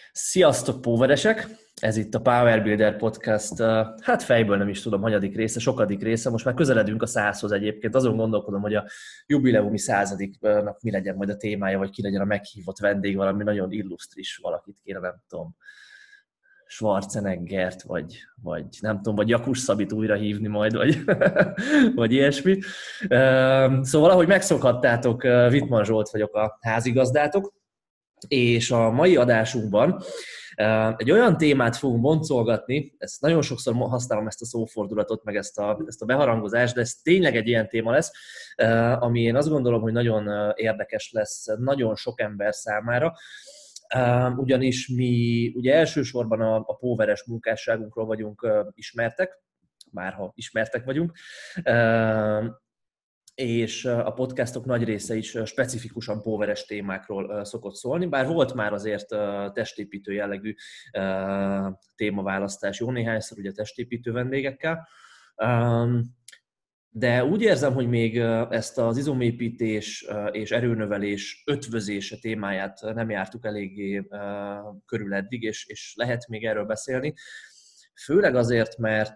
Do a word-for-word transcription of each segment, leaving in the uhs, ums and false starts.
Sziasztok, póveresek! Ez itt a Power Builder Podcast, hát fejből nem is tudom, hanyadik része, sokadik része, most már közeledünk a százhoz egyébként, azon gondolkodom, hogy a jubileumi századiknak mi legyen majd a témája, vagy ki legyen a meghívott vendég, valami nagyon illusztris valakit kéne, nem tudom, Schwarzeneggert, vagy, vagy nem tudom, vagy Jakus Szabit újra hívni majd, vagy, vagy ilyesmi. Szóval, ahogy megszokhattátok, Wittmann Zsolt vagyok, a házigazdátok, és a mai adásunkban egy olyan témát fogunk boncolgatni, ezt nagyon sokszor használom ezt a szófordulatot, meg ezt a, ezt a beharangozást, de ez tényleg egy ilyen téma lesz, ami én azt gondolom, hogy nagyon érdekes lesz nagyon sok ember számára, ugyanis mi ugye elsősorban a, a póveres munkásságunkról vagyunk ismertek, bárha ismertek vagyunk, és a podcastok nagy része is specifikusan póveres témákról szokott szólni, bár volt már azért testépítő jellegű témaválasztás jó néhányszor, ugye testépítő vendégekkel, de úgy érzem, hogy még ezt az izomépítés és erőnövelés ötvözése témáját nem jártuk eléggé körül eddig, és, és lehet még erről beszélni, főleg azért, mert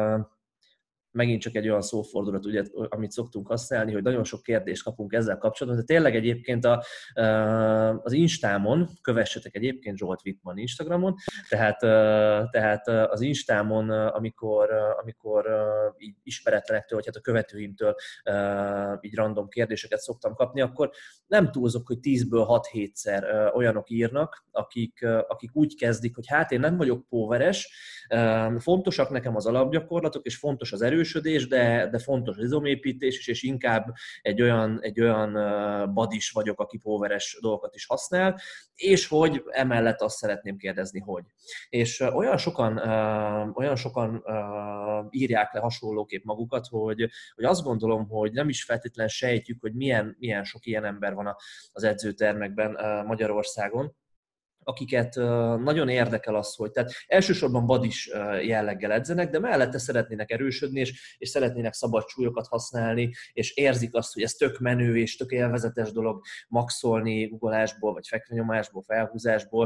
megint csak egy olyan szófordulat, ugye, amit szoktunk használni, hogy nagyon sok kérdést kapunk ezzel kapcsolatban, de tényleg egyébként a, az Instámon, kövessetek egyébként Zsolt Wittmann Instagramon, tehát, tehát az Instámon, amikor, amikor így ismeretlenektől, vagy hát a követőimtől így random kérdéseket szoktam kapni, akkor nem túlzok, hogy tízből hat-hétszer olyanok írnak, akik, akik úgy kezdik, hogy hát én nem vagyok póveres, fontosak nekem az alapgyakorlatok, és fontos az erősödés, de, de fontos az izomépítés is, és inkább egy olyan, egy olyan badis vagyok, aki póveres dolgokat is használ, és hogy emellett azt szeretném kérdezni, hogy. És olyan sokan, olyan sokan írják le hasonlóképp magukat, hogy, hogy azt gondolom, hogy nem is feltétlenül sejtjük, hogy milyen, milyen sok ilyen ember van az edzőtermekben Magyarországon, akiket nagyon érdekel az, hogy tehát elsősorban badis jelleggel edzenek, de mellette szeretnének erősödni, és, és szeretnének szabad súlyokat használni, és érzik azt, hogy ez tök menő és tök élvezetes dolog maxolni guggolásból, vagy fekvenyomásból, felhúzásból,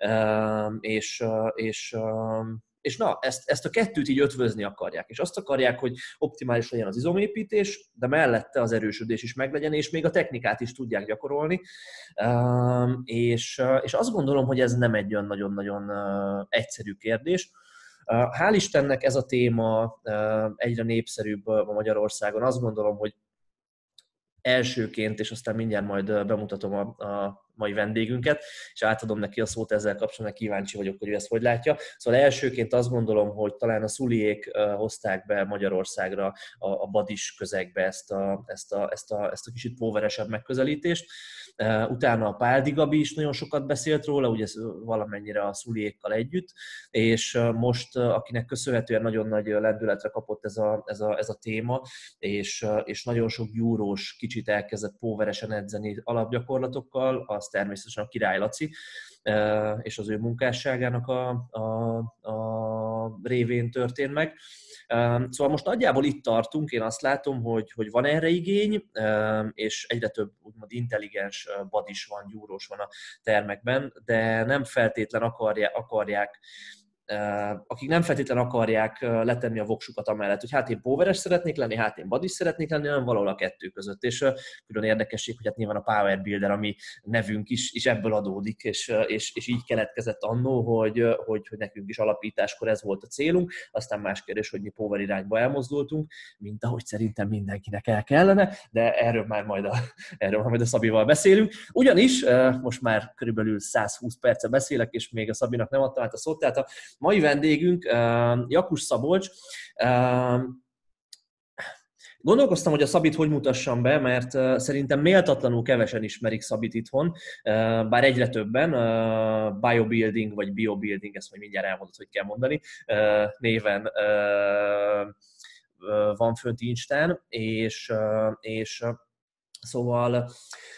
és, és És na, ezt, ezt a kettőt így ötvözni akarják, és azt akarják, hogy optimális legyen az izomépítés, de mellette az erősödés is meglegyen, és még a technikát is tudják gyakorolni. És, és azt gondolom, hogy ez nem egy olyan nagyon-nagyon egyszerű kérdés. Hál' Istennek ez a téma egyre népszerűbb a Magyarországon. Azt gondolom, hogy elsőként, és aztán mindjárt majd bemutatom a, a mai vendégünket, és átadom neki a szót ezzel kapcsolatban, kíváncsi vagyok, hogy ő ezt hogy látja. Szóval elsőként azt gondolom, hogy talán a Szuliék hozták be Magyarországra a, a badis közegbe ezt a, ezt, a, ezt, a, ezt a kicsit póveresebb megközelítést. Utána a Páldi Gabi is nagyon sokat beszélt róla, ugye valamennyire a Szuliékkal együtt, és most, akinek köszönhetően nagyon nagy lendületre kapott ez a, ez a, ez a téma, és, és nagyon sok gyúrós kicsit elkezdett póveresen edzeni alapgyakorlatokkal, az természetesen a Király Laci, és az ő munkásságának a, a, a révén történt meg. Szóval most nagyjából itt tartunk, én azt látom, hogy, hogy van erre igény, és egyre több úgymond intelligens badis van, gyúrós van a termekben, de nem feltétlen akarják, akarják akik nem feltétlenül akarják letenni a voksukat amellett, hogy hát én póveres szeretnék lenni, hát én badis szeretnék lenni, hanem valahol a kettő között. És külön érdekesség, hogy hát nyilván a Power Builder, ami nevünk is, is ebből adódik, és, és, és így keletkezett annó, hogy, hogy, hogy nekünk is alapításkor ez volt a célunk, aztán más kérdés, hogy mi póver irányba elmozdultunk, mint ahogy szerintem mindenkinek el kellene, de erről már majd a, erről már majd a Szabival beszélünk. Ugyanis most már körülbelül százhúsz perce beszélek, és még a Szabinak nem adtam át a szót, tehát a mai vendégünk Jakus Szabolcs. Gondolkoztam, hogy a Szabit hogy mutassam be, mert szerintem méltatlanul kevesen ismerik Szabit itthon, bár egyre többen, biobuilding vagy biobuilding, ezt majd mindjárt elmondod, hogy kell mondani, néven van fönt Instán, és, és szóval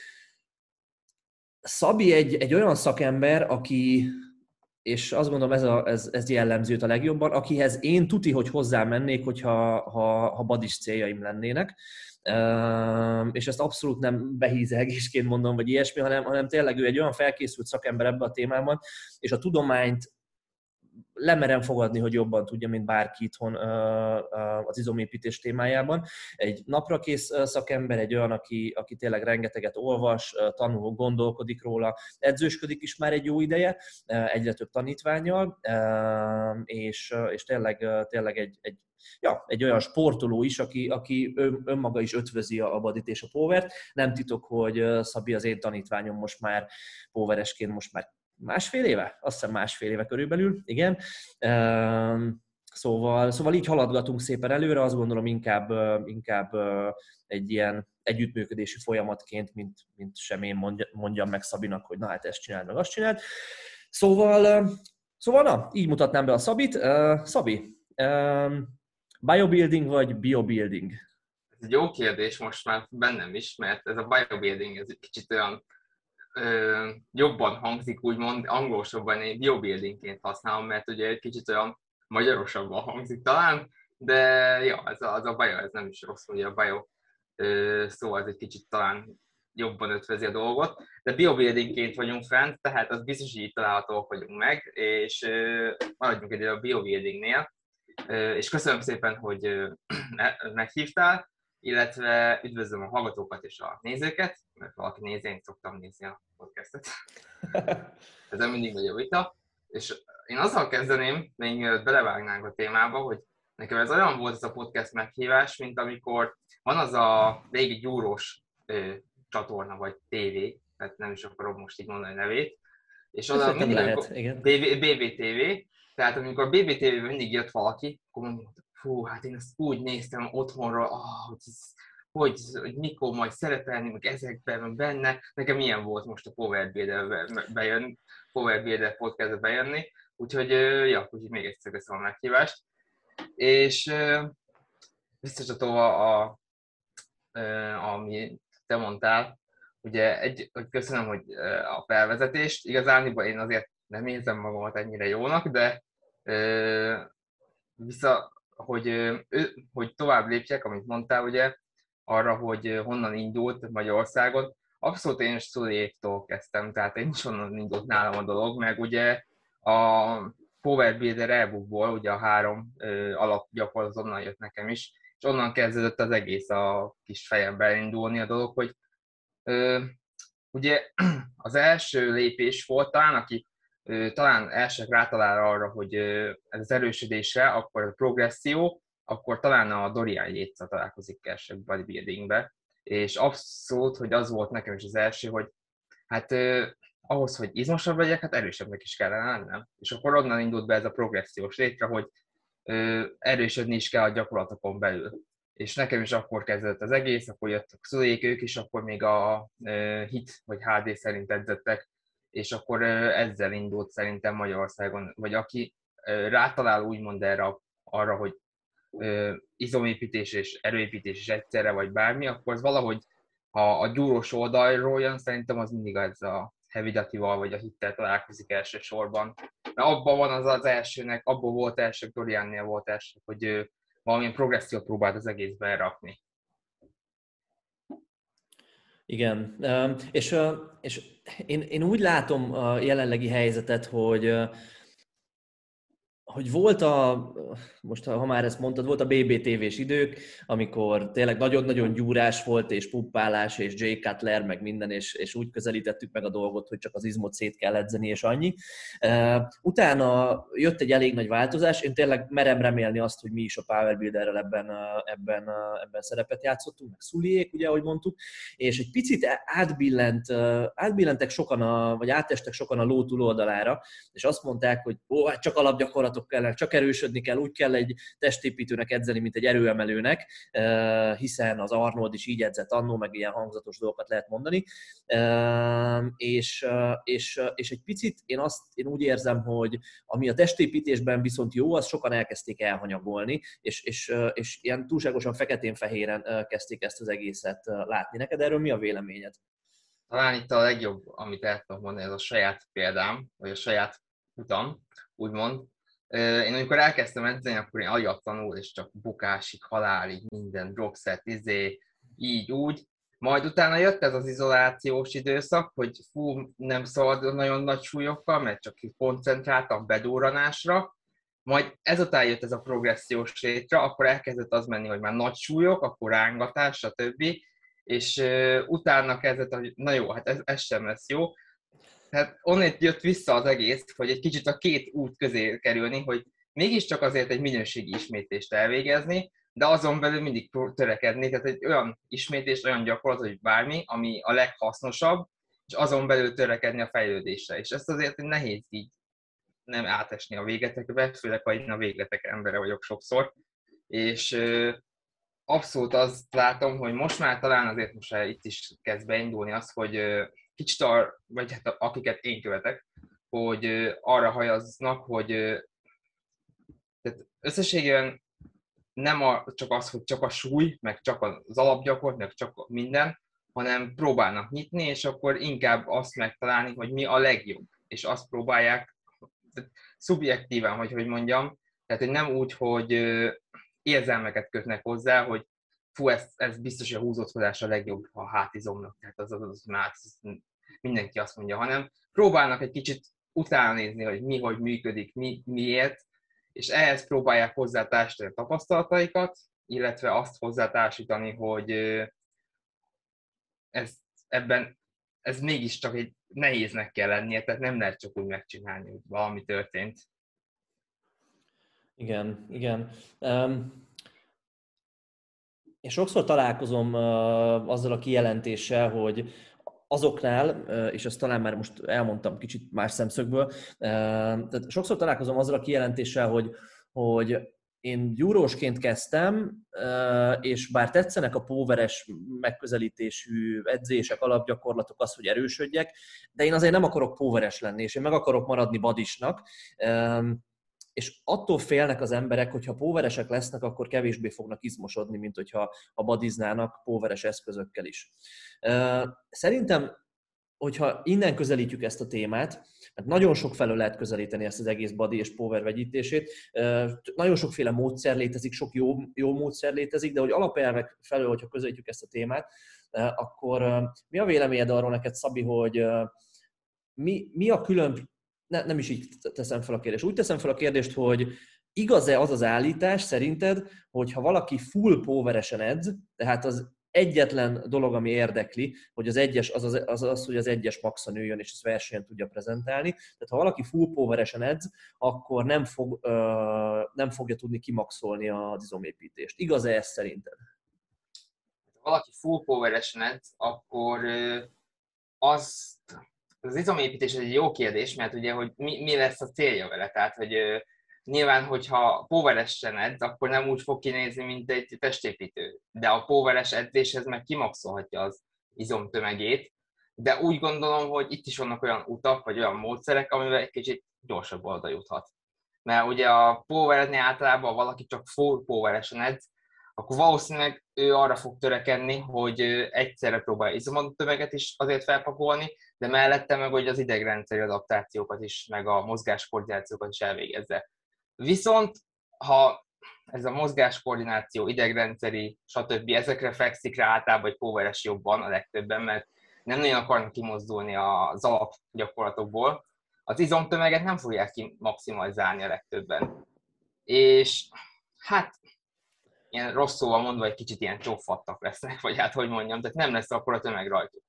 Szabi egy, egy olyan szakember, aki, és azt gondolom ez, a, ez, ez jellemző a legjobban, akihez én tuti, hogy hozzá mennék, hogyha ha, ha badis céljaim lennének. és ezt abszolút nem behízelgésként mondom, vagy ilyesmi, hanem, hanem tényleg ő egy olyan felkészült szakember ebbe a témában, és a tudományt lemerem fogadni, hogy jobban tudja, mint bárki itthon az izomépítés témájában. Egy naprakész szakember, egy olyan, aki, aki tényleg rengeteget olvas, tanul, gondolkodik róla, edzősködik is már egy jó ideje, egyre több tanítvánnyal, és, és tényleg, tényleg egy, egy Ja, egy olyan sportoló is, aki, aki ön, önmaga is ötvözi a Badit és a Powert. Nem titok, hogy Szabi az én tanítványom most már poweresként most már másfél éve? Azt hiszem másfél éve körülbelül, igen. Szóval, szóval így haladgatunk szépen előre, azt gondolom inkább, inkább egy ilyen együttműködési folyamatként, mint, mint sem én mondjam meg Szabinak, hogy na hát ezt csináld, meg azt csináld. Szóval, szóval na, így mutatnám be a Szabit. Szabi, biobuilding vagy biobuilding? Ez egy jó kérdés most már bennem is, mert ez a biobuilding ez egy kicsit olyan ö, jobban hangzik, úgymond angolosabban én biobuildingként használom, mert ugye egy kicsit olyan magyarosabban hangzik talán, de ja, ez a, az a bio, ez nem is rossz, ugye a bio ö, szó az egy kicsit talán jobban ötvözi a dolgot, de biobuildingként vagyunk fent, tehát az biztos, hogy így találhatóak vagyunk meg, és ö, maradjunk egy a biobuildingnél, ö, és köszönöm szépen, hogy meghívtál, illetve üdvözlöm a hallgatókat és a nézőket, mert valaki nézi, én szoktam nézni a podcastet. Ezen mindig megy a vita. És én azzal kezdeném, még mielőtt belevágnánk a témába, hogy nekem ez olyan volt ez a podcast meghívás, mint amikor van az a régi gyúrós ö, csatorna, vagy tévé, tehát nem is akarom most így mondani a nevét, és oda mindig lehet, igen. bé bé té vé, tehát amikor bé bé té vében mindig jött valaki, akkor mondom, fú, hát én ezt úgy néztem otthonról, ah, hogy, ez, hogy, hogy mikor majd szerepelni, meg ezekben, meg benne. Nekem ilyen volt most a Power Builder bejön, Power Builder podcastbe bejönni, úgyhogy, ja, úgyhogy még egyszer köszönöm a meghívást. És visszacsatolva a, ami te mondtál, ugye, egy, hogy köszönöm, hogy a felvezetést, igazán én azért nem érzem magamat ennyire jónak, de vissza, hogy, hogy tovább lépjek, amit mondtál, ugye, arra, hogy honnan indult Magyarországon. Abszolút én Szuléktól kezdtem, tehát én is onnan indult nálam a dolog, meg ugye a Power Builder e-bookból, ugye a három alapgyakorlat onnan jött nekem is, és onnan kezdődött az egész a kis fejemben indulni a dolog, hogy ö, ugye az első lépés volt talán, aki talán elsők rátalál arra, hogy ez az erősödésre, akkor a progresszió, akkor talán a Dorian Yates-a találkozik elsők bodybuildingbe, és abszolút, hogy az volt nekem is az első, hogy hát eh, ahhoz, hogy izmosabb legyek, hát erősebbnek is kellene lennem. És akkor onnan indult be ez a progressziós létre, hogy eh, erősödni is kell a gyakorlatokon belül. És nekem is akkor kezdődött az egész, akkor jöttek szüleik, ők is akkor még a eh, hit vagy há dé szerint edzettek, és akkor ezzel indult szerintem Magyarországon, vagy aki rátalál úgymond erre, arra, hogy izomépítés és erőépítés is egyszerre, vagy bármi, akkor az valahogy, ha a gyúrós oldalról jön, szerintem az mindig ez a heavy duty-val, vagy a hittel találkozik elsősorban. Mert abban van az az elsőnek, abban volt első, Doriannél volt első, hogy valamilyen progressziót próbált az egészben rakni. Igen, és, és én, én úgy látom a jelenlegi helyzetet, hogy hogy volt a, most ha már ezt mondtad, volt a bé bé té vés idők, amikor tényleg nagyon-nagyon gyúrás volt, és pumpálás, és Jay Cutler, meg minden, és, és úgy közelítettük meg a dolgot, hogy csak az izmot szét kell edzeni, és annyi. Utána jött egy elég nagy változás, én tényleg merem remélni azt, hogy mi is a Power Builderrel ebben, ebben, ebben szerepet játszottunk, meg Szuliék, ugye, ahogy mondtuk, és egy picit átbillent, átbillentek sokan, a, vagy átestek sokan a ló túloldalára, és azt mondták, hogy ó, hát csak alapgyakorlatok kell, csak erősödni kell, úgy kell egy testépítőnek edzeni, mint egy erőemelőnek, hiszen az Arnold is így edzett annó, meg ilyen hangzatos dolgokat lehet mondani. És, és, és egy picit én, azt, én úgy érzem, hogy ami a testépítésben viszont jó, az sokan elkezdték elhanyagolni, és, és, és ilyen túlságosan feketén-fehéren kezdték ezt az egészet látni. Neked erről mi a véleményed? Talán itt a legjobb, amit el tudom mondani, ez a saját példám, vagy a saját utam, úgymond. Én amikor elkezdtem edzeni, akkor én agyatlanul, és csak bukásig, halálig, minden, dropset, izé, így úgy. Majd utána jött ez az izolációs időszak, hogy fú, nem szabad nagyon nagy súlyokkal, mert csak koncentráltam bedúranásra. Majd ezután jött ez a progressziós rétre, akkor elkezdett az menni, hogy már nagy súlyok, akkor rángatás, stb. És uh, utána kezdett, hogy na jó, hát ez, ez sem lesz jó. Hát onnét jött vissza az egész, hogy egy kicsit a két út közé kerülni, hogy mégiscsak azért egy minőségi ismétlést elvégezni, de azon belül mindig törekedni, tehát egy olyan ismétlés, olyan gyakorlat, hogy bármi, ami a leghasznosabb, és azon belül törekedni a fejlődésre. És ezt azért nehéz így nem átesni a végetekbe, főleg, ha én a végletek embere vagyok sokszor. És ö, abszolút azt látom, hogy most már talán azért most már itt is kezd beindulni az, hogy ö, kicsit, ar, vagy hát akiket én követek, hogy ö, arra hajaznak, hogy ö, tehát összességében nem a, csak az, hogy csak a súly, meg csak az alapgyakorlat, meg csak minden, hanem próbálnak nyitni, és akkor inkább azt megtalálni, hogy mi a legjobb. És azt próbálják szubjektíven, hogy hogy mondjam, tehát hogy nem úgy, hogy érzelmeket kötnek hozzá, hogy fú, ez, ez biztos, hogy a húzódás a legjobb a hátizomnak, tehát az, az, az már mindenki azt mondja, hanem próbálnak egy kicsit utána nézni, hogy mi, hogy működik, mi, miért, és ehhez próbálják hozzátársítani a tapasztalataikat, illetve azt hozzátársítani, hogy ez, ebben ez mégiscsak egy nehéznek kell lennie, tehát nem lehet csak úgy megcsinálni, hogy valami történt. Igen, igen. Um, én sokszor találkozom uh, azzal a kijelentéssel, hogy azoknál, uh, és ezt talán már most elmondtam kicsit más szemszögből, uh, tehát sokszor találkozom azzal a kijelentéssel, hogy, hogy én gyúrósként kezdtem, és bár tetszenek a póveres megközelítésű edzések, alapgyakorlatok, az, hogy erősödjek, de én azért nem akarok póveres lenni, és én meg akarok maradni badisnak, és attól félnek az emberek, hogy ha póveresek lesznek, akkor kevésbé fognak izmosodni, mint hogyha ha badiznának póveres eszközökkel is. Szerintem, hogyha innen közelítjük ezt a témát, mert nagyon sok felől lehet közelíteni ezt az egész body és power vegyítését, nagyon sokféle módszer létezik, sok jó, jó módszer létezik, de hogy alapelvek felől, hogyha közelítjük ezt a témát, akkor mi a véleményed arról neked, Szabi, hogy mi, mi a külön, ne, nem is így teszem fel a kérdést, úgy teszem fel a kérdést, hogy igaz-e az az állítás szerinted, hogy ha valaki full poweresen edz, tehát az egyetlen dolog, ami érdekli, hogy az egyes, az, az, az, az, hogy az egyes maxa nőjön, és ezt versenyen tudja prezentálni. Tehát ha valaki full poweresen edz, akkor nem, fog, ö, nem fogja tudni kimaxolni az izomépítést. Igaz-e ez szerinted? Ha valaki full poweresen edz, akkor az, az izomépítés egy jó kérdés, mert ugye, hogy mi, mi lesz a célja vele. Tehát, hogy nyilván, hogyha poweresen edz, akkor nem úgy fog kinézni, mint egy testépítő. De a poweres edzéshez meg kimaxolhatja az izomtömegét. De úgy gondolom, hogy itt is vannak olyan utak, vagy olyan módszerek, amivel egy kicsit gyorsabb oldal juthat. Mert ugye a powernél általában, ha valaki csak full poweresen edz, akkor valószínűleg ő arra fog törekedni, hogy egyszerre próbál izomtömeget is azért felpakolni, de mellette meg hogy az idegrendszeri adaptációkat is, meg a mozgáskoordinációkat is elvégezze. Viszont, ha ez a mozgáskoordináció, idegrendszeri, stb. Ezekre fekszik rá általában, hogy poweres jobban a legtöbben, mert nem nagyon akarnak kimozdulni az alapgyakorlatokból, az izomtömeget nem fogják kimaximalizálni a legtöbben. És hát ilyen rossz szóval mondva egy kicsit ilyen csófattak lesznek, vagy hát hogy mondjam, tehát nem lesz akkor a tömeg rajtuk.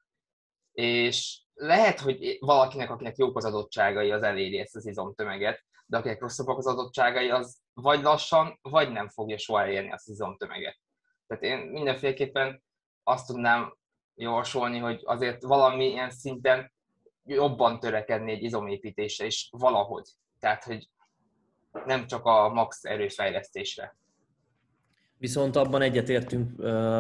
És lehet, hogy valakinek, akinek jók az adottságai, az eléri ezt az izomtömeget, de akinek rosszabbak az adottságai, az vagy lassan, vagy nem fogja soha elérni azt az izomtömeget. Tehát én mindenféleképpen azt tudnám javasolni, hogy azért valami ilyen szinten jobban törekedni egy izomépítésre is valahogy. Tehát, hogy nem csak a max erőfejlesztésre. Viszont abban egyetértünk,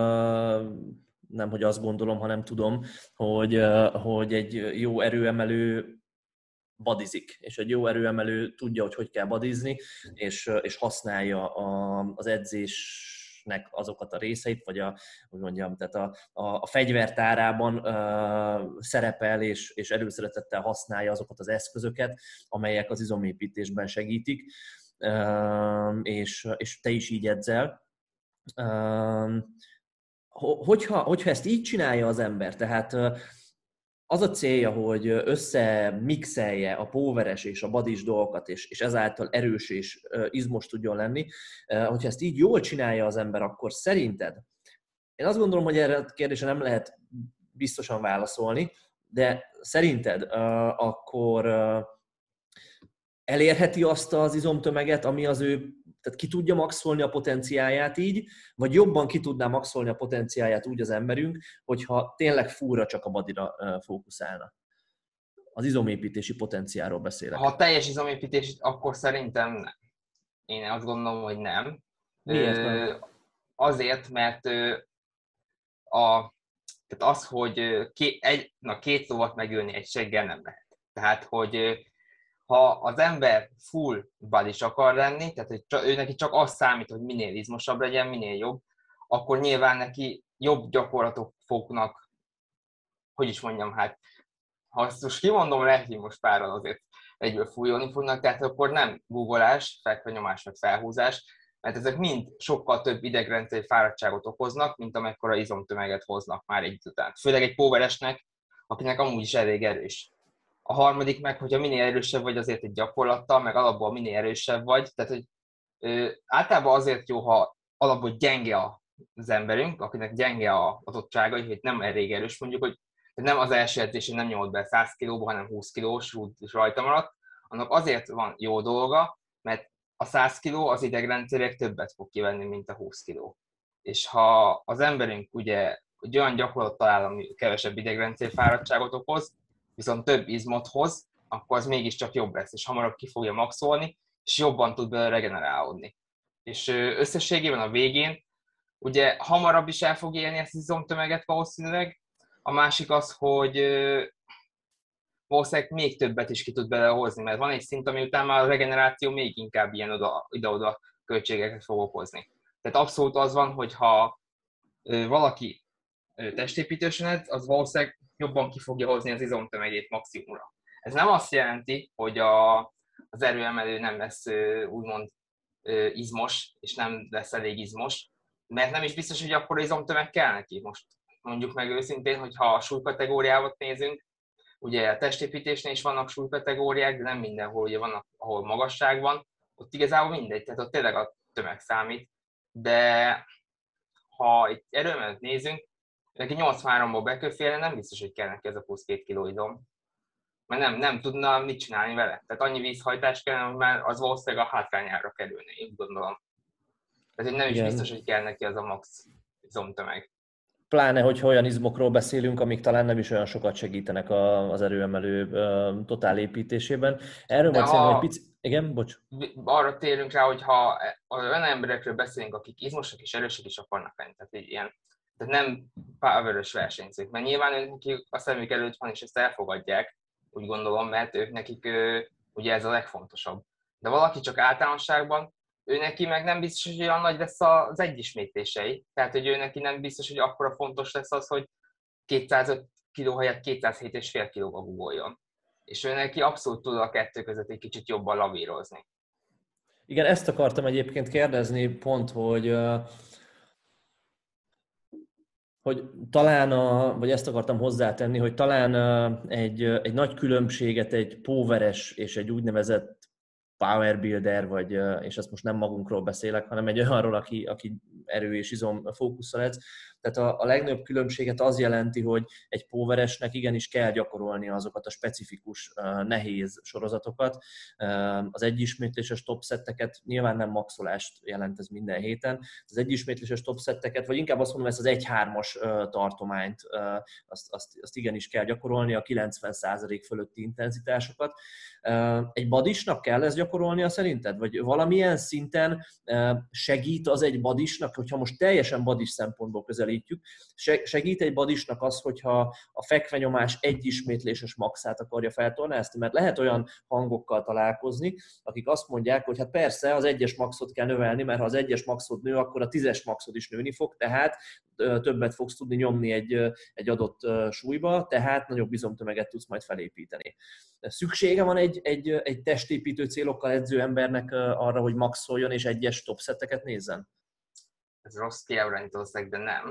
nem hogy azt gondolom, hanem tudom, hogy, hogy egy jó erőemelő badizik, és egy jó erőemelő tudja, hogy hogy kell badizni, és, és használja a, az edzésnek azokat a részeit, vagy a, hogy mondjam, tehát a, a, a fegyvertárában uh, szerepel, és, és előszeretettel használja azokat az eszközöket, amelyek az izomépítésben segítik, uh, és, és te is így edzel. Uh, hogyha, hogyha ezt így csinálja az ember, tehát az a célja, hogy összemixelje a póveres és a badis dolgokat, és, és ezáltal erős és izmos tudjon lenni, hogyha ezt így jól csinálja az ember, akkor szerinted, én azt gondolom, hogy erre a kérdésre nem lehet biztosan válaszolni, de szerinted akkor elérheti azt az izomtömeget, ami az ő, tehát ki tudja maxolni a potenciáját így, vagy jobban ki tudná maxolni a potenciáját úgy az emberünk, hogyha tényleg fúra csak a badira fókuszálna. Az izomépítési potenciáról beszélek. Ha teljes izomépítés, akkor szerintem nem. Én azt gondolom, hogy nem. Miért nem? Azért, mert a, tehát az, hogy két, egy, na, két lovat megölni egy seggel nem lehet. Tehát, hogy ha az ember full bodys akar lenni, tehát hogy ő neki csak az számít, hogy minél izmosabb legyen, minél jobb, akkor nyilván neki jobb gyakorlatok fognak, hogy is mondjam, hát ha azt most kimondom, lehet, hogy most párral azért egyből fújolni fognak, tehát akkor nem googolás, fekvenyomás, meg felhúzás, mert ezek mind sokkal több idegrendszeri fáradtságot okoznak, mint amekkora izomtömeget hoznak már egy után. Főleg egy póveresnek, akinek amúgy is elég erős. A harmadik meg, hogyha minél erősebb vagy azért egy gyakorlattal, meg alapból minél erősebb vagy, tehát hogy ö, általában azért jó, ha alapból gyenge az emberünk, akinek gyenge a adottsága, hogy nem elég erős, mondjuk, hogy nem az első edzésén nem nyomolt be száz kilóba, hanem húsz kilós, úgy rajta maradt, annak azért van jó dolga, mert a száz kiló az idegrendszerileg többet fog kivenni, mint a húsz kiló. És ha az emberünk ugye egy olyan gyakorlat talál, ami kevesebb idegrendszeri fáradtságot okoz, viszont több izmot hoz, akkor az mégiscsak jobb lesz, és hamarabb ki fogja maxolni, és jobban tud belőle regenerálódni. És összességében a végén ugye hamarabb is el fog élni ezt az izomtömeget valószínűleg. A másik az, hogy valószínűleg még többet is ki tud belehozni, mert van egy szint, ami után már a regeneráció még inkább ilyen oda, ide-oda költségeket fog okozni. Tehát abszolút az van, hogy ha valaki testépítősen edz, az valószínűleg jobban ki fogja hozni az izomtömegét maximumra. Ez nem azt jelenti, hogy a, az erőemelő nem lesz úgymond izmos, és nem lesz elég izmos, mert nem is biztos, hogy akkor izomtömeg kell neki. Most mondjuk meg őszintén, hogyha a súlykategóriávat nézünk, ugye a testépítésnél is vannak súlykategóriák, de nem mindenhol ugye vannak, ahol magasság van, ott igazából mindegy, tehát ott tényleg a tömeg számít, de ha egy erőemelőt nézünk, neki nyolcvanháromból beköfélre nem biztos, hogy kell neki ez a plusz két kiló izom, mert nem, nem tudna mit csinálni vele. Tehát annyi vízhajtás kellene, hogy már az valószínűleg a hátrányára kerülne, én gondolom. Tehát nem is Igen. biztos, hogy kell neki az a max izomtömeg. Pláne, hogy olyan izmokról beszélünk, amik talán nem is olyan sokat segítenek az erőemelő totál építésében. Erről majd szerintem egy pici... Igen, bocs. Arra térünk rá, hogy ha olyan emberekről beszélünk, akik izmosak és erősek is akarnak lenni, tehát ilyen, tehát nem power-ös versenyzők, mert nyilván ők a szemük előtt van, és ezt elfogadják, úgy gondolom, mert ők nekik ugye ez a legfontosabb. De valaki csak általánosságban, ő neki meg nem biztos, hogy olyan nagy lesz az egyismétlései. Tehát, hogy ő neki nem biztos, hogy akkora fontos lesz az, hogy kétszázöt kiló helyett kétszázhét egész öt kilóba guggoljon. És ő neki abszolút tud a kettő között egy kicsit jobban lavírozni. Igen, ezt akartam egyébként kérdezni pont, hogy hogy talán, a, vagy ezt akartam hozzátenni, hogy talán egy, egy nagy különbséget egy póveres és egy úgynevezett power builder, vagy, és ezt most nem magunkról beszélek, hanem egy olyanról, aki, aki erő és izom fókusszal edz. Tehát a, a legnagyobb különbséget az jelenti, hogy egy póveresnek igenis kell gyakorolni azokat a specifikus, nehéz sorozatokat. Az egyismétléses topszetteket nyilván nem maxolást jelent ez minden héten. Az egyismétléses topszetteket, vagy inkább azt mondom, ezt az egy-hármas tartományt, azt, azt, azt igenis kell gyakorolni, a kilencven százalék fölötti intenzitásokat. Egy badisnak kell ezt gyakorolnia szerinted? Vagy valamilyen szinten segít az egy badisnak, hogyha most teljesen badis szempontból közelítjük, segít egy badisnak az, hogyha a fekvenyomás egy ismétléses maxát akarja feltornázni? Mert lehet olyan hangokkal találkozni, akik azt mondják, hogy hát persze az egyes maxot kell növelni, mert ha az egyes maxod nő, akkor a tízes maxod is nőni fog, tehát többet fogsz tudni nyomni egy, egy adott súlyba, tehát nagyobb izomtömeget tudsz majd felépíteni. Szüksége van egy, egy, egy testépítő célokkal edző embernek arra, hogy maxoljon és egyes topszetteket nézzen? Ez rossz kiábrányítószeg, de nem.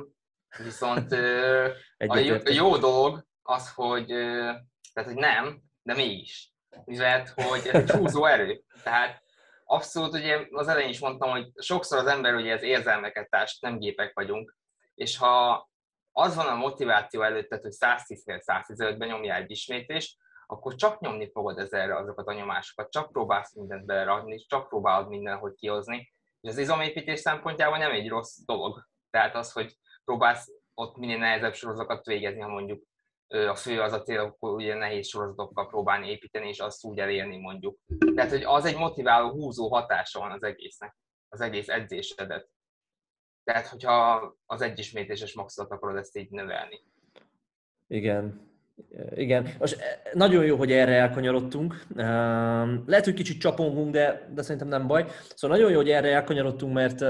Viszont a jó, a Egyetértek. jó dolog az, hogy, tehát, hogy nem, de mégis. Mivel, hogy ez egy húzó erő. Tehát abszolút, ugye az elején is mondtam, hogy sokszor az ember ugye ez érzelmeket társ, nem gépek vagyunk, és ha az van a motiváció előtted, hogy száztíznél száztizenötben nyomjál egy ismétlést, akkor csak nyomni fogod ezerre azokat a nyomásokat, csak próbálsz mindent belerakni, csak próbálod mindenhogy kihozni. És az izomépítés szempontjából nem egy rossz dolog. Tehát az, hogy próbálsz ott minél nehezebb sorozatokat végezni, ha mondjuk a fő az a cél, akkor ugye nehéz sorozatokkal próbálni építeni, és azt úgy elérni mondjuk. Tehát, hogy az egy motiváló, húzó hatása van az egésznek, az egész edzésedet. Tehát, hogyha az egyismétéses maxot akarod ezt így növelni. Igen. Igen. Most nagyon jó, hogy erre elkanyarodtunk. Lehet, hogy kicsit csapongunk, de, de szerintem nem baj. Szóval nagyon jó, hogy erre elkanyarodtunk, mert,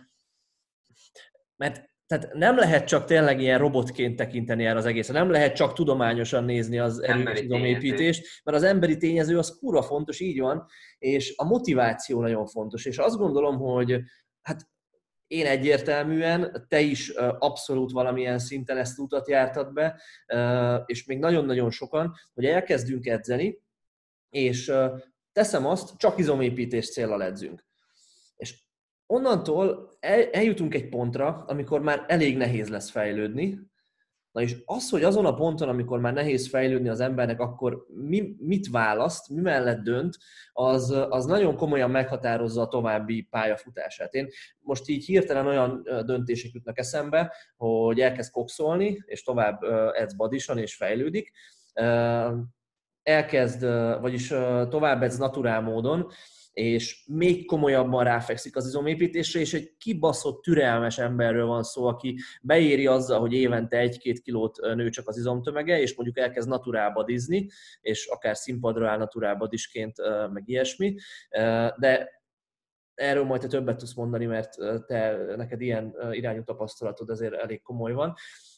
mert tehát nem lehet csak tényleg ilyen robotként tekinteni erre az egészre. Nem lehet csak tudományosan nézni az erőizomépítést, mert az emberi tényező az kurva fontos, így van, és a motiváció nagyon fontos. És azt gondolom, hogy hát én egyértelműen, te is abszolút valamilyen szinten ezt utat jártad be, és még nagyon-nagyon sokan, hogy elkezdünk edzeni, és teszem azt, csak izomépítés céllal edzünk. És onnantól eljutunk egy pontra, amikor már elég nehéz lesz fejlődni. Na és az, hogy azon a ponton, amikor már nehéz fejlődni az embernek, akkor mi, mit választ, mi mellett dönt, az, az nagyon komolyan meghatározza a további pályafutását. Én most így hirtelen olyan döntések jutnak eszembe, hogy elkezd kokszolni, és tovább edz badisan, és fejlődik. Elkezd, vagyis tovább edz naturál módon, és még komolyabban ráfekszik az izomépítésre, és egy kibaszott, türelmes emberről van szó, aki beéri azzal, hogy évente egy-két kilót nő csak az izomtömege, és mondjuk elkezd naturál badizni, és akár színpadra áll naturál badisként, meg ilyesmi, de erről majd te többet tudsz mondani, mert te, neked ilyen irányú tapasztalatod azért elég komoly van.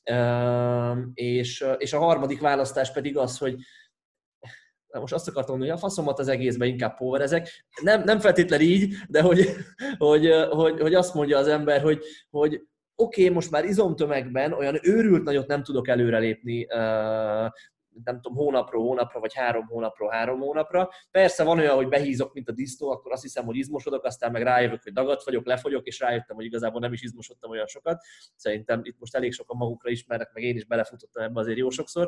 És, és a harmadik választás pedig az, hogy Na most azt akartam mondani, hogy a faszomat az egészben inkább powerezek. Nem, nem feltétlenül így, de hogy, hogy, hogy, hogy azt mondja az ember, hogy, hogy oké, okay, most már izomtömegben olyan őrült nagyot nem tudok előrelépni, nem tudom, hónapról hónapra, vagy három hónapról három hónapra. Persze van olyan, hogy behízok, mint a disznó, akkor azt hiszem, hogy izmosodok, aztán meg rájövök, hogy dagadt vagyok, lefogyok, és rájöttem, hogy igazából nem is izmosodtam olyan sokat. Szerintem itt most elég sokan magukra ismernek, meg én is belefutottam ebbe azért jó sokszor.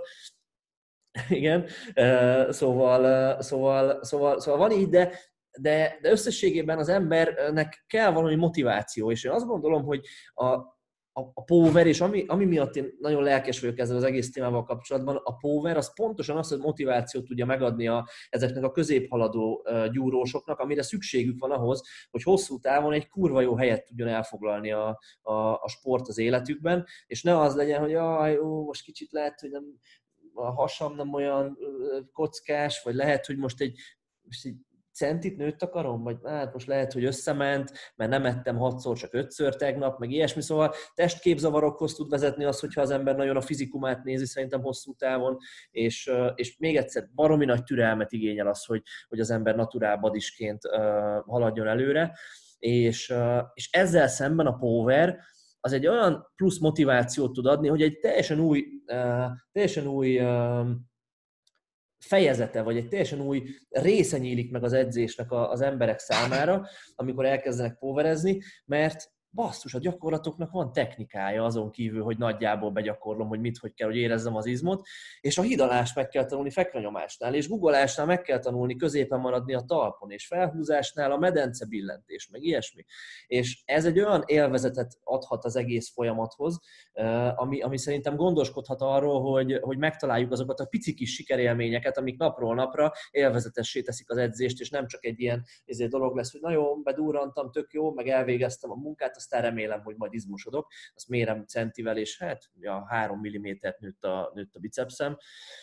Igen, szóval, szóval, szóval, szóval van így, de, de, de összességében az embernek kell valami motiváció, és én azt gondolom, hogy a, a, a power, és ami, ami miatt én nagyon lelkes vagyok ezzel az egész témával kapcsolatban, a power az pontosan azt, hogy motivációt tudja megadni a, ezeknek a középhaladó gyúrósoknak, amire szükségük van ahhoz, hogy hosszú távon egy kurva jó helyet tudjon elfoglalni a, a, a sport az életükben, és ne az legyen, hogy jaj, jó, most kicsit lehet, hogy nem a hasam nem olyan kockás, vagy lehet, hogy most egy, most egy centit nőtt a karom, vagy hát most lehet, hogy összement, mert nem ettem hatszor, csak ötször tegnap, meg ilyesmi, szóval testképzavarokhoz tud vezetni az, hogyha az ember nagyon a fizikumát nézi szerintem hosszú távon, és, és még egyszer baromi nagy türelmet igényel az, hogy, hogy az ember naturál badisként haladjon előre, és, és ezzel szemben a power az egy olyan plusz motivációt tud adni, hogy egy teljesen új, uh, teljesen új uh, fejezete, vagy egy teljesen új része nyílik meg az edzésnek az emberek számára, amikor elkezdenek powerezni, mert basszus, a gyakorlatoknak van technikája azon kívül, hogy nagyjából begyakorlom, hogy mit, hogy kell, hogy érezzem az izmot, és a hidalást meg kell tanulni fekvenyomásnál, és guggolásnál meg kell tanulni középen maradni a talpon, és felhúzásnál a medence billentés, meg ilyesmi. És ez egy olyan élvezetet adhat az egész folyamathoz, ami, ami szerintem gondoskodhat arról, hogy, hogy megtaláljuk azokat a pici kis sikerélményeket, amik napról napra élvezetessé teszik az edzést, és nem csak egy ilyen ezért dolog lesz, hogy na jó, bedurrantam, tök jó, meg elvégeztem a munkát, aztán remélem, hogy majd izmosodok, azt mérem centivel, és hát ja, három millimétert nőtt a, nőtt a bicepszem.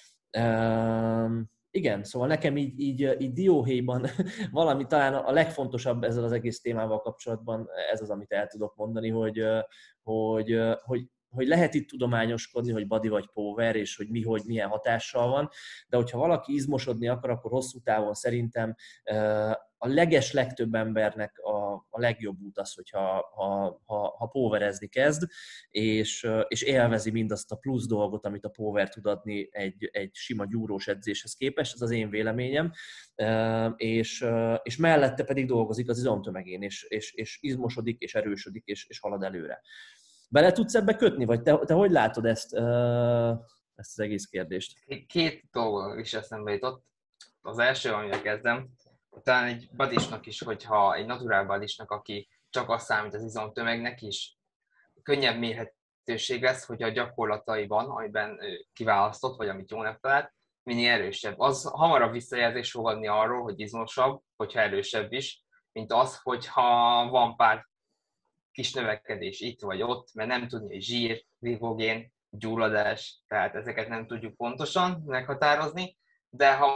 Um, igen, szóval nekem így, így, így dióhéjban valami talán a legfontosabb ezzel az egész témával kapcsolatban, ez az, amit el tudok mondani, hogy, hogy, hogy hogy lehet itt tudományoskodni, hogy body vagy power, és hogy mi, hogy milyen hatással van, de hogyha valaki izmosodni akar, akkor hosszú távon szerintem a leges legtöbb embernek a, a legjobb út az, hogyha ha, ha, ha powerezni kezd, és, és élvezi mindazt a plusz dolgot, amit a power tud adni egy, egy sima gyúrós edzéshez képest, ez az én véleményem, és, és mellette pedig dolgozik az izomtömegén, és, és, és izmosodik, és erősödik, és, és halad előre. Bele tudsz ebbe kötni, vagy te, te hogy látod ezt, ezt az egész kérdést? Két dolog is eszembe jutott. Az első, amivel kezdem, talán egy badisnak is, hogyha egy naturál badisnak, aki csak azt számít az izomtömegnek is, könnyebb mérhetőség lesz, hogy a gyakorlataiban, amiben kiválasztott, vagy amit jól talált, minél erősebb. Az hamarabb visszajelzés fog adni arról, hogy izmosabb, hogyha erősebb is, mint az, hogyha van pár kis növekedés itt vagy ott, mert nem tudni, hogy zsír, glikogén, gyulladás, tehát ezeket nem tudjuk pontosan meghatározni, de ha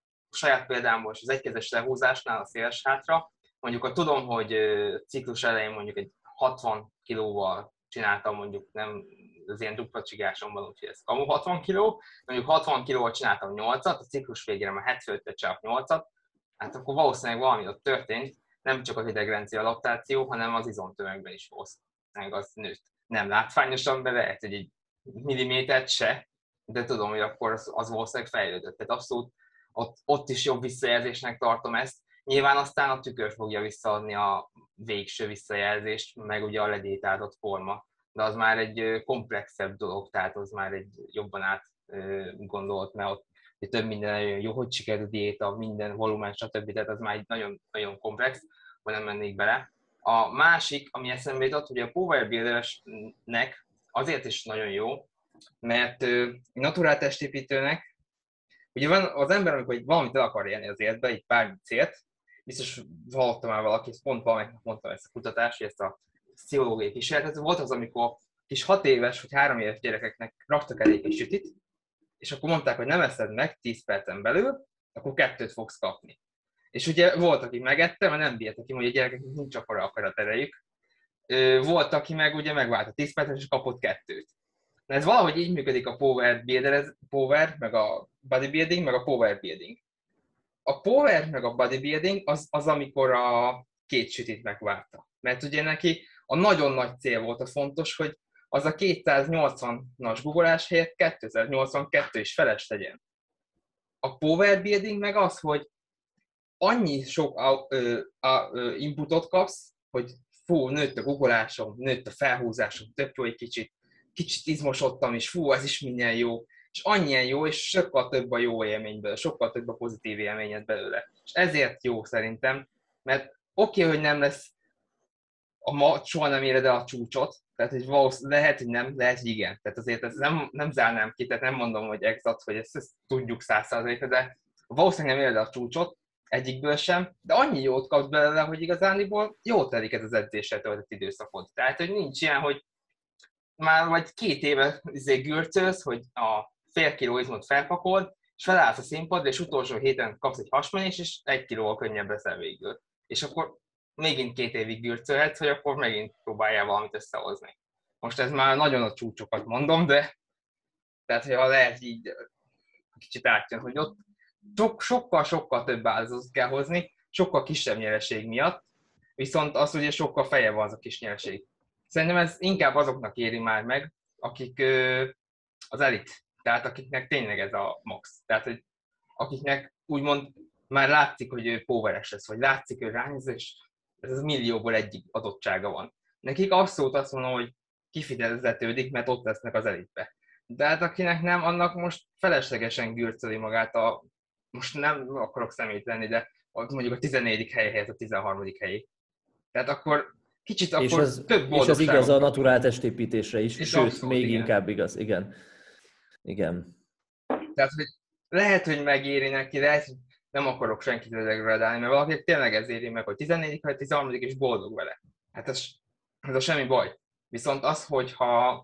saját példámból az egykezes lehúzásnál a széles hátra, mondjuk ha tudom, hogy ciklus elején mondjuk egy hatvan kilóval csináltam, mondjuk nem az ilyen dupla csigásomban, úgyhogy ez kamu hatvan kiló, mondjuk hatvan kilóval csináltam nyolcat, a ciklus végére már hetvenöttel csak nyolcat, hát akkor valószínűleg valami ott történt, nem csak az idegrendszer adaptáció, hanem az izomtömegben is valószínűleg az nőtt. Nem látványosan, de lehet, hogy egy millimétert se, de tudom, hogy akkor az, az valószínűleg fejlődött. Tehát abszolút ott, ott is jobb visszajelzésnek tartom ezt. Nyilván aztán a tükör fogja visszaadni a végső visszajelzést, meg ugye a ledétázott forma. De az már egy komplexebb dolog, tehát az már egy jobban átgondolt, mert ott több minden nagyon jó, hogy sikerül a diéta, minden volumen, stb. Tehát az már egy nagyon, nagyon komplex, hogy nem mennék bele. A másik, ami eszembe jutott, hogy a Power Builderesnek azért is nagyon jó, mert naturál testépítőnek, ugye van az ember, amikor valamit el akar élni az életbe, egy bármi célt, biztos hallottam már valaki, pont valamelyiknek mondtam ezt a kutatást, hogy ezt a pszichológiai kísérletet, volt az, amikor kis hat éves vagy három éves gyerekeknek raktak elég egy sütit, és akkor mondták, hogy nem eszed meg tíz percen belül, akkor kettőt fogsz kapni. És ugye volt, aki megette, mert nem bírta ki, hogy a gyerekeknek nincs akkora akarat erejük. Volt, aki meg ugye megvált a tíz percet, és kapott kettőt. Na ez valahogy így működik a power builder, power, meg a bodybuilding, meg a power building. A power, meg a bodybuilding az, az amikor a két sütit megválta. Mert ugye neki a nagyon nagy cél volt a fontos, hogy az a kétszáznyolcvanas googolás helyett kétszáznyolcvankettő is feles legyen. A power building meg az, hogy annyi sok ö, ö, inputot kapsz, hogy fú, nőtt a guggolásom, nőtt a felhúzásom, tök jó egy kicsit, kicsit izmosodtam, és fú, ez is minden jó. És annyian jó, és sokkal több a jó élményből, sokkal több a pozitív élményed belőle. És ezért jó szerintem, mert oké, okay, hogy nem lesz a ma, soha nem éred el a csúcsot, tehát hogy lehet, hogy nem, lehet, hogy igen. Tehát azért ezt nem, nem zárnám ki, tehát nem mondom, hogy exakt, hogy ezt, ezt tudjuk száz százalékra, de valószínűleg nem éred el a csúcsot, egyikből sem, de annyi jót kapsz belőle, hogy igazániból jó telik ez az edzéssel töltött időszakod. Tehát, hogy nincs ilyen, hogy már vagy két éve izé gürcölsz, hogy a fél kiló izmot felpakol, és felállsz a színpadra, és utolsó héten kapsz egy hasmenés, és egy kilóval könnyebb leszel végül. És akkor megint két évig gürcölhetsz, hogy akkor megint próbáljál valamit összehozni. Most ez már nagyon a csúcsokat mondom, de tehát, ha lehet így kicsit átjön, hogy ott sokkal-sokkal több áldozatot kell hozni, sokkal kisebb nyereség miatt, viszont az ugye sokkal feljebb van az a kis nyereség. Szerintem ez inkább azoknak éri már meg, akik ö, az elit, tehát akiknek tényleg ez a max. Tehát, hogy akiknek úgymond már látszik, hogy ő poweres lesz, vagy látszik, hogy rányzó, és ez az millióból egyik adottsága van. Nekik abszolút azt mondom, hogy kifizetődik, mert ott lesznek az elitbe. De hát akinek nem, annak most feleslegesen gürcöli magát a, most nem akarok szemét lenni, de mondjuk a tizennegyedik hely helyett a tizenharmadik helyig. Tehát akkor kicsit akkor és ez, több boldogságot. És ez igaz a naturál testépítésre is, és sőt, abszolút, még igen. inkább igaz, igen. Igen. Tehát, hogy lehet, hogy megéri neki, lehet, hogy nem akarok senkit degradálni, mert valaki tényleg ez éri meg, hogy tizennegyedik vagy tizenharmadik és boldog vele. Hát ez, ez a semmi baj. Viszont az, hogyha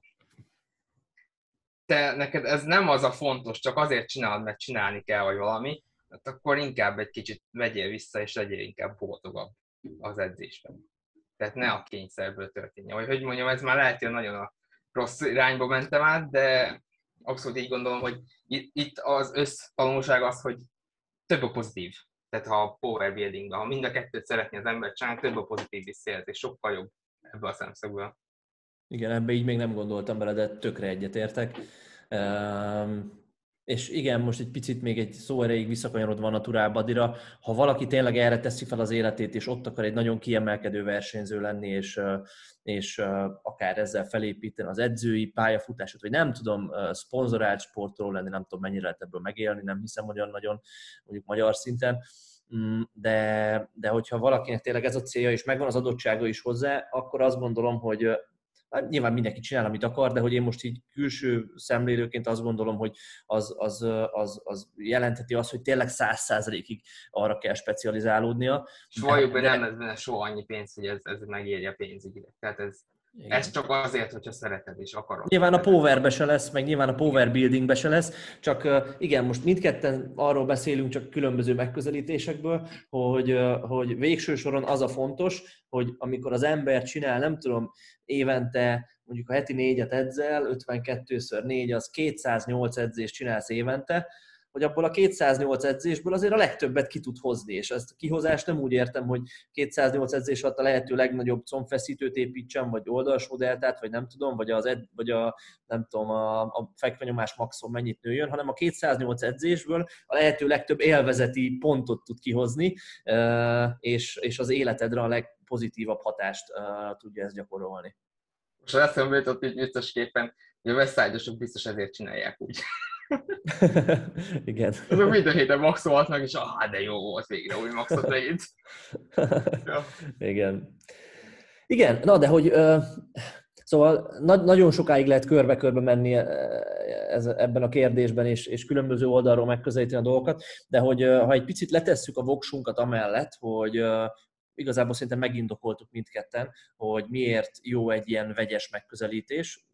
te, neked ez nem az a fontos, csak azért csinálod, mert csinálni kell, vagy valami, hát akkor inkább egy kicsit vegyél vissza, és legyél inkább boldogabb az edzésben. Tehát ne a kényszerből történjen. Vagy hogy mondjam, ez már lehet, hogy nagyon a rossz irányba mentem át, de abszolút így gondolom, hogy itt az össztanulság az, hogy több a pozitív. Tehát ha a power buildingben, ha mind a kettőt szeretné az ember csinálni, több a pozitív visszajelzés, sokkal jobb ebből a szemszögből. Igen, ebbe így még nem gondoltam bele, de tökre egyetértek. Um, és igen, most egy picit még egy szó erejéig visszakanyarodva a Natural Body-ra, ha valaki tényleg erre teszi fel az életét, és ott akar egy nagyon kiemelkedő versenyző lenni, és, és akár ezzel felépíteni az edzői pályafutásot, vagy nem tudom, szponzorált sportról lenni, nem tudom, mennyire lehet ebből megélni, nem hiszem, hogy olyan nagyon mondjuk magyar szinten, de, de hogyha valakinek tényleg ez a célja, és megvan az adottsága is hozzá, akkor azt gondolom, hogy hát nyilván mindenki csinál, amit akar, de hogy én most így külső szemlélőként azt gondolom, hogy az, az, az, az jelentheti azt, hogy tényleg száz százalékig arra kell specializálódnia. És valljuk be, nem lesz benne soha annyi pénz, hogy ez, ez megérje a pénzügyileg. Tehát ez, ez csak azért, hogyha szereted és akarod. Nyilván a powerbe se lesz, meg nyilván a power buildingbe se lesz, csak igen, most mindketten arról beszélünk, csak különböző megközelítésekből, hogy, hogy végső soron az a fontos, hogy amikor az ember csinál, nem tudom, évente mondjuk a heti négyet edzel, ötvenkettőször négy az kétszáznyolc edzést csinálsz évente, hogy abból a kétszáznyolc edzésből azért a legtöbbet ki tud hozni, és ezt a kihozást nem úgy értem, hogy kétszáznyolc edzés alatt a lehető legnagyobb combfeszítőt építsem, vagy oldalsó deltát, vagy nem tudom, vagy, az ed, vagy a, nem tudom, a, a fekvenyomás maximum mennyit nőjön, hanem a kétszáznyolc edzésből a lehető legtöbb élvezeti pontot tud kihozni, és, és az életedre a legpozitívabb hatást tudja ezt gyakorolni. Most eszembe jutott így viccesképpen, hogy a Westside-osok biztos ezért csinálják úgy. Igen. Azok minden héten maxolhatnak, és ah, de jó volt végre, új maxot megint. Ja. Igen. Igen, na de hogy uh, szóval na- nagyon sokáig lehet körbe-körbe menni ez, ebben a kérdésben, és, és különböző oldalról megközelíteni a dolgokat, de hogy uh, ha egy picit letesszük a voksunkat amellett, hogy uh, igazából szerintem megindokoltuk mindketten, hogy miért jó egy ilyen vegyes megközelítés,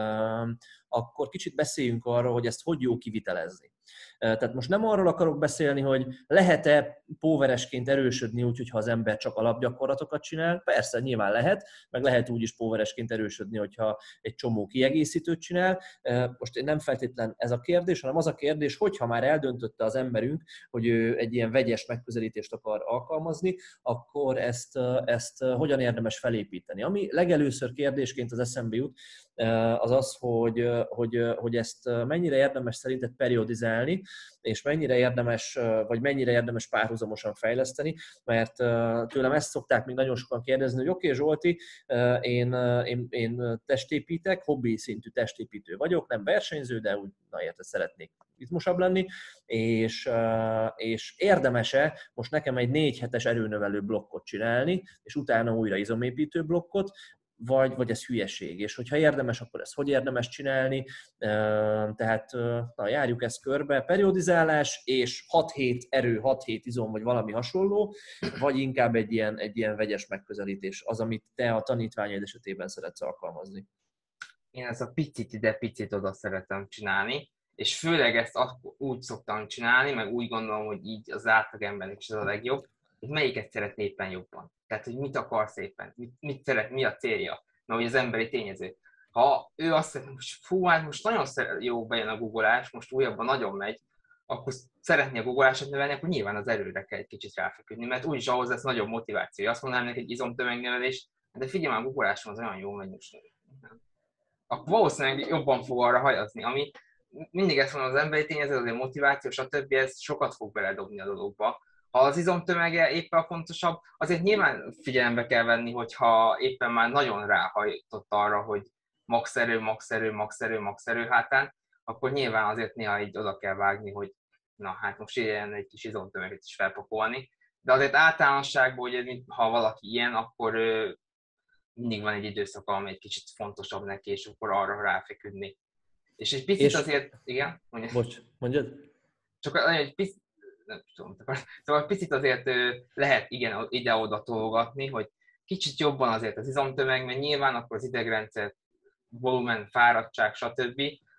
akkor kicsit beszéljünk arról, hogy ezt hogy jó kivitelezni. Tehát most nem arról akarok beszélni, hogy lehet-e póveresként erősödni úgy, hogyha az ember csak alapgyakorlatokat csinál. Persze, nyilván lehet, meg lehet úgy is póveresként erősödni, hogyha egy csomó kiegészítőt csinál. Most nem feltétlen ez a kérdés, hanem az a kérdés, hogyha már eldöntötte az emberünk, hogy ő egy ilyen vegyes megközelítést akar alkalmazni, akkor ezt, ezt hogyan érdemes felépíteni. Ami legelőször kérdésként az eszembe jut, az az, hogy, hogy, hogy ezt mennyire érdemes szerinted periodizálni, és mennyire érdemes, vagy mennyire érdemes párhuzamosan fejleszteni, mert tőlem ezt szokták még nagyon sokan kérdezni, hogy oké, okay, Zsolti, én, én, én testépítek, hobbi szintű testépítő vagyok, nem versenyző, de úgy, na érted, szeretnék izmosabb lenni, és, és érdemes-e most nekem egy négy hetes erőnövelő blokkot csinálni, és utána újra izomépítő blokkot, vagy, vagy ez hülyeség, és hogyha érdemes, akkor ezt hogy érdemes csinálni, tehát na, járjuk ezt körbe, periodizálás és hat hét erő, hat hét izom, vagy valami hasonló, vagy inkább egy ilyen, egy ilyen vegyes megközelítés, az, amit te a tanítványaid esetében szeretsz alkalmazni. Én ezt a picit ide, picit oda szeretem csinálni, és főleg ezt úgy szoktam csinálni, meg úgy gondolom, hogy így az átlagembernek is ez a legjobb, hogy melyiket szeret éppen jobban. Tehát, hogy mit akarsz éppen, mit, mit szeret, mi a célja, mert ugye az emberi tényező. Ha ő azt szeretne, hogy fú, hát most nagyon jó bejön a googolás, most újabban nagyon megy, akkor szeretné a googolásot növelni, akkor nyilván az erőre kell egy kicsit ráfeküdni, mert úgyis ahhoz lesz nagyobb motiváció. Azt mondanám neki egy izomtömegnövelés, de figyelj már, a googolásom az olyan jó megy most. Akkor valószínűleg jobban fog arra hajazni, ami mindig ezt mondom, az emberi tényező, azért motiváció, stb. Ez sokat fog beledobni a dologba. Ha az izomtömege éppen a fontosabb, azért nyilván figyelembe kell venni, hogyha éppen már nagyon ráhajtott arra, hogy max erő, max erő, max erő, max erő hátán, akkor nyilván azért néha így oda kell vágni, hogy na hát most ilyen egy kis izomtömeget is felpakolni. De azért általánosságban, hogy ha valaki ilyen, akkor mindig van egy időszak, ami egy kicsit fontosabb neki, és akkor arra ráfeküdni. És egy picit és... azért, igen? Mondjad. Bocs, mondjad. Csak egy picit, nem tudom, szóval picit azért lehet igen ide-oda tologatni, hogy kicsit jobban azért az izomtömeg, mert nyilván akkor az idegrendszer, volumen, fáradtság, stb.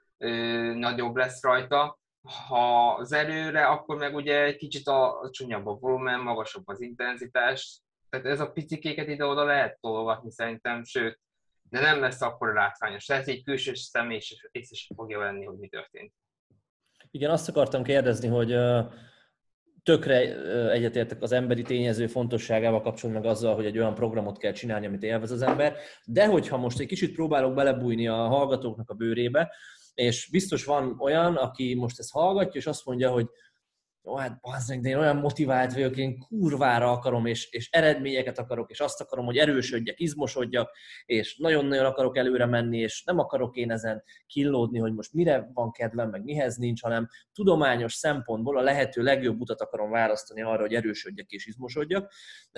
Nagyobb lesz rajta. Ha az erőre, akkor meg ugye egy kicsit a, a csúnyabb a volumen, magasabb az intenzitás. Tehát ez a picikéket ide-oda lehet tologatni szerintem, sőt, de nem lesz akkor látványos. Lehet, egy külső személy is észre fogja venni, hogy mi történt. Igen, azt akartam kérdezni, hogy uh, tökre egyetértek az emberi tényező fontosságával kapcsolatban, meg azzal, hogy egy olyan programot kell csinálni, amit élvez az ember, de hogyha most egy kicsit próbálok belebújni a hallgatóknak a bőrébe, és biztos van olyan, aki most ezt hallgatja, és azt mondja, hogy jó, hát bazzeg, de én olyan motivált vagyok, én kurvára akarom, és, és eredményeket akarok, és azt akarom, hogy erősödjek, izmosodjak, és nagyon-nagyon akarok előre menni, és nem akarok én ezen killódni, hogy most mire van kedvem, meg mihez nincs, hanem tudományos szempontból a lehető legjobb utat akarom választani arra, hogy erősödjek és izmosodjak,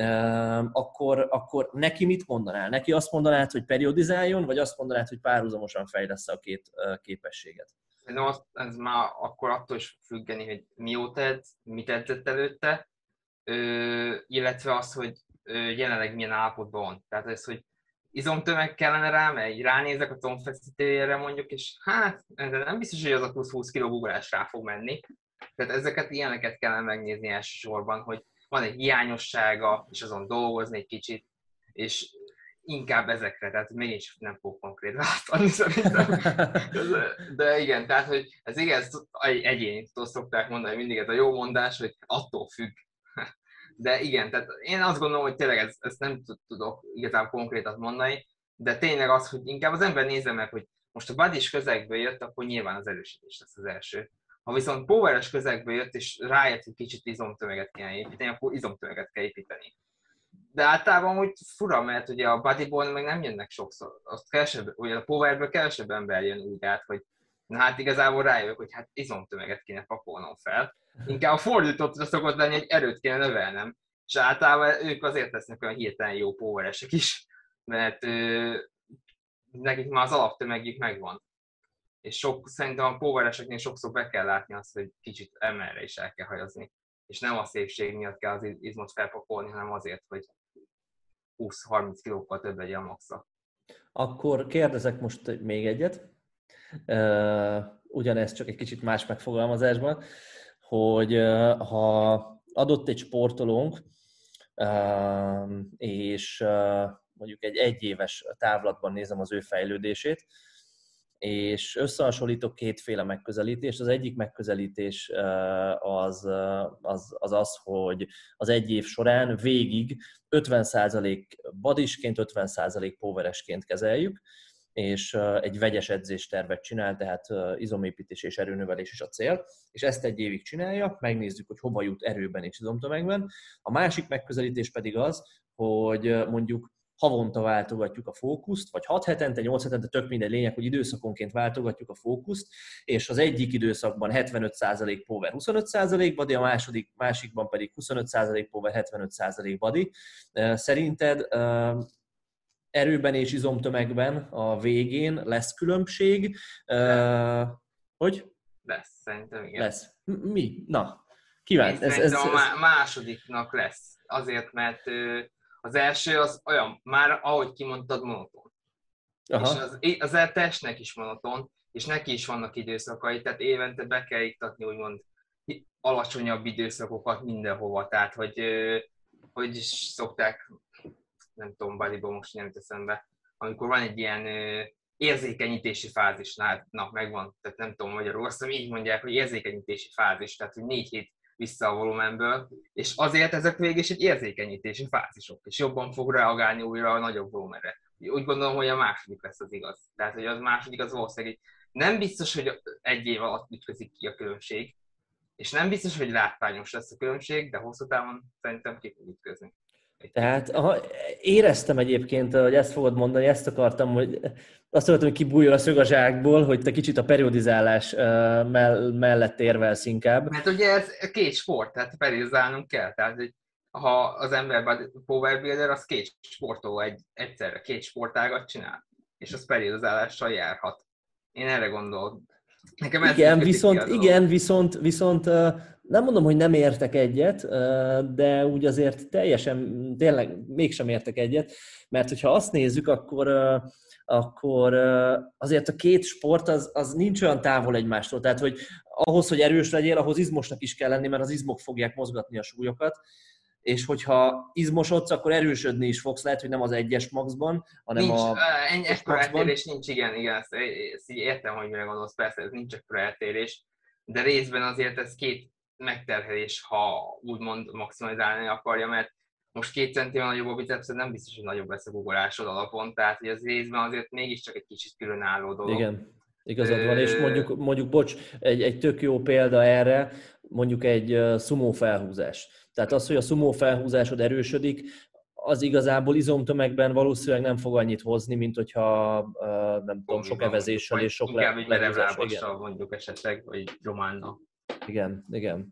akkor, akkor neki mit mondanál? Neki azt mondanád, hogy periodizáljon, vagy azt mondanád, hogy párhuzamosan fejlessze a két képességet? De az, ez már akkor attól is függeni, hogy mióta edz, mit edzett előtte, ö, illetve az, hogy ö, jelenleg milyen állapotban van. Tehát ez, hogy izomtömeg kellene rá, mert ránézek a combfeszítőjére mondjuk, és hát nem biztos, hogy az a plusz húsz kiló ugrás rá fog menni. Tehát ezeket, ilyeneket kellene megnézni elsősorban, hogy van egy hiányossága, és azon dolgozni egy kicsit, és inkább ezekre, tehát mégis nem fog konkrét választani szerintem. De igen, tehát hogy ez igaz, egyéni, szokták mondani mindig, ez a jó mondás, hogy attól függ. De igen, tehát én azt gondolom, hogy tényleg ezt, ezt nem tudok igazából konkrétat mondani, de tényleg az, hogy inkább az ember nézze meg, hogy most a badis közegből jött, akkor nyilván az erősítés lesz az első. Ha viszont poweres közegből jött, és rájött, hogy kicsit izomtömeget kell építeni, akkor izomtömeget kell építeni. De általában úgy fura, mert ugye a bodyból meg nem jönnek sokszor. Azt kevesebb, ugye a powerből kevesebb ember jön úgy át, hogy na hát igazából rájövök, hogy hát izomtömeget kéne pakolnom fel. Inkább a fordítottra szokott lenni, hogy erőt kéne növelnem. És általában ők azért lesznek olyan hirtelen jó poweresek is, mert ö, nekik már az alaptömegjük megvan. És sok, szerintem a powereseknél sokszor be kell látni azt, hogy kicsit emelre is el kell hajazni. És nem a szépség miatt kell az izmot felpakolni, hanem azért, hogy húsz-harminc kilókkal több legyen a maxa. Akkor kérdezek most még egyet, ugyanez csak egy kicsit más megfogalmazásban, hogy ha adott egy sportolónk, és mondjuk egy egyéves távlatban nézem az ő fejlődését, és összehasonlítok kétféle megközelítést. Az egyik megközelítés az az, az, az hogy az egy év során végig ötven százalék badisként, ötven százalék poweresként kezeljük, és egy vegyes edzéstervet csinál, tehát izomépítés és erőnövelés is a cél, és ezt egy évig csinálja, megnézzük, hogy hova jut erőben és izomtömegben. A másik megközelítés pedig az, hogy mondjuk havonta váltogatjuk a fókuszt, vagy hat hetente, nyolc hetente, tök minden lényeg, hogy időszakonként váltogatjuk a fókuszt, és az egyik időszakban hetvenöt százalék power, huszonöt százalék body, a második, másikban pedig huszonöt százalék power, hetvenöt százalék body. Szerinted erőben és izomtömegben a végén lesz különbség? Lesz. Hogy? Lesz, szerintem igen. Lesz. Mi? Na, kíváncsi. Ez, ez, ez, a másodiknak lesz. Azért, mert az első az olyan, már ahogy kimondtad, monoton. Aha. És az, az e testnek is monoton, és neki is vannak időszakai, tehát évente be kell iktatni úgymond alacsonyabb időszakokat mindenhova, tehát hogy, hogy is szokták, nem tudom, bodyból most nem teszem be, amikor van egy ilyen érzékenyítési fázis, na megvan, tehát nem tudom magyarul, azt hiszem így mondják, hogy érzékenyítési fázis, tehát hogy négy hét vissza a volumenből, és azért ezek végig is egy érzékenyítési fázisok, és jobban fog reagálni újra a nagyobb volumenre. Úgy gondolom, hogy a második lesz az igaz. Tehát, hogy az második az valószínűleg nem biztos, hogy egy év alatt ütközik ki a különbség, és nem biztos, hogy látványos lesz a különbség, de hosszú távon szerintem ki fog ütközni. Tehát aha, éreztem egyébként, hogy ezt fogod mondani, ezt akartam, hogy azt akartam, hogy kibújjon a szög a zsákból, hogy te kicsit a periodizálás mellett érvelsz inkább. Mert ugye ez két sport, tehát periodizálnunk kell. Tehát, hogy ha az ember powerbuilder, az két sportoló egy, egyszerre, két sportágat csinál, és az periodizálással járhat. Én erre gondolok. Nekem ez igen, viszont, igen viszont, viszont nem mondom, hogy nem értek egyet, de úgy azért teljesen, tényleg mégsem értek egyet, mert hogyha azt nézzük, akkor, akkor azért a két sport az, az nincs olyan távol egymástól. Tehát, hogy ahhoz, hogy erős legyél, ahhoz izmosnak is kell lenni, mert az izmok fogják mozgatni a súlyokat, és hogyha izmosodsz, akkor erősödni is fogsz, lehet, hogy nem az egyes maxban, hanem nincs, a ennyi ekkora eltérés nincs, igen, igen, ezt, ezt így értem, hogy mire gondolsz, persze, ez nincs ekkora eltérés, de részben azért ez két megterhelés, ha úgymond maximalizálni akarja, mert most két centivel nagyobb a bicepszed, nem biztos, hogy nagyobb lesz a gugolásod alapon, tehát hogy az részben azért mégiscsak egy kicsit különálló dolog. Igen, igazad van, és mondjuk, mondjuk bocs, egy, egy tök jó példa erre, mondjuk egy szumó felhúzás. Tehát az, hogy a szumó felhúzásod erősödik, az igazából izomtömegben valószínűleg nem fog annyit hozni, mint hogyha nem tudom, sok evezéssel és sok inkább egy lehúzással mondjuk esetleg, vagy románnal. Igen, igen.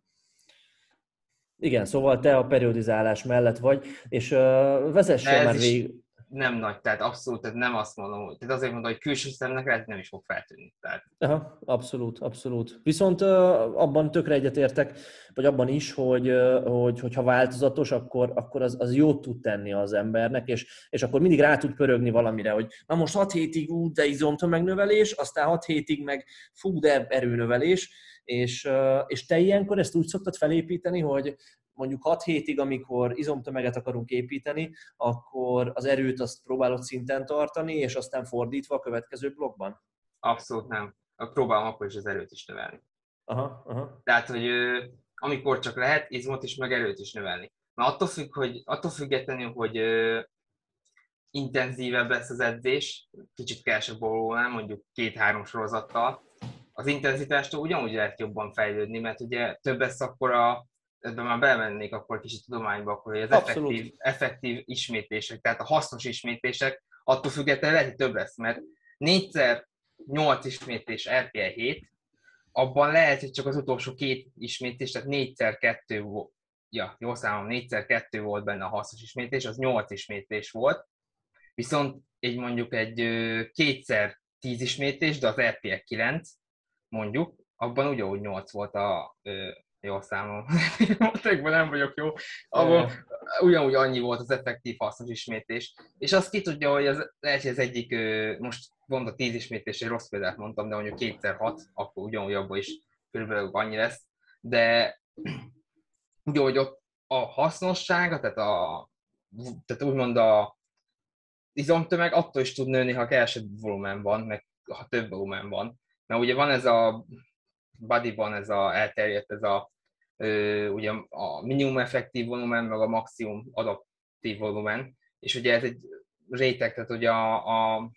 Igen, szóval te a periodizálás mellett vagy, és uh, vezessél már végig. Nem nagy, tehát abszolút, tehát nem azt mondom, tehát azért mondom, hogy külső szemnek lehet, nem is fog feltűnni. Tehát... Aha, abszolút, abszolút. Viszont uh, abban tökre egyetértek, vagy abban is, hogy, uh, hogy hogyha változatos, akkor, akkor az, az jót tud tenni az embernek, és, és akkor mindig rá tud pörögni valamire, hogy na most hat hétig ú, de izomtömegnövelés, aztán hat hétig meg fú, de erőnövelés, és, uh, és te ilyenkor ezt úgy szoktad felépíteni, hogy mondjuk hat hétig, amikor izomtömeget akarunk építeni, akkor az erőt azt próbálod szinten tartani, és aztán fordítva a következő blokkban? Abszolút nem. Próbálom akkor is az erőt is növelni. Aha, aha. Tehát, hogy amikor csak lehet, izmot is, meg erőt is növelni. Mert attól, függ, hogy, attól függetlenül, hogy intenzívebb lesz az edzés, kicsit kevesebb volumán, mondjuk két-három sorozattal, az intenzitástól ugyanúgy lehet jobban fejlődni, mert ugye több lesz akkor a ebben már belemennék akkor kicsit tudományba, akkor, hogy az effektív, effektív ismétlések, tehát a hasznos ismétlések, attól függetlenül lehet, hogy több lesz, mert négyszer nyolc ismétlés er pé e hét, abban lehet, hogy csak az utolsó két ismétlés, tehát négyszer kettő volt, ja, jó számom, négyszer kettő volt benne a hasznos ismétlés, az nyolc ismétlés volt, viszont egy mondjuk egy kétszer tíz ismétlés, de az er pé e kilenc, mondjuk, abban ugyanúgy nyolc volt a jó számom. Matekban nem vagyok jó. Abban ugyanúgy annyi volt az effektív hasznos ismétlés. És azt ki tudja, hogy az, lehet, hogy az egyik, most pont a tíz ismétlés, egy rossz példát mondtam, de mondjuk kétszer hat, akkor ugyanúgy abban is körülbelül annyi lesz. De ugyanúgy ott a hasznossága, tehát, a, tehát úgymond a izomtömeg attól is tud nőni, ha kevesebb volumen van, meg ha több volumen van. Mert ugye van ez a bodyban ez a elterjedt, ez a, ö, ugye a minimum effektív volumen, meg a maximum adaptív volumen, és ugye ez egy réteg, tehát ugye a, a,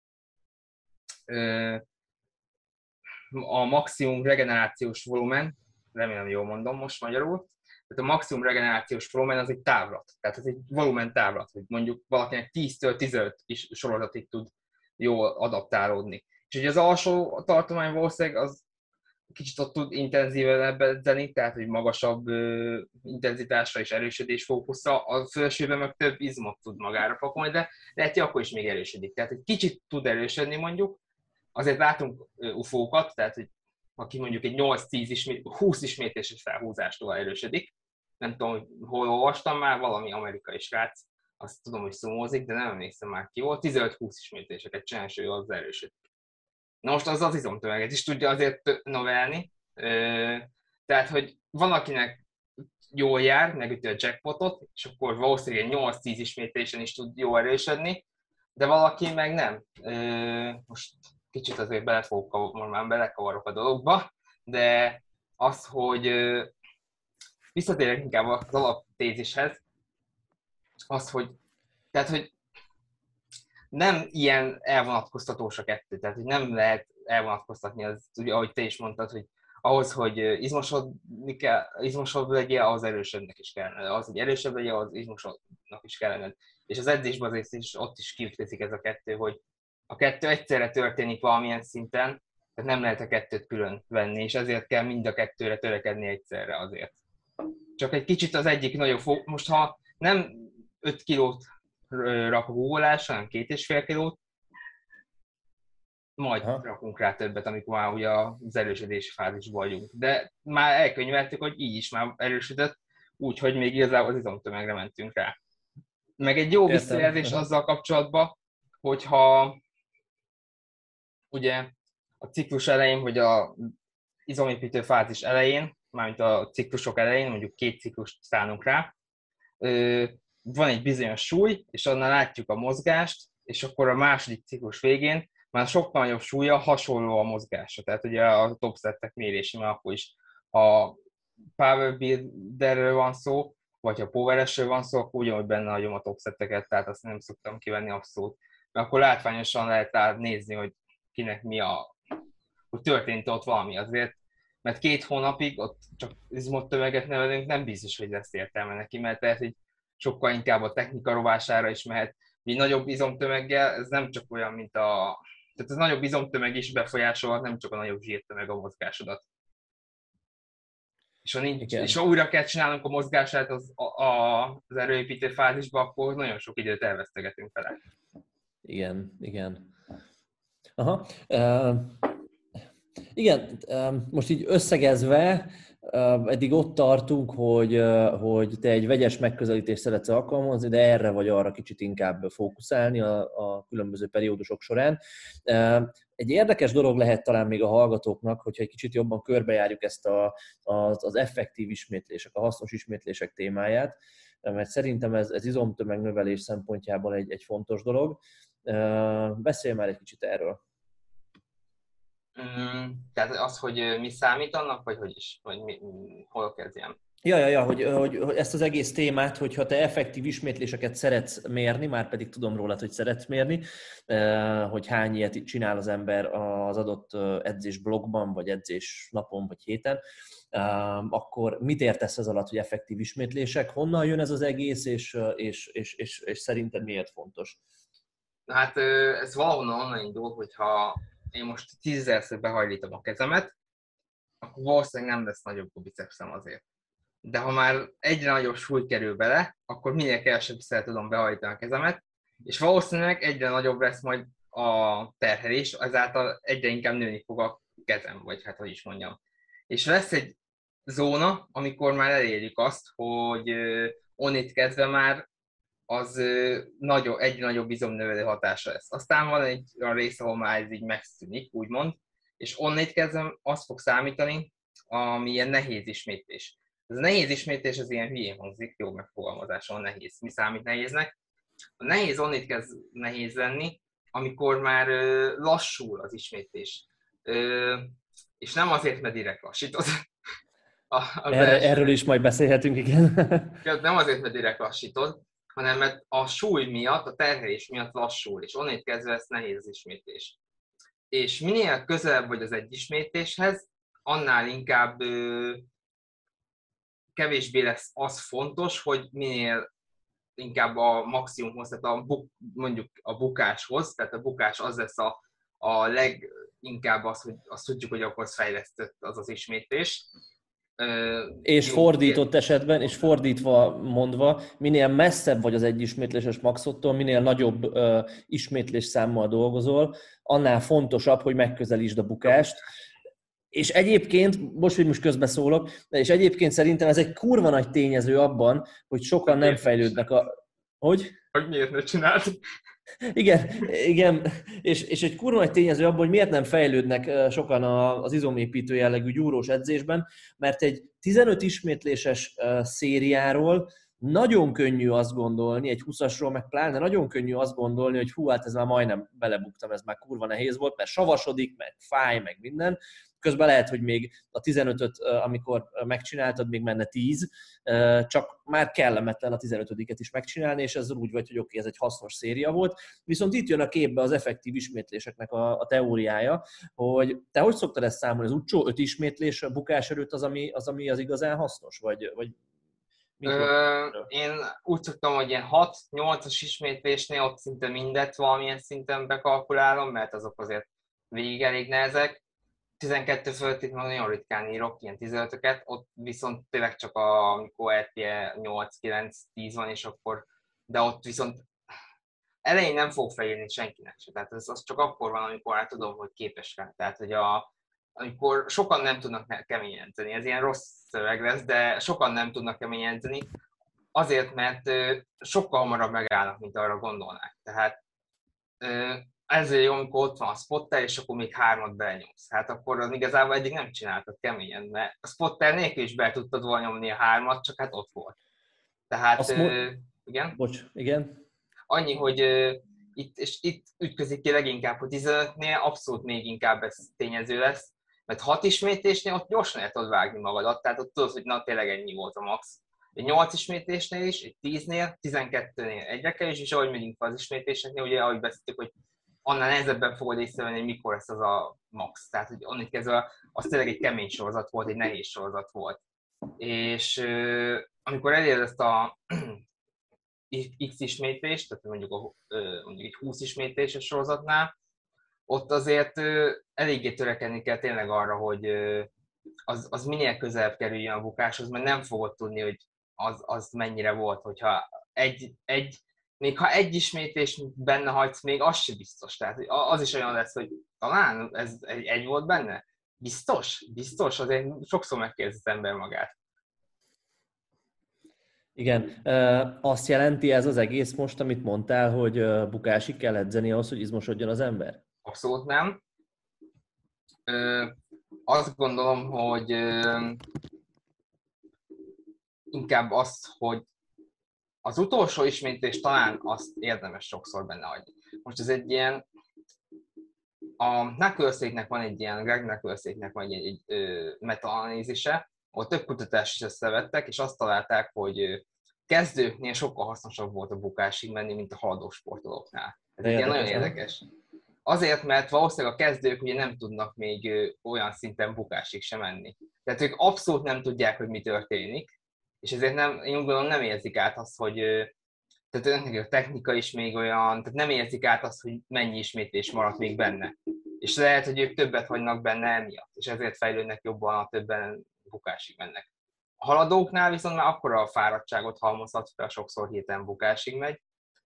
ö, a maximum regenerációs volumen, remélem jól mondom most magyarul, tehát a maximum regenerációs volumen az egy távlat, tehát ez egy volumen távlat, hogy mondjuk valakinek tíztől tizenöt is sorozatig tud jól adaptálódni. És ugye az alsó tartomány valószínűleg az kicsit ott tud intenzívebb edzeni, tehát hogy magasabb uh, intenzitásra és erősödés fókuszra, a felsőben meg több izmot tud magára pakolni, de lehet, hogy akkor is még erősödik. Tehát egy kicsit tud erősödni mondjuk, azért látunk uh, ufókat, tehát hogy aki mondjuk egy nyolc-tíz ismét, húsz ismétléses felhúzástól erősödik, nem tudom, hogy hol olvastam már, valami amerikai srác, azt tudom, hogy szumózik, de nem emlékszem már ki volt, tizenöt-húsz ismétléseket csinál, és ő az erősödik. Na most az az izomtömeget is tudja azért növelni, tehát hogy van, akinek jól jár, megüti a jackpotot, és akkor valószínűleg nyolc-tíz ismétlésen is tud jól erősödni, de valaki meg nem. Most kicsit azért bele fogok, most már belekavarok a dologba, de az, hogy visszatérek inkább az alaptézishez, az, hogy, tehát, hogy nem ilyen elvonatkoztatós a kettő, tehát hogy nem lehet elvonatkoztatni, az, ugye, ahogy te is mondtad, hogy ahhoz, hogy izmosodni kell, izmosabb legyél, ahhoz erősebbnek is kellene. Az, hogy erősebb legyél, ahhoz izmosabbnak is kellene. És az edzésben azért is ott is kiütközik ez a kettő, hogy a kettő egyszerre történik valamilyen szinten, tehát nem lehet a kettőt külön venni, és ezért kell mind a kettőre törekedni egyszerre azért. Csak egy kicsit az egyik nagyobb fog... Most ha nem öt kilót rak a googolásra, hanem két és fél kilót, majd Aha. rakunk rá többet, amikor már ugye az erősödési fázisban vagyunk. De már elkönyveltük, hogy így is már erősödött, úgyhogy még igazából az izomtömegre mentünk rá. Meg egy jó visszajelzés azzal kapcsolatban, hogyha ugye a ciklus elején, vagy a izomépítő fázis elején, mármint a ciklusok elején, mondjuk két ciklust szánunk rá, van egy bizonyos súly, és annál látjuk a mozgást, és akkor a második ciklus végén már sokkal nagyobb súlya hasonló a mozgásra. Tehát ugye a topsettek mérése, mert akkor is, ha power builderről van szó, vagy ha poweresről van szó, akkor ugyanúgy benne hagyom a topsetteket, tehát azt nem szoktam kivenni abszolút. Mert akkor látványosan lehet rá nézni, hogy kinek mi a, hogy történt ott valami azért, mert két hónapig ott csak izmottömeget nevelünk, nem biztos, hogy lesz értelme neki, mert tehát egy sokkal inkább a technika rovására is mehet. Egy nagyobb izomtömeggel, ez nem csak olyan, mint a... Tehát az nagyobb izomtömeg is befolyásolhat, nem csak a nagyobb zsírtömeg a mozgásodat. És ha, nincs, és ha újra kell csinálnunk a mozgását az, a, a, az erőépítő fázisba, akkor nagyon sok időt elvesztegetünk vele. Igen, igen. Aha. Uh, igen, uh, most így összegezve, uh, eddig ott tartunk, hogy, uh, hogy te egy vegyes megközelítést szeretsz alkalmazni, de erre vagy arra kicsit inkább fókuszálni a, a különböző periódusok során. Uh, egy érdekes dolog lehet talán még a hallgatóknak, hogyha egy kicsit jobban körbejárjuk ezt a, az, az effektív ismétlések, a hasznos ismétlések témáját, mert szerintem ez, ez izomtömegnövelés szempontjából egy, egy fontos dolog. Beszélj már egy kicsit erről. Mm, tehát az, hogy mi számít annak, vagy hogy is, vagy mi, hol kezdjem? Ja, ja, ja, hogy, hogy, hogy ezt az egész témát, hogyha te effektív ismétléseket szeretsz mérni, már pedig tudom rólad, hogy szeretsz mérni, hogy hány ilyet csinál az ember az adott edzés blogban, vagy edzés napon, vagy héten, akkor mit értesz ez alatt, hogy effektív ismétlések? Honnan jön ez az egész, és, és, és, és, és szerinted miért fontos? Hát ez valahonnan onnan indul, hogyha én most tízezerszer behajlítom a kezemet, akkor valószínűleg nem lesz nagyobb a bicepszem azért. De ha már egyre nagyobb súly kerül bele, akkor minél kevesebbszer tudom behajlítani a kezemet, és valószínűleg egyre nagyobb lesz majd a terhelés, ezáltal egyre inkább nőni fog a kezem, vagy hát hogy is mondjam. És lesz egy zóna, amikor már elérjük azt, hogy onnét kezdve már az nagyobb, egyre nagyobb izomnövelő hatása lesz. Aztán van egy olyan rész, ahol már ez így megszűnik, úgymond, és onnét kezdve az fog számítani, ami ilyen nehéz ismétlés. Ez a nehéz ismétlés, az ilyen hülyén hangzik, jó megfogalmazáson nehéz. Mi számít nehéznek? A nehéz onnét kezd nehéz lenni, amikor már lassul az ismétlés. És nem azért, mert direkt lassítod. Erre, erről is majd beszélhetünk, igen. Nem azért, mert direkt lassítod, hanem mert a súly miatt, a terhelés miatt lassul, és onnét kezdve ez nehéz az ismétlés. És minél közelebb vagy az egy ismétléshez, annál inkább ö, kevésbé lesz az fontos, hogy minél inkább a maximumhoz, tehát a buk, mondjuk a bukáshoz, tehát a bukás az lesz a, a leginkább az, hogy azt tudjuk, hogy akkor az fejlesztett az az ismétlés. És fordított esetben, és fordítva mondva, minél messzebb vagy az egy ismétléses maxottól, minél nagyobb uh, ismétlés számmal dolgozol, annál fontosabb, hogy megközelítsd a bukást. És egyébként, most, hogy most közbeszólok, és egyébként szerintem ez egy kurva nagy tényező abban, hogy sokan nem fejlődnek a... Hogy? Hogy miért ne csináld? Igen, igen. És, és egy kurva nagy tényező abban, hogy miért nem fejlődnek sokan az izomépítő jellegű gyúrós edzésben, mert egy tizenöt ismétléses szériáról nagyon könnyű azt gondolni, egy húszasról meg pláne nagyon könnyű azt gondolni, hogy hú, hát ez már majdnem belebuktam, ez már kurva nehéz volt, mert savasodik, meg fáj, meg minden. Közben lehet, hogy még a tizenötöt, amikor megcsináltad, még menne tíz, csak már kellemetlen a tizenötödiket is megcsinálni, és ez úgy vagy, hogy oké, ez egy hasznos széria volt. Viszont itt jön a képbe az effektív ismétléseknek a, a teóriája, hogy te hogy szoktad ezt számolni? Az utcsó öt ismétlés a bukás előtt az, ami az, ami az igazán hasznos? Vagy, vagy Ö, én úgy szoktam, hogy ilyen hat-nyolcas ismétlésnél ott szinte mindet valamilyen szinten bekalkulálom, mert azok azért végig elég nehezek. tizenkettő fölött már nagyon ritkán írok ilyen tizenötöket, ott viszont tényleg csak a, amikor er pé e nyolc-kilenc-tíz van, és akkor, de ott viszont elején nem fog felírni senkinek se, tehát ez az csak akkor van, amikor hát tudom, hogy képes rá, tehát hogy a, amikor sokan nem tudnak keményen edzeni, ez ilyen rossz szöveg lesz, de sokan nem tudnak keményen edzeni, azért, mert sokkal hamarabb megállnak, mint arra gondolnák, tehát ezért jó, amikor ott van a spotter, és akkor még hármat belenyomsz. Hát akkor az igazából eddig nem csináltad keményen, mert a spotter nélkül is be tudtad volna nyomni a hármat, csak hát ott volt. Tehát, mo- uh, igen? Bocs, igen. Annyi, hogy uh, itt, és itt ütközik ki leginkább, hogy tizenötnél abszolút még inkább ez tényező lesz, Mert hat ismétlésnél ott gyorsan el tudod vágni magadat, tehát ott tudod, hogy na tényleg ennyi volt a max. Egy nyolc ismétlésnél is, egy tíznél, tizenkettőnél egyre kevés, és ahogy megyünk az ismétléseknél, ugye ahogy beszéltük, hogy annál nehezebben fogod észrevenni, hogy mikor lesz az a max. Tehát, hogy onnit kezdve az tényleg egy kemény sorozat volt, egy nehéz sorozat volt. És euh, amikor elér ezt a X ismétlést, tehát mondjuk, a, mondjuk egy húsz ismétléses sorozatnál, ott azért eléggé törekedni kell tényleg arra, hogy az, az minél közelebb kerüljön a bukáshoz, mert nem fogod tudni, hogy az, az mennyire volt, hogyha egy, egy, még ha egy ismétlés benne hagysz, még az sem biztos. Tehát az is olyan lesz, hogy talán ez egy, egy volt benne. Biztos? Biztos? Azért sokszor megkérdezi az ember magát. Igen, azt jelenti ez az egész most, amit mondtál, hogy bukásig kell edzeni ahhoz, hogy izmosodjon az ember? Abszolút nem. Azt gondolom, hogy inkább azt, hogy az utolsó ismétlés talán azt érdemes sokszor benne hagyni. Most ez egy ilyen, a Knuckles-éknek van egy ilyen, Greg Knuckles-éknek van egy, egy, egy meta-analízise, ahol több kutatást is összevettek, és azt találták, hogy kezdőknél sokkal hasznosabb volt a bukásig menni, mint a haladó sportolóknál. Ez egy ilyen nagyon érdekes. Azért, mert valószínűleg a kezdők ugye nem tudnak még olyan szinten bukásig sem menni. Tehát ők abszolút nem tudják, hogy mi történik, és ezért nem, én úgy gondolom, nem érzik át azt, hogy tehát a technika is még olyan, tehát nem érzik át azt, hogy mennyi ismétlés maradt még benne. És lehet, hogy ők többet hagynak benne emiatt, és ezért fejlődnek jobban, a többen bukásig mennek. A haladóknál viszont már akkora a fáradtságot halmozhat fel, sokszor hirtelen bukásig megy,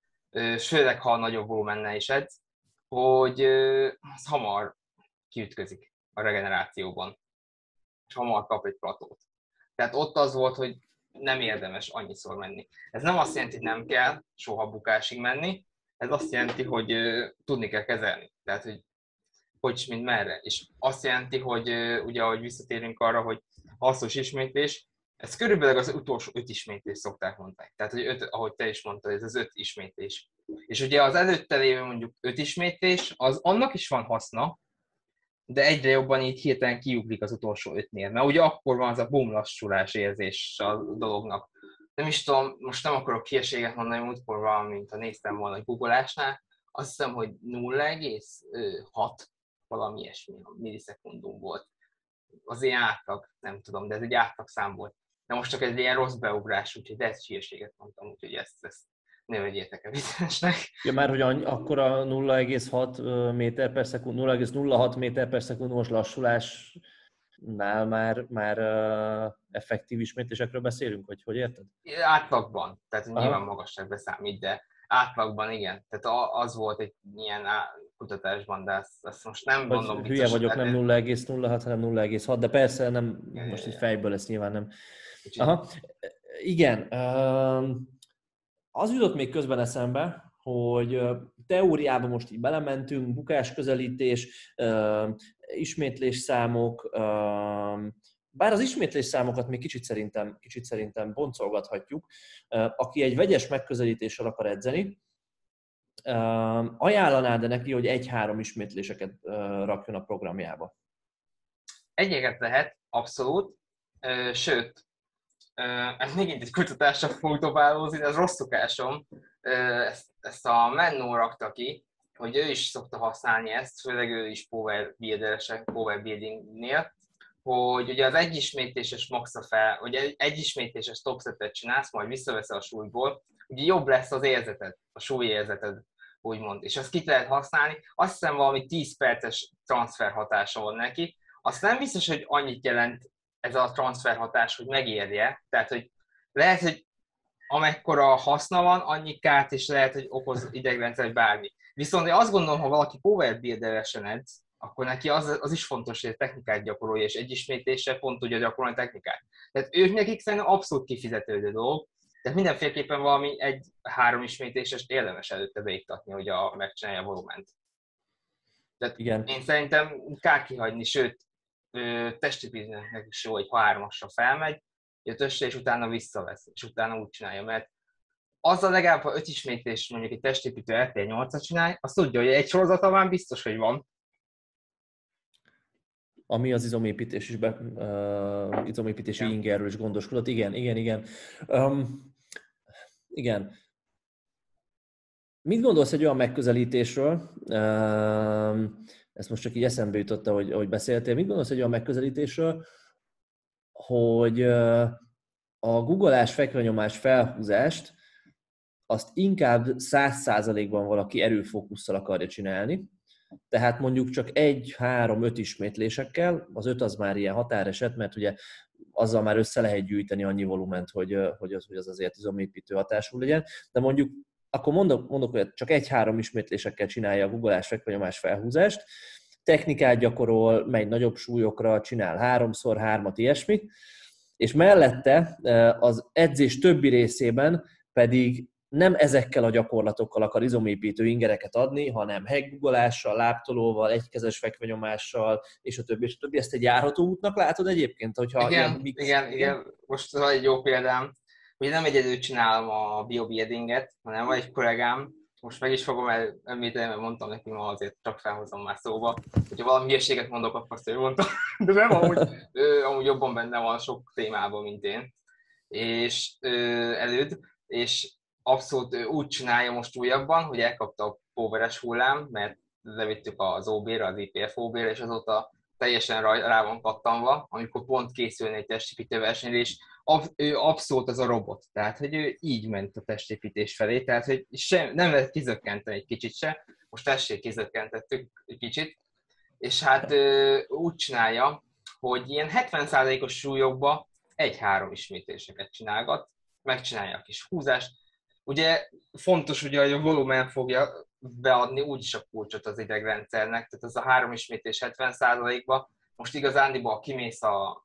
főleg ha nagyobb volumennel is edz, hogy az hamar kiütközik a regenerációban, és hamar kap egy platót. Tehát ott az volt, hogy nem érdemes annyiszor menni. Ez nem azt jelenti, hogy nem kell soha bukásig menni, ez azt jelenti, hogy tudni kell kezelni. Tehát, hogy hogy mint merre. És azt jelenti, hogy ugye, ahogy visszatérünk arra, hogy hasznos ismétlés, ez körülbelül az utolsó öt ismétlés szokták mondani. Tehát, hogy öt, ahogy te is mondtad, ez az öt ismétlés. És ugye az előtte lévő mondjuk öt ismétlés, az annak is van haszna, de egyre jobban így hirtelen kiugrik az utolsó ötnél. Mert ugye akkor van az a bumlassulás érzés a dolognak. Nem is tudom, most nem akarok hülyeséget mondani, múltkor valamint, ha néztem volna a googolásnál, azt hiszem, hogy nulla egész hat valami ilyesmi millisekundum volt. Az ilyen átlag, nem tudom, de ez egy átlagszám volt. De most csak egy ilyen rossz beugrás, úgyhogy ezt hülyeséget mondtam, úgyhogy ezt, ezt ne vegyétek el viccesnek. Ja, már hogy akkor a nulla egész hat méter per szekund, nulla egész nulla hat méter per szekundumos lassulásnál már, már uh, effektív ismétlésekről beszélünk, hogy hogy érted? Átlagban, tehát Aha. nyilván magasságban számít, de átlagban igen. Tehát az volt egy ilyen kutatásban, de ezt, ezt most nem vagy mondom hülye biztos. vagyok, nem nulla egész nulla hat, hanem nulla egész hat, de persze nem, ja, most ja, így fejből ezt nyilván nem. Úgyhogy... Aha. Igen. Um, az jutott még közben eszembe, hogy teóriában most így belementünk, bukásközelítés, ismétlésszámok, bár az ismétlésszámokat még kicsit szerintem, kicsit szerintem boncolgathatjuk. Aki egy vegyes megközelítéssel akar edzeni, ajánlanád-e neki, hogy egy-három ismétléseket rakjon a programjába? Egyiket lehet, abszolút, sőt, ez megint egy kutatásra fog dobálózni, ez rossz szokásom, ezt, ezt a Menno rakta ki, hogy ő is szokta használni ezt, főleg ő is power builder-esek, power buildingnél, hogy ugye az egyismétléses maxa fel, hogy egy egyismétléses topsetet csinálsz, majd visszaveszel a súlyból, ugye jobb lesz az érzeted, a súlyérzeted, úgymond, és azt ki lehet használni. Azt hiszem valami tíz perces transfer hatása van neki, azt nem biztos, hogy annyit jelent ez a transferhatás, hogy megérje. Tehát, hogy lehet, hogy amekkora haszna van, annyi kárt is lehet, hogy okoz idegrendszer, vagy bármi. Viszont én azt gondolom, ha valaki power builder-esen edz, akkor neki az, az is fontos, hogy a technikát gyakorolja, és egy ismétléssel pont tudja gyakorolni a technikát. Tehát ők nekik szerintem abszolút kifizetődő dolog, tehát mindenféleképpen valami egy-három ismétlésest érdemes előtte beiktatni, hogy a, megcsinálja a volument. Tehát igen. Én szerintem kár kihagyni, sőt, testépítőnek is jó, hogy ha hármasra felmegy, ötösre, és utána visszavesz, és utána úgy csinálja, mert azzal legalább, ha öt ismétlés mondjuk egy testépítő er té nyolcat csinálj, azt tudja, hogy egy sorozata van biztos, hogy van. Ami az izomépítés is be, uh, izomépítési Igen. ingerről is gondoskodott. Igen, igen, igen. Um, igen. Mit gondolsz egy olyan megközelítésről, um, ezt most csak így eszembe jutott, ahogy, ahogy beszéltél, mit gondolsz egy olyan megközelítésről, hogy uh, a googolás, fekvenyomás felhúzást azt inkább száz százalékban valaki erőfókusszal akarja csinálni, tehát mondjuk csak egy, három, öt ismétlésekkel, az öt az már ilyen határeset, mert ugye azzal már össze lehet gyűjteni annyi volument, hogy, hogy, az, hogy az azért izomépítő hatású legyen, de mondjuk akkor mondok, mondok hogy csak egy-három ismétlésekkel csinálja a googolás, fekvenyomás felhúzást, technikát gyakorol, megy nagyobb súlyokra, csinál háromszor hármat, ilyesmi, és mellette az edzés többi részében pedig nem ezekkel a gyakorlatokkal akar izomépítő ingereket adni, hanem heggugolással, lábtolóval, egykezes fekvenyomással, és a többi, és a többi. Ezt egy járható útnak látod egyébként, hogyha Igen, ilyen mix... igen, igen. Most van egy jó példám, hogy nem egyedül csinálom a biobuildinget, hanem van egy kollégám, most meg is fogom el, említeni, mert mondtam neki ma, azért csak felhozom már szóba. Hogyha valami hülyeséget mondok, akkor azt ő mondta. De nem, amúgy, ő, amúgy jobban benne van sok témában, mint én. És ö, előd, és abszolút ő úgy csinálja most újabban, hogy elkapta a poweres hullám, mert levittük az ó bé-re, az i pé ef ó bé-re, és azóta teljesen rá, rá van kattanva, amikor pont készülne egy testépítő versenyre, és ab, ő abszolút az a robot. Tehát, hogy ő így ment a testépítés felé, tehát, hogy sem, nem lehet kizökkenteni egy kicsit se, most tessék kizökkentettük egy kicsit, és hát ő, úgy csinálja, hogy ilyen hetven százalékos súlyokba egy-három ismétléseket csinálgat, megcsinálja a kis húzást. Ugye fontos, ugye, hogy a volumen fogja beadni úgyis a kulcsot az idegrendszernek, tehát az a három ismétlés hetven százalékba. Most igazándiból kimész a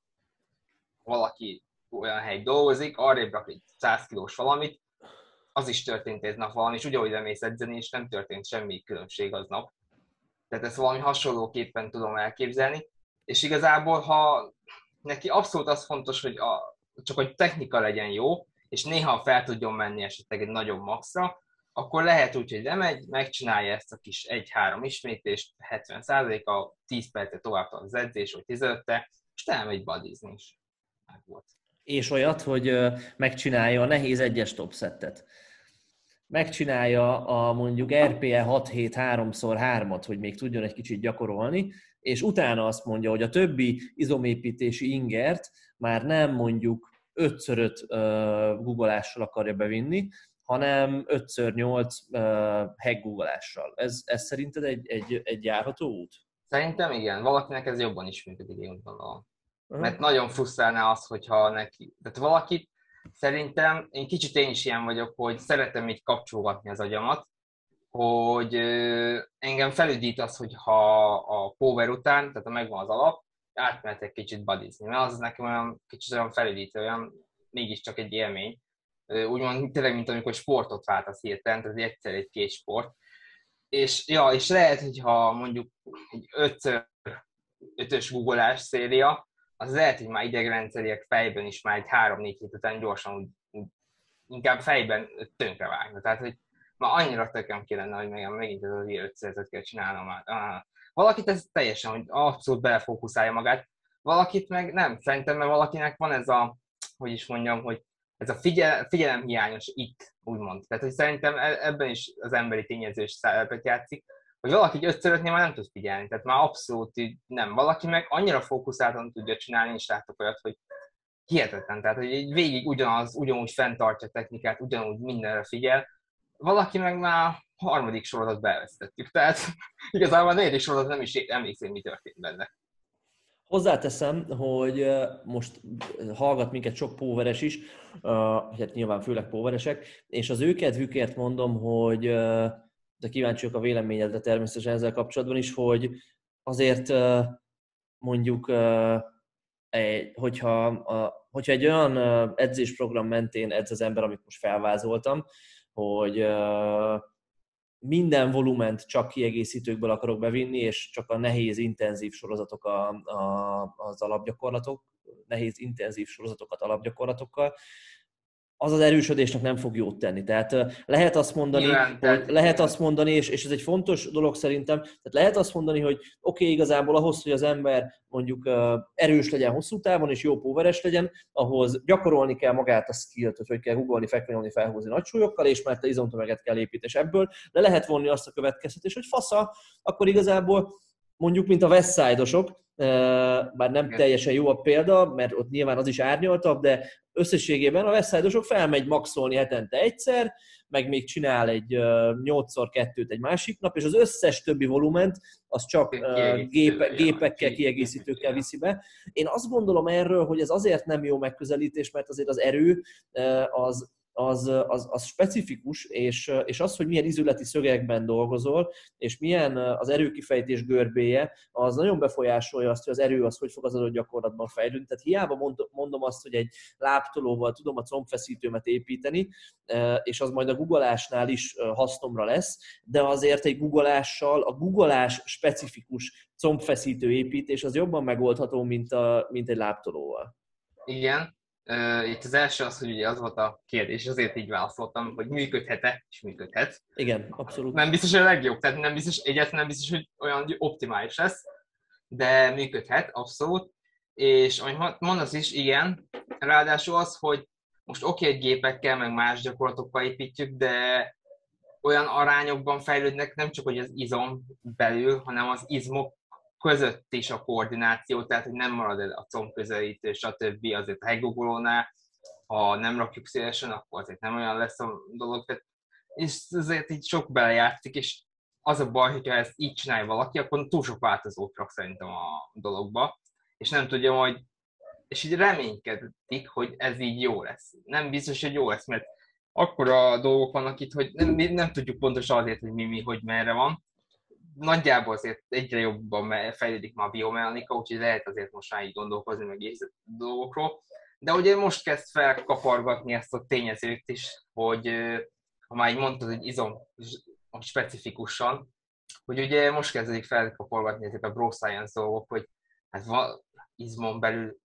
valaki olyan hely dolgozik, arrébb rak egy száz kilós valamit, az is történt egy nap valami, és ugyanúgy lemész edzeni, és nem történt semmi különbség aznap. Tehát ezt valami hasonlóképpen tudom elképzelni. És igazából, ha neki abszolút az fontos, hogy a, csak hogy technika legyen jó, és néha fel tudjon menni esetleg egy nagyobb maxra, akkor lehet úgy, hogy lemegy, megcsinálja ezt a kis egy-három ismétlést, hetven százaléka, tíz percet tovább az edzés, vagy tizenöt, és elmegy badizni is. Meg volt. És olyat, hogy megcsinálja a nehéz egyes topszettet. Megcsinálja a mondjuk er pé e hat hét három szor hármat, hogy még tudjon egy kicsit gyakorolni, és utána azt mondja, hogy a többi izomépítési ingert már nem mondjuk ötször öt uh, guggolással akarja bevinni, hanem ötször nyolc uh, hack guggolással. Ez, ez szerinted egy, egy, egy járható út? Szerintem igen, valakinek ez jobban is működik, én gondolom. Uh-huh. Mert nagyon frusztrálná az, hogyha neki... Tehát valakit szerintem, én kicsit én is ilyen vagyok, hogy szeretem így kapcsolgatni az agyamat, hogy engem felüdít az, hogy ha a power után, tehát ha megvan az alap, átmehetek kicsit badizni, mert az nekem olyan kicsit olyan felüdítő, olyan mégiscsak egy élmény. Úgymond tényleg, mint amikor sportot váltasz hirtelen, tehát egyszer egy két sport. És, ja, és lehet, hogyha mondjuk egy ötször ötös googolás széria, az lehet, hogy már idegrendszeriek fejben is már egy három-négy hét után gyorsan úgy, úgy, inkább fejben tönkre vágna. Tehát, hogy már annyira tökem ki lenne, hogy meg, megint ez az ilyen ötször kell csinálnom már. Ah. Valakit ez teljesen, hogy abszolút belefókuszálja magát. Valakit meg nem. Szerintem, mert valakinek van ez a, hogy is mondjam, hogy ez a figyel, figyelemhiányos itt, úgymond. Tehát, hogy szerintem ebben is az emberi tényező szerepet játszik, hogy valaki ötszörötnél már nem tud figyelni, tehát már abszolút így nem. Valaki meg annyira fókuszáltan tudja csinálni, és látok olyat, hogy hihetetlen. Tehát, hogy végig ugyanaz, ugyanúgy fenntartja technikát, ugyanúgy mindenre figyel. Valaki meg már a harmadik sorozatot beelvesztettük. Tehát igazából a negyedik sorozat nem is emlékszem, mi történt benne. Hozzáteszem, hogy most hallgat minket sok póveres is, hát nyilván főleg póveresek, és az ő kedvükért mondom, hogy de kíváncsiak a véleményedre természetesen ezzel kapcsolatban is, hogy azért mondjuk, hogyha, hogyha egy olyan edzésprogram mentén edz az ember, amit most felvázoltam, hogy minden volument csak kiegészítőkből akarok bevinni, és csak a nehéz, intenzív sorozatok a, a, az alapgyakorlatok, nehéz, intenzív sorozatokat alapgyakorlatokkal, az az erősödésnek nem fog jót tenni. Tehát lehet azt mondani, Nyilván, hogy tehát, lehet azt mondani, és, és ez egy fontos dolog szerintem, tehát lehet azt mondani, hogy oké, okay, igazából ahhoz, hogy az ember mondjuk erős legyen hosszú távon, és jó póveres legyen, ahhoz gyakorolni kell magát a skillt, hogy hogy kell googolni, fekvényolni, felhúzni nagy súlyokkal, és mert a izomtömeget kell építeni, és ebből le lehet vonni azt a következtetést, hogy fasza, akkor igazából mondjuk, mint a Westside-osok, bár nem teljesen jó a példa, mert ott nyilván az is árnyaltabb, de összességében a Westside-osok felmegy maxolni hetente egyszer, meg még csinál egy nyolc kettőt egy másik nap, és az összes többi volument az csak gépe, gépekkel, kiegészítőkkel viszi be. Én azt gondolom erről, hogy ez azért nem jó megközelítés, mert azért az erő az Az, az, az specifikus, és, és az, hogy milyen izületi szögekben dolgozol, és milyen az erőkifejtés görbéje, az nagyon befolyásolja azt, hogy az erő az hogy fog az adott gyakorlatban fejlődni. Tehát hiába mondom azt, hogy egy lábtolóval tudom a combfeszítőmet építeni, és az majd a googolásnál is hasznomra lesz, de azért egy googolással, a googolás specifikus combfeszítő építés az jobban megoldható, mint, a, mint egy lábtolóval. Igen. Uh, itt az első az, hogy ugye az volt a kérdés, és azért így válaszoltam, hogy működhet-e, és működhet. Igen, abszolút. Nem biztos, hogy a legjobb, tehát nem biztos, egyáltalán nem biztos, hogy olyan optimális lesz, de működhet, abszolút. És ahogy mondasz is, igen, ráadásul az, hogy most oké, okay, gépekkel, meg más gyakorlatokkal építjük, de olyan arányokban fejlődnek, nem csak hogy az izom belül, hanem az izmok között is a koordináció, tehát hogy nem marad el a combközelítő, stb. Azért a heggoogolónál, ha nem rakjuk szélesen, akkor azért nem olyan lesz a dolog. Tehát, és azért így sok belejátszik, és az a baj, hogyha ezt így csinálja valaki, akkor túl sok változót rak szerintem a dologba, és nem tudja majd, és így reménykedik, hogy ez így jó lesz. Nem biztos, hogy jó lesz, mert akkora dolgok vannak itt, hogy nem, nem tudjuk pontosan azért, hogy mi, mi, hogy merre van. Nagyjából azért egyre jobban fejlődik már a biomechanika, úgyhogy lehet azért most már így gondolkozni meg így dolgokról. De ugye most kezd felkapargatni ezt a tényezőt is, hogy ha már így mondtad, hogy izom specifikusan, hogy ugye most kezdődik felkapargatni ezek a bro science dolgok, hogy hát van izmon belül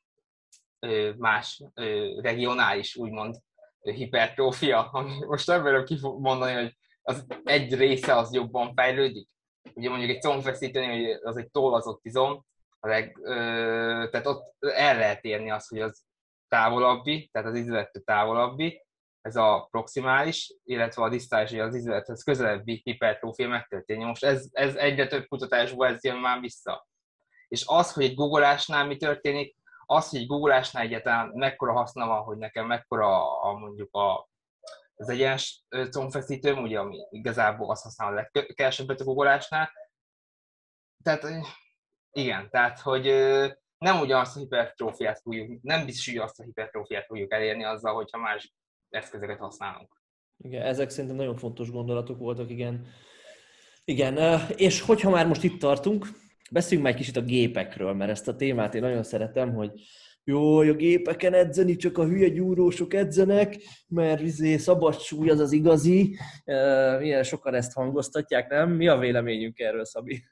más regionális, úgymond hipertrófia, ami most nem merem kimondani, hogy az egy része az jobban fejlődik. Ugye mondjuk egy combfeszítőnél, hogy az egy tollazott izom, a leg, ö, tehát ott el lehet érni azt, hogy az távolabbi, tehát az izülettől távolabbi, ez a proximális, illetve a disztális, az izülethez közelebbi hipertrófia megtörténjen. Most ez, ez egyre több kutatásból ez jön már vissza. És az, hogy egy googolásnál mi történik, az, hogy egy googolásnál egyáltalán mekkora haszna van, hogy nekem mekkora a, mondjuk a, az egyenes combfeszítőm, ugye, ami igazából azt használ a legkevesebbet a googolásnál. Tehát igen, tehát hogy nem ugyanazt a hipertrófiát fogjuk, nem biztos, hogy azt a hipertrófiát fogjuk elérni azzal, hogyha más eszközöket használunk. Igen, ezek szerintem nagyon fontos gondolatok voltak, igen. Igen, és hogyha már most itt tartunk, beszéljünk már egy kicsit a gépekről, mert ezt a témát én nagyon szeretem, hogy jó, a gépeken edzeni, csak a hülye gyúrósok edzenek, mert izé, szabad súly az az igazi. Milyen sokan ezt hangoztatják, nem? Mi a véleményünk erről, Szabi?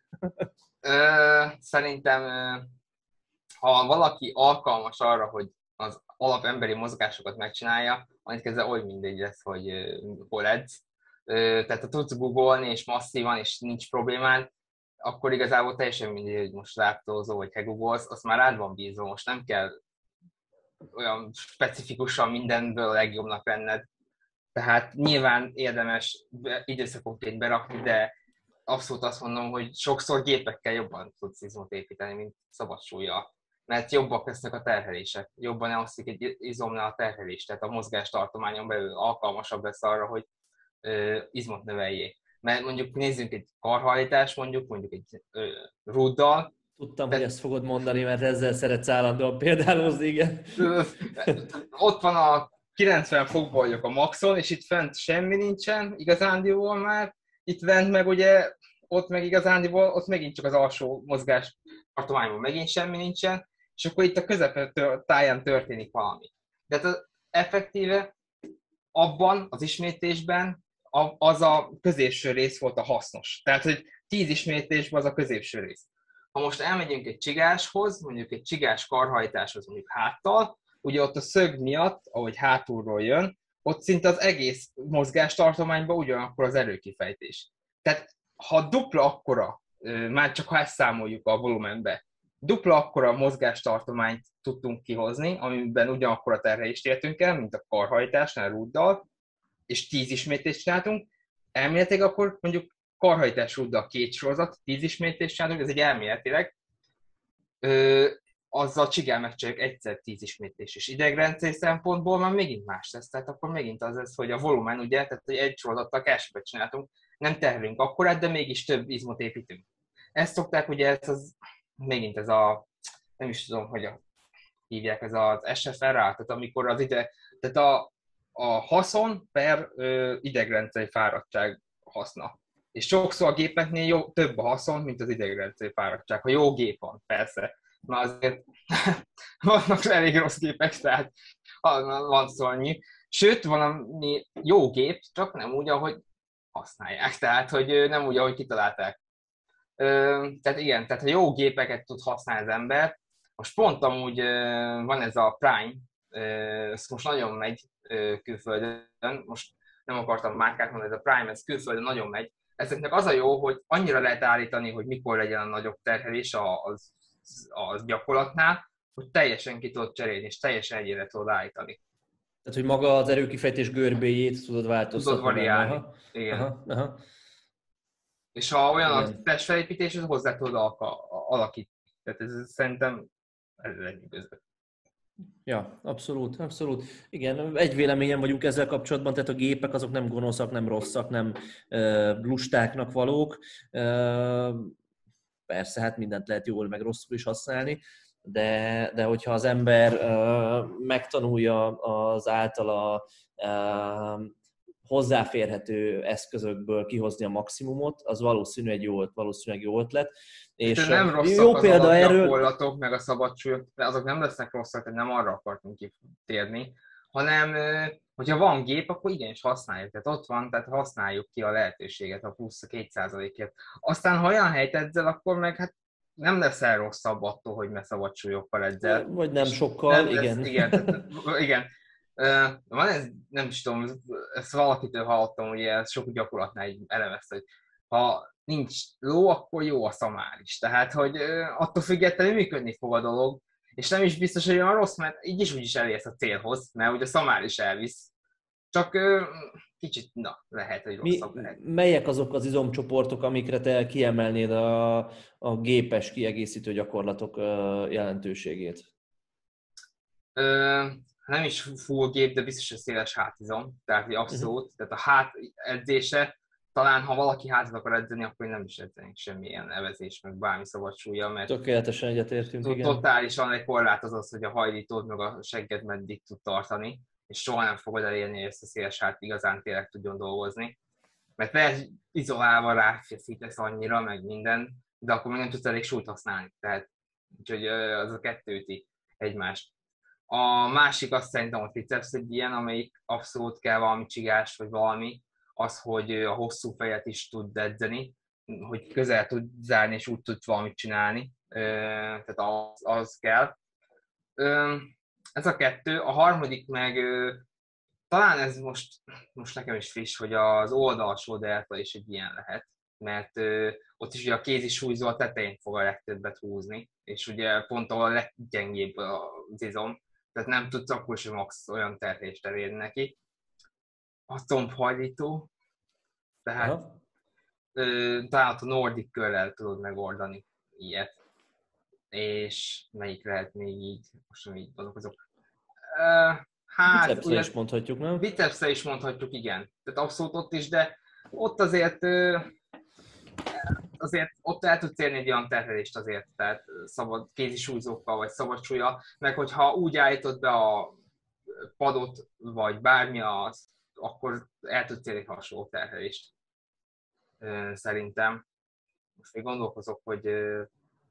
Szerintem, ha valaki alkalmas arra, hogy az alapemberi mozgásokat megcsinálja, annyit kezdve oly mindegy lesz, hogy hol edz. Tehát ha tudsz googolni, és masszívan, és nincs problémád, akkor igazából teljesen mindegy, hogy most láptolzó vagy hegugolsz, azt már rád van bízva, most nem kell olyan specifikusan mindenből a legjobbnak lenned. Tehát nyilván érdemes időszakonként berakni, de abszolút azt mondom, hogy sokszor gépekkel jobban tudsz izmot építeni, mint szabad súllyal. Mert jobbak lesznek a terhelések, jobban elosztik egy izomnál a terhelés, tehát a mozgástartományon belül alkalmasabb lesz arra, hogy ö, izmot növeljék. Mert mondjuk nézzünk egy karhajtást, mondjuk, mondjuk egy ö, rúddal. Tudtam, de... hogy ezt fogod mondani, mert ezzel szeretsz állandóan példálózni, igen. Ott van a kilencven fokban vagyok a maxon, és itt fent semmi nincsen igazándiból már. Itt bent meg ugye, ott meg igazándiból, ott megint csak az alsó mozgás tartományban megint semmi nincsen, és akkor itt a közepén táján történik valami. De hát effektíve abban az ismétlésben az a középső rész volt a hasznos. Tehát, hogy tíz ismétlésben az a középső rész. Ha most elmegyünk egy csigáshoz, mondjuk egy csigás karhajtáshoz mondjuk háttal, ugye ott a szög miatt, ahogy hátulról jön, ott szinte az egész mozgástartományban ugyanakkor az erőkifejtés. Tehát ha dupla akkora, már csak ha ezt számoljuk a volumenbe, dupla akkora mozgástartományt tudtunk kihozni, amiben ugyanakkor a terhelést értünk el, mint a karhajtásnál rúddal, és tíz ismétlést csináltunk, elméletileg akkor mondjuk karhajtás rúddal két sorozat, tíz ismétlést csináltunk, ez egy elméletileg, ö, azzal csigál megcsináljuk egyszer tíz ismétlés, és idegrendszeri szempontból már megint más lesz, tehát akkor megint az lesz, hogy a volumen, ugye, tehát hogy egy sorozattal kevesebbet csináltunk, nem terhelünk akkorát, de mégis több izmot építünk. Ezt szokták, ugye ez az, megint ez a, nem is tudom, hogy a, hívják, ez az es ef er á, tehát amikor az ide, tehát a, a haszon per ö, idegrendszeri fáradtság haszna. És sokszor a gépeknél jó, több a haszon, mint az idegrendszeri fáradtság. Ha jó gép van, persze. Na azért vannak elég rossz gépek, tehát van szó annyi. Sőt, valami jó gép, csak nem úgy, ahogy használják. Tehát, hogy nem úgy, ahogy kitalálták. Tehát igen, tehát ha jó gépeket tud használni az ember, most pont amúgy van ez a Prime, ez most nagyon megy külföldön, most nem akartam márkát mondani, ez a Prime, ez külföldön nagyon megy. Ezeknek az a jó, hogy annyira lehet állítani, hogy mikor legyen a nagyobb terhelés az, az gyakorlatnál, hogy teljesen ki tudod cserélni, és teljesen egyére tudod állítani. Tehát, hogy maga az erőkifejtés görbéjét tudod változtatni. Tudod variálni. Aha. Igen. Aha. Aha. És ha olyan Igen. a testfelépítés, az hozzá tudod alakítani. Tehát ez szerintem ez lenyűgöző. Ja, abszolút, abszolút. Igen, egy véleményen vagyunk ezzel kapcsolatban, tehát a gépek azok nem gonoszak, nem rosszak, nem uh, lustáknak valók. Uh, persze, hát mindent lehet jól meg rosszul is használni, de, de hogyha az ember uh, megtanulja az általa uh, hozzáférhető eszközökből kihozni a maximumot, az valószínű egy jó, valószínűleg jó ötlet. És nem rosszak jó az példa erről. alapgyakorlatok, meg a szabadsúlyok, de azok nem lesznek rosszak, hogy nem arra akartunk kitérni, hanem hogyha van gép, akkor igenis használjuk. Tehát ott van, tehát használjuk ki a lehetőséget, a plusz a két százalékért. Aztán, ha olyan helyt edzel, akkor meg hát nem leszel rosszabb attól, hogy ne szabadsúlyokkal edzel. Vagy nem sokkal, nem igen. Lesz, igen, tehát, igen. Van ez, nem is tudom, ezt valakitől hallottam, ugye ez sok gyakorlatnál így elemezte, hogy ha nincs ló, akkor jó a szamár is. Tehát, hogy attól függetlenül működni fog a dolog, és nem is biztos, hogy olyan rossz, mert így is úgyis elérsz a célhoz, mert ugye a szamár is elvisz. Csak kicsit, na, lehet, hogy rosszabb Mi, lehet. Melyek azok az izomcsoportok, amikre te kiemelnéd a, a gépes kiegészítő gyakorlatok jelentőségét? Ö, nem is full gép, de biztos, hogy széles hátizom. Tehát, hogy abszolút. Uh-huh. Tehát a hát edzése, talán ha valaki hátat akar edzeni, akkor nem is edzenénk semmilyen evezés, meg bármi szabadsúlya, mert tökéletesen egyetértünk, igen. Totálisan egy korlát az az, hogy a hajlítód meg a segged meddig tud tartani, és soha nem fogod elérni, hogy ezt a széles hát igazán tényleg tudjon dolgozni. Mert lehet izolálva ráfeszítesz annyira, meg minden, de akkor még nem tudsz elég súlyt használni. Tehát, úgyhogy az a kettő üti egymást. A másik azt szerintem a triceps egy ilyen, amelyik abszolút kell valami csigás, vagy valami, az, hogy a hosszú fejet is tud edzeni, hogy közel tud zárni, és úgy tud valamit csinálni. Tehát az, az kell. Ez a kettő. A harmadik meg, talán ez most, most nekem is friss, hogy az oldalsó delta is egy ilyen lehet, mert ott is ugye a kézi súlyzó a tetején fog a legtöbbet húzni, és ugye pont ahol a leggyengébb az izom, tehát nem tudsz akkor sem max olyan terhelést elérni neki. A combhajlító, tehát Aha. ö, talán a Nordic körrel tudod megoldani ilyet. És melyik lehet még így, most nem így gondolkozok. Uh, hát, bicepsre is mondhatjuk, nem? Bicepsre is mondhatjuk, igen. Tehát abszolút ott is, de ott azért uh, azért ott el tudsz érni egy olyan terhelést azért, tehát szabad kézi súlyzókkal, vagy szabad súlya, meg hogyha úgy állítod be a padot, vagy bármi az, akkor el tudsz érni hasonló terhelést. Uh, szerintem. Most még gondolkozok, hogy uh,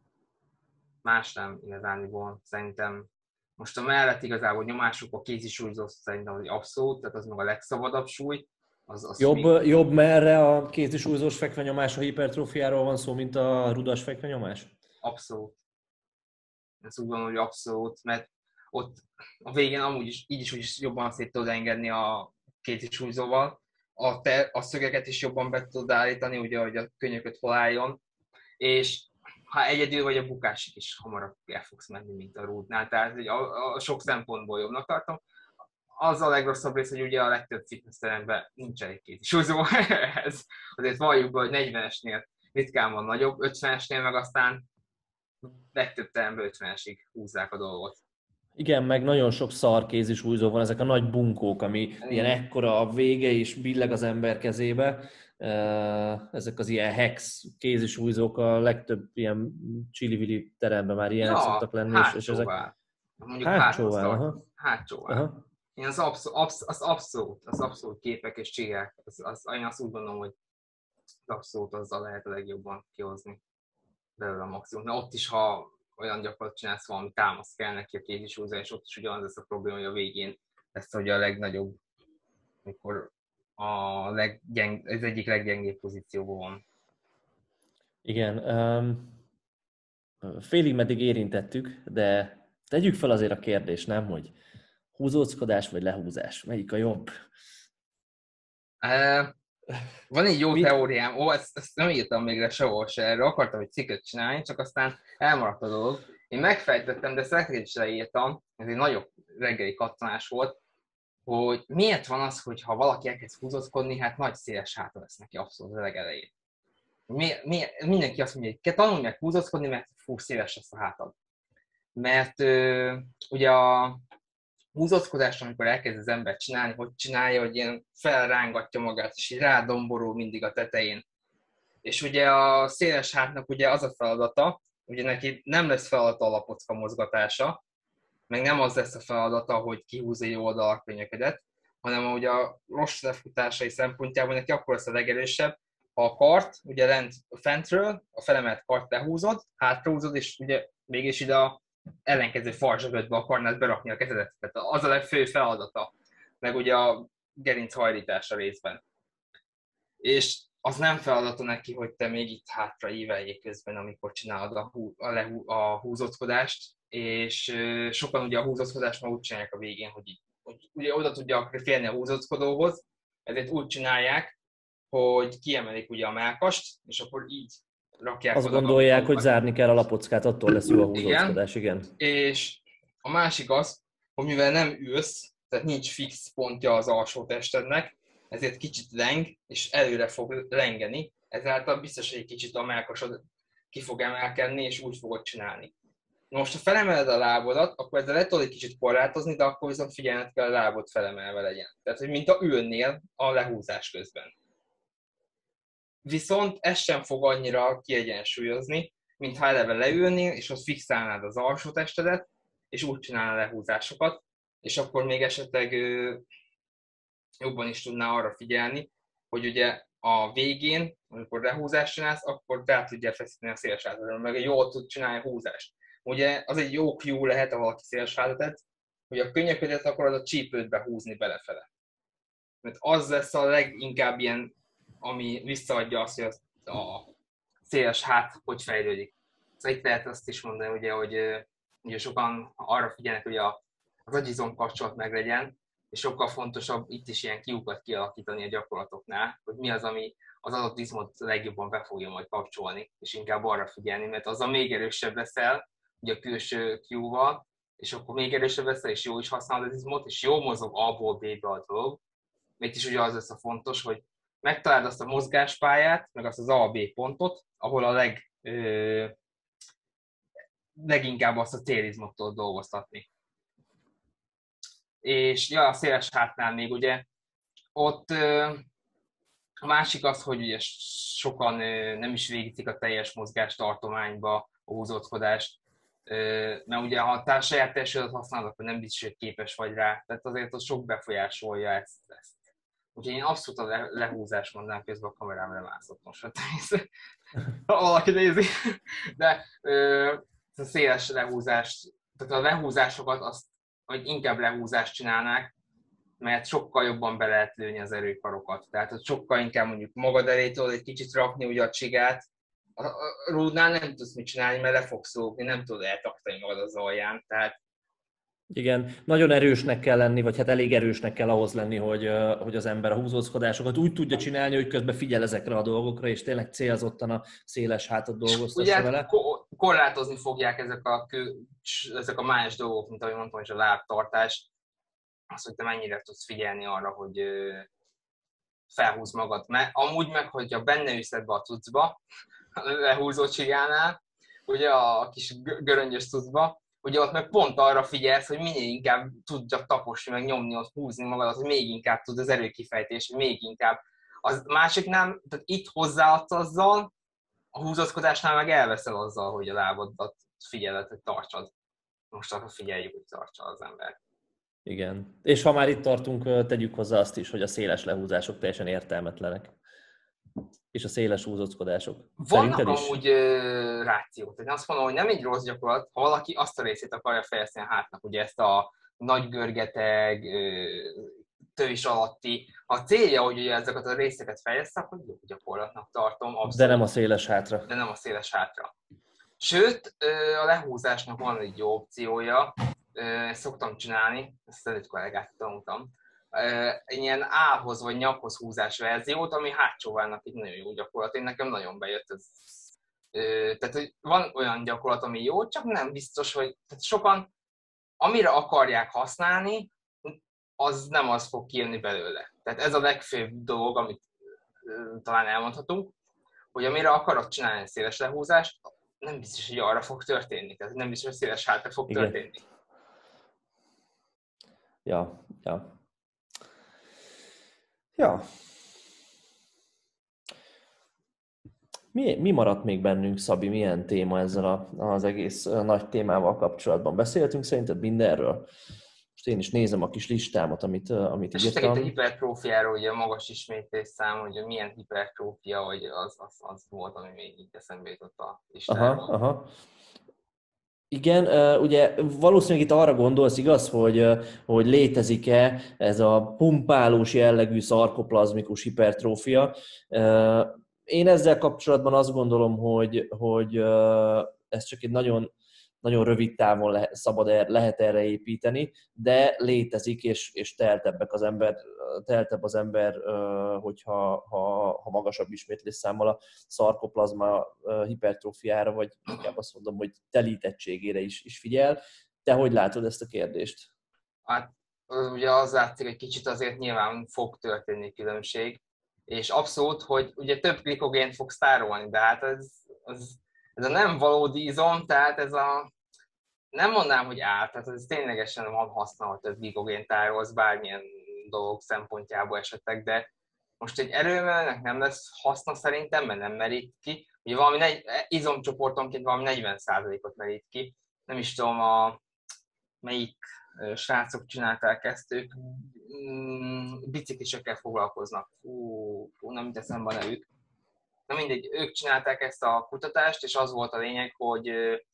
más nem igazániból, szerintem most a mellett igazából nyomásuk a kézi súlyzó szerintem hogy abszolút, tehát az meg a legszabadabb súly. Az, az jobb, még... jobb merre a kézi súlyzós fekvenyomás, a hipertrófiáról van szó, mint a rudas fekvenyomás? Abszolút. Ez úgy van, hogy abszolút, mert ott a végén amúgy is, így is, úgy is jobban szét tudod engedni a két súlyzóval, a, te, a szögeket is jobban be tudod állítani, ugye, hogy a könnyököt hol álljon, és ha egyedül vagy, a bukásig is hamarabb el fogsz menni, mint a rúdnál, tehát a, a sok szempontból jobbnak tartom. Az a legrosszabb rész, hogy ugye a legtöbb fitnessteremben nincs elég két súlyzó ehhez. Azért valljuk be, hogy negyvenesnél ritkán van nagyobb, ötvenesnél meg aztán legtöbb teremben ötvenesig húzzák a dolgot. Igen, meg nagyon sok szar kézisúlyzó van, ezek a nagy bunkók, ami ilyen ekkora a vége és billeg az ember kezébe. Ezek az ilyen hex kézisúlyzók, a legtöbb ilyen csili-vili teremben már ilyenek Ja, szoktak lenni. És, és ezek mondjuk hátsóvál, aha. hátsóvál. Aha. Én az, abszol, absz, az abszolút, az abszolút képek és csigák, az, az, én azt úgy gondolom, hogy abszolút azzal lehet a legjobban kihozni belőle a maximum. Na ott is, ha olyan gyakorlat csinálsz, valami támasz kell neki a kézisúlyzó, és ott is ugyanaz lesz a probléma, hogy a végén lesz ugye a legnagyobb, amikor a leggyeng, az egyik leggyengébb pozícióban van. Igen. Um, félig meddig érintettük, de tegyük fel azért a kérdést, nem, hogy húzóckodás vagy lehúzás, melyik a jobb? Uh, van egy jó Mit? teóriám, ó, ezt, ezt nem írtam még le sehol se, erről akartam egy cikket csinálni, csak aztán elmaradt a dolog. Én megfejtettem, de szekrényt is leírtam, ez egy nagyobb reggeli kattanás volt, hogy miért van az, hogy ha valaki elkezd húzózkodni, hát nagy széles háta lesz neki abszolút a legelején. Mi, mi, mindenki azt mondja, hogy tanulj meg húzózkodni, mert fú, széles lesz a hátad. Mert ö, ugye a húzózkodást, amikor elkezd az ember csinálni, hogy csinálja, hogy ilyen felrángatja magát, és így rádomborul mindig a tetején. És ugye a széles hátnak ugye az a feladata, ugye neki nem lesz feladata a lapocka mozgatása, meg nem az lesz a feladata, hogy kihúzza jó oldal a könyöködet, hanem ugye a rossz lefutásai szempontjából neki akkor lesz a legerősebb, ha a kart, ugye lent fentről, a felemelt kart lehúzod, hátrahúzod, és ugye mégis ide a ellenkező farzsögödbe akarnád berakni a kezedet. Tehát az a legfő feladata, meg ugye a gerinc hajlítása részben. És az nem feladata neki, hogy te még itt hátra íveljék közben, amikor csinálod a, hú, a, lehú, a húzózkodást, és sokan ugye a húzózkodást már úgy csinálják a végén, hogy, így, hogy ugye oda tudja félni a húzózkodóhoz, ezért úgy csinálják, hogy kiemelik ugye a mellkast, és akkor így rakják. Azt gondolják, hogy zárni kell a lapockát, attól lesz jó a húzózkodás, igen. igen. És a másik az, hogy mivel nem ülsz, tehát nincs fix pontja az alsó testednek, ezért kicsit leng, és előre fog lengeni, ezáltal biztos, hogy egy kicsit a mellkasod ki fog emelkedni, és úgy fogod csinálni. Most, ha felemeled a lábodat, akkor ezzel le tudod egy kicsit korlátozni, de akkor viszont figyelned kell, a lábod felemelve legyen. Tehát, hogy mint a ülnél a lehúzás közben. Viszont ez sem fog annyira kiegyensúlyozni, mintha eleve leülnél, és ott fixálnád az alsó testedet, és úgy csinálnál lehúzásokat, és akkor még esetleg ö, jobban is tudnál arra figyelni, hogy ugye a végén, amikor lehúzást csinálsz, akkor rá tudja feszíteni a széles hátadra, meg jól tud csinálni a húzást. Ugye az egy jó cue lehet, ha valaki széles hátat, hogy a könyöködet akarod a csípődbe húzni belefele. Mert az lesz a leginkább ilyen, ami visszaadja azt, hogy a széles hát hogy fejlődik. Szóval itt lehet azt is mondani, ugye, hogy ugye sokan arra figyelnek, hogy a, az agyizom kapcsolat meglegyen, és sokkal fontosabb itt is ilyen kiukat kialakítani a gyakorlatoknál, hogy mi az, ami az adott izmot legjobban be fogja majd kapcsolni, és inkább arra figyelni, mert az a még erősebb leszel, ugye a külső kiúval, és akkor még erősebb leszel, és jó is használod az izmot, és jó mozog A-ból B-be a dolog. Itt is ugye az lesz a fontos, hogy megtaláld azt a mozgáspályát, meg azt az A-B pontot, ahol a leg, ö, leginkább azt a célizmot tudod dolgoztatni. És ja, a széles hátnál még ugye, ott ö, a másik az, hogy ugye sokan ö, nem is végzik a teljes mozgástartományba a húzózkodást, ö, mert ugye ha a saját testődet használod, akkor nem biztos, hogy képes vagy rá, tehát azért az sok befolyásolja ezt. ezt. Úgyhogy én abszolút a lehúzást mondanám, közben a kamerám lemászott most, ha valaki nézi. De ö, a széles lehúzást, tehát a lehúzásokat azt, hogy inkább lehúzást csinálnák, mert sokkal jobban be lehet lőni az erőkarokat. Tehát hogy sokkal inkább mondjuk magad elé tudod egy kicsit rakni ugye a csigát. A, a rúdnál nem tudsz mit csinálni, mert le fogsz lógni, nem tudod eltaktani magad az alján. Tehát Igen, nagyon erősnek kell lenni, vagy hát elég erősnek kell ahhoz lenni, hogy, hogy az ember a húzózkodásokat úgy tudja csinálni, hogy közben figyel ezekre a dolgokra, és tényleg célzottan a széles hátat És ugye dolgoztassa hát vele. ko- korlátozni fogják ezek a, kő, ezek a más dolgok, mint ahogy mondtam, és a lábtartás, az, hogy te mennyire tudsz figyelni arra, hogy felhúz magad. Mert amúgy meg, hogyha benne ülsz ebbe a cuccba, a lehúzó csigánál, ugye a kis göröngyös cuccba, ugye ott meg pont arra figyelsz, hogy minél inkább tudja taposni, meg nyomni, ott húzni magadat, hogy még inkább tud az erőkifejtés, még inkább. Az másiknál, tehát itt hozzáadsz azzal, a húzózkodásnál meg elveszel azzal, hogy a lábadat figyeled, hogy tartsad. Most akkor figyeljük, hogy tartsa az ember. Igen. És ha már itt tartunk, tegyük hozzá azt is, hogy a széles lehúzások teljesen értelmetlenek. És a széles húzózkodások. Vannak Szerinted is? amúgy ö, rációk. Én azt mondom, hogy nem egy rossz gyakorlat, ha valaki azt a részét akarja fejleszteni a hátnak, ugye ezt a nagy görgeteg, ö, tövis alatti. A célja, hogy ugye ezeket a részeket fejlesztek, akkor jó gyakorlatnak tartom, abszolút. De nem a széles hátra. De nem a széles hátra. Sőt, a lehúzásnak van egy jó opciója, ezt szoktam csinálni, ezt előtt kollégát tanultam, ilyen állhoz vagy nyakhoz húzás verziót, ami hátsó válnak egy nagyon jó gyakorlat. Én nekem nagyon bejött ez. Tehát, hogy van olyan gyakorlat, ami jó, csak nem biztos, hogy tehát sokan, amire akarják használni, az nem az fog kijönni belőle. Tehát ez a legfőbb dolog, amit talán elmondhatunk, hogy amire akarod csinálni széles lehúzást, nem biztos, hogy arra fog történni. Tehát nem biztos, hogy széles hátra fog Igen. történni. Ja, ja. Ja. Mi, mi maradt még bennünk, Szabi? Milyen téma ezzel a, az egész nagy témával kapcsolatban? Beszéltünk szerinted mindenről? Most én is nézem a kis listámat, amit, amit Esetleg írtam. itt a hipertrófiáról, ugye a magas ismétlés szám, hogy milyen hipertrófia, hogy az, az, az volt, ami még így eszembe jutott a listáról. Aha, aha. Igen, ugye valószínűleg itt arra gondolsz, igaz, hogy, hogy létezik-e ez a pumpálós jellegű szarkoplazmikus hipertrófia. Én ezzel kapcsolatban azt gondolom, hogy, hogy ez csak egy nagyon, nagyon rövid távon lehet, szabad er, lehet erre építeni, de létezik, és, és teltebbek az ember, teltebb az ember, hogyha ha, ha magasabb ismétlésszámmal a szarkoplazma hipertrófiára, vagy inkább azt mondom, hogy telítettségére is, is figyel. Te hogy látod ezt a kérdést? Hát ugye az látszik, hogy kicsit azért nyilván fog történni különbség, és abszolút, hogy ugye több glikogént fog tárolni, de hát ez, ez, ez a nem valódi izom, tehát ez a nem mondanám, hogy áll, tehát ez ténylegesen van haszna, hogy több glikogént tárolsz bármilyen dolog szempontjából esetleg, de most egy erőemelőnek nem lesz haszna szerintem, mert nem merít ki. Ugye valami negy, izomcsoportonként valami negyven százalékot merít ki. Nem is tudom, a, melyik srácok csinálták ezt, ők mm, biciklisekkel foglalkoznak. Fú, fú, nem jut eszembe a nevük. Na mindegy, ők csinálták ezt a kutatást, és az volt a lényeg, hogy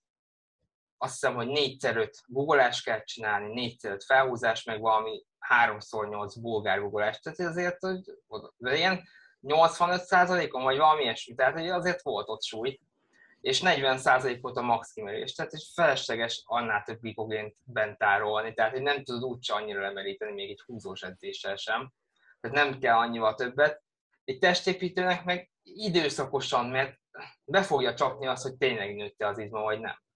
azt hiszem, hogy négyszer öt guggolást kell csinálni, négyszer öt felhúzás, meg valami háromszor nyolc bulgár guggolás. Tehát azért, hogy de ilyen nyolcvanöt százalékon, vagy valami ilyesmi, tehát hogy azért volt ott súly, és negyven százalék volt a max kimerés, tehát egy felesleges annál több glikogént bent tárolni, tehát hogy nem tudod úgyse annyira lemeríteni még egy húzós edzéssel sem, tehát nem kell annyival többet. Egy testépítőnek meg időszakosan, mert be fogja csapni azt, hogy tényleg nőtte az izma, vagy nem.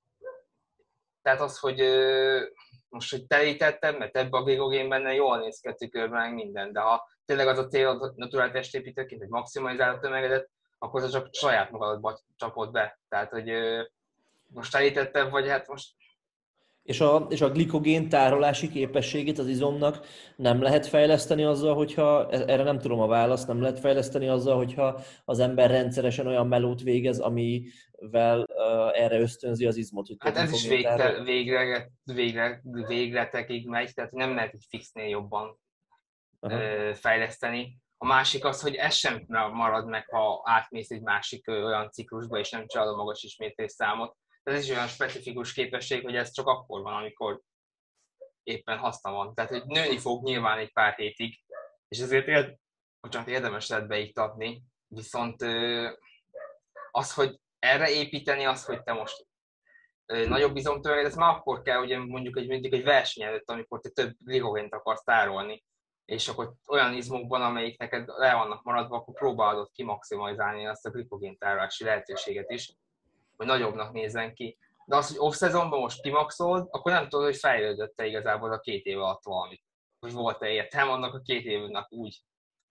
Tehát az, hogy most, hogy telítettem, mert ebbe a glikogén benne jól néz ki a tükörben, meg minden, de ha tényleg az a cél a naturál testépítőként, hogy maximalizál a tömegedet, akkor az csak saját magadba csapod be. Tehát, hogy most telítettem, vagy hát most... És a, és a glikogén tárolási képességét az izomnak nem lehet fejleszteni azzal, hogyha, erre nem tudom a választ, nem lehet fejleszteni azzal, hogyha az ember rendszeresen olyan melót végez, amivel uh, erre ösztönzi az izmot. Hogy Hát ez is végre, végre, végre, végletekig megy, tehát nem lehet egy fixnél jobban uh, fejleszteni. A másik az, hogy ez sem marad meg, ha átmész egy másik olyan ciklusba, és nem csinálod a magas ismétlés számot. Ez is olyan specifikus képesség, hogy ez csak akkor van, amikor éppen haszna van. Tehát, hogy nőni fog nyilván egy pár hétig, és ezért érd, bocsánat, érdemes lehet beiktatni, viszont az, hogy erre építeni, az, hogy te most nagyobb izomtömeg, ez már akkor kell, ugye mondjuk egy, mondjuk egy verseny előtt, amikor te több glikogént akarsz tárolni, és akkor olyan izmokban, amelyik neked le vannak maradva, akkor próbálod kimaximalizálni azt a glikogéntárolási lehetőséget is, hogy nagyobbnak nézzen ki. De az, hogy off-szezonban most kimaxolod, akkor nem tudod, hogy fejlődött-e igazából a két év alatt valamit. Hogy volt-e értelme annak a két évnek úgy.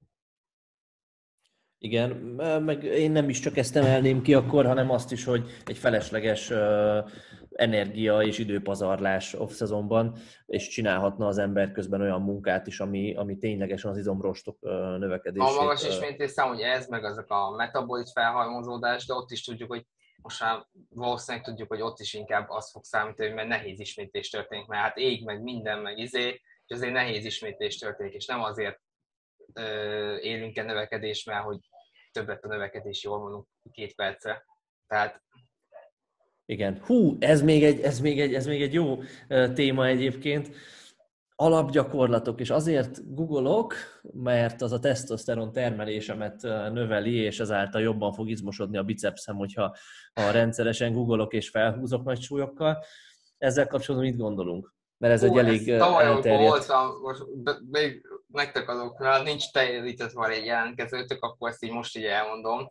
Igen, meg én nem is csak ezt emelném ki akkor, hanem azt is, hogy egy felesleges uh, energia és időpazarlás off-szezonban, és csinálhatna az ember közben olyan munkát is, ami, ami ténylegesen az izomrostok uh, növekedését. A magas ismétlésszám, hogy ez, meg azok a metabolit felhalmozódás, de ott is tudjuk, hogy most már valószínűleg tudjuk, hogy ott is inkább az fog számítani, mert nehéz ismétlés történik, mert hát ég, meg minden, meg izé, és azért nehéz ismétlés történik, és nem azért ö, élünk-e növekedés, mert hogy többet a növekedési hormonunk két percre. Tehát igen. Hú, ez még egy, ez még egy, ez még egy jó téma egyébként. Alapgyakorlatok, és azért googolok, mert az a tesztoszteron termelésemet növeli, és ezáltal jobban fog izmosodni a bicepszem, hogyha ha rendszeresen googolok és felhúzok nagy súlyokkal. Ezzel kapcsolatban mit gondolunk? Mert ez Hú, egy elég elterjedt... voltam, most még nektek azok, ha nincs teljesített már egy jelentkezőtök, akkor ezt így most így elmondom.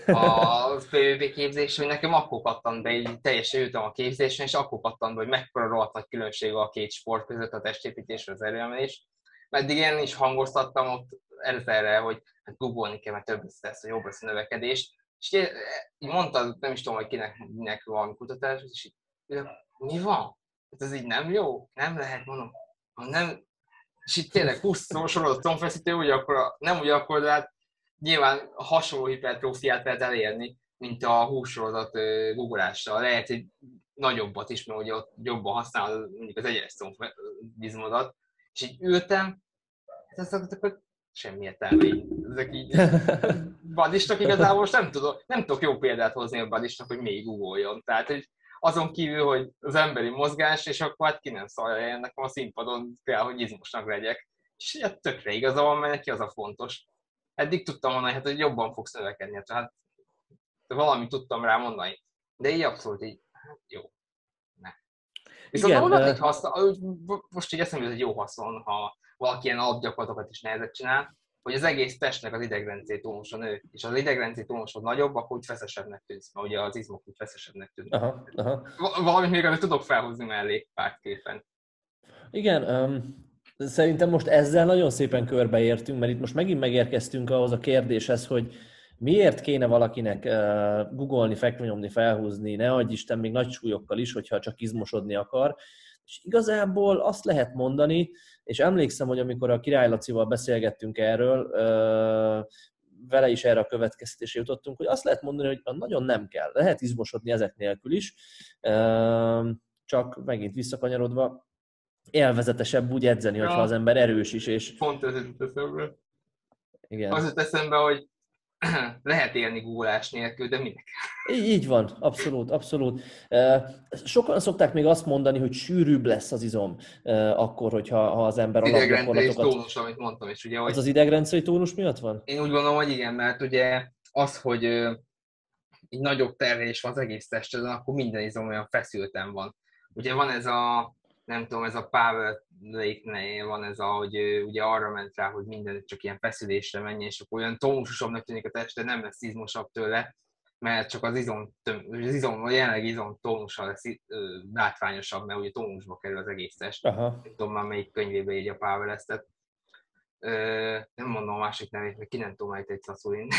A pé vé pé képzés, hogy nekem akkor pattant be, így teljesen ültem a képzésen, és akkor pattant be, hogy mekkora rohadt nagy különbség a két sport között, a testépítés és az erőemelés. Meddig én is hangoztattam ott ezerre, hogy hát googolni kell, mert több lesz, hogy jobb lesz a növekedés. És így mondtad, nem is tudom, hogy kinek, kinek valami kutatás, és így, mi van? Ez így nem jó? Nem lehet, mondom. Nem. És itt tényleg húsz sorozat combfeszítő, úgy akkor, nem úgy akkor, de hát nyilván hasonló hipertrófiát lehet elérni, mint a hússorozat guggolással. Lehet, hogy nagyobbat is, mert ugye ott jobban használod mondjuk az egyenes combizmodat. És így ültem, ez akkor semmi értelme így. Ezek így badistak igazából most nem tudok, nem tudok jó példát hozni a badistak, hogy még googoljon. Tehát, hogy azon kívül, hogy az emberi mozgás, és akkor hát ki nem szalja, nekem a színpadon kell, hogy izmosnak legyek. És hát tökre igaza van, mert neki az a fontos. Eddig tudtam mondani, hát, hogy jobban fogsz növekedni, tehát valamit tudtam rá mondani. De így abszolút így, hát jó. Ne. Viszont igen, de... egy haszna, most így eszembe, hogy egy jó haszon, ha valaki ilyen alapgyakorlatokat is nehezet csinál, hogy az egész testnek az idegrendszeri tónusa nő, és az idegrendszeri tónusod nagyobb, akkor úgy feszesebbnek tűnsz, mert ugye az izmok úgy feszesebbnek tűnnek. Aha, aha. Valamit még azért tudok felhúzni mellé pártképen. Igen, um... szerintem most ezzel nagyon szépen körbeértünk, mert itt most megint megérkeztünk ahhoz a kérdéshez, hogy miért kéne valakinek uh, googolni, fekvőnyomni, felhúzni, ne adj Isten, még nagy súlyokkal is, hogyha csak izmosodni akar. És igazából azt lehet mondani, és emlékszem, hogy amikor a Király Lacival beszélgettünk erről, uh, vele is erre a következtetésre jutottunk, hogy azt lehet mondani, hogy nagyon nem kell. Lehet izmosodni ezek nélkül is, uh, csak megint visszakanyarodva, élvezetesebb úgy edzeni, ja. hogyha az ember erős is. És... Pont ez jut eszembe. Igen. Az jut eszembe, hogy lehet élni googolás nélkül, de minek? Így, így van, abszolút, abszolút. Sokan szokták még azt mondani, hogy sűrűbb lesz az izom akkor, hogyha ha az ember alapgyakorlatokat... Idegrendszeri tónus, amit mondtam is, ugye, hogy... Az az idegrendszeri tónus miatt van? Én úgy gondolom, hogy igen, mert ugye az, hogy egy nagyobb terhelés van az egész testeden, akkor minden izom olyan feszülten van. Ugye van ez a nem tudom, ez a Power Lake-nél van ez a, hogy ugye arra ment rá, hogy minden csak ilyen feszülésre menjen, és akkor olyan tónusosabbnak tűnik a teste, nem lesz izmosabb tőle, mert csak az izom, az izom a jelenleg izom tónusa lesz látványosabb, mert ugye tónusba kerül az egész test. Aha. Nem tudom már melyik könyvébe így a Power ezt. Nem mondom a másik nevét, mert ki nem tudom egy szaszulin.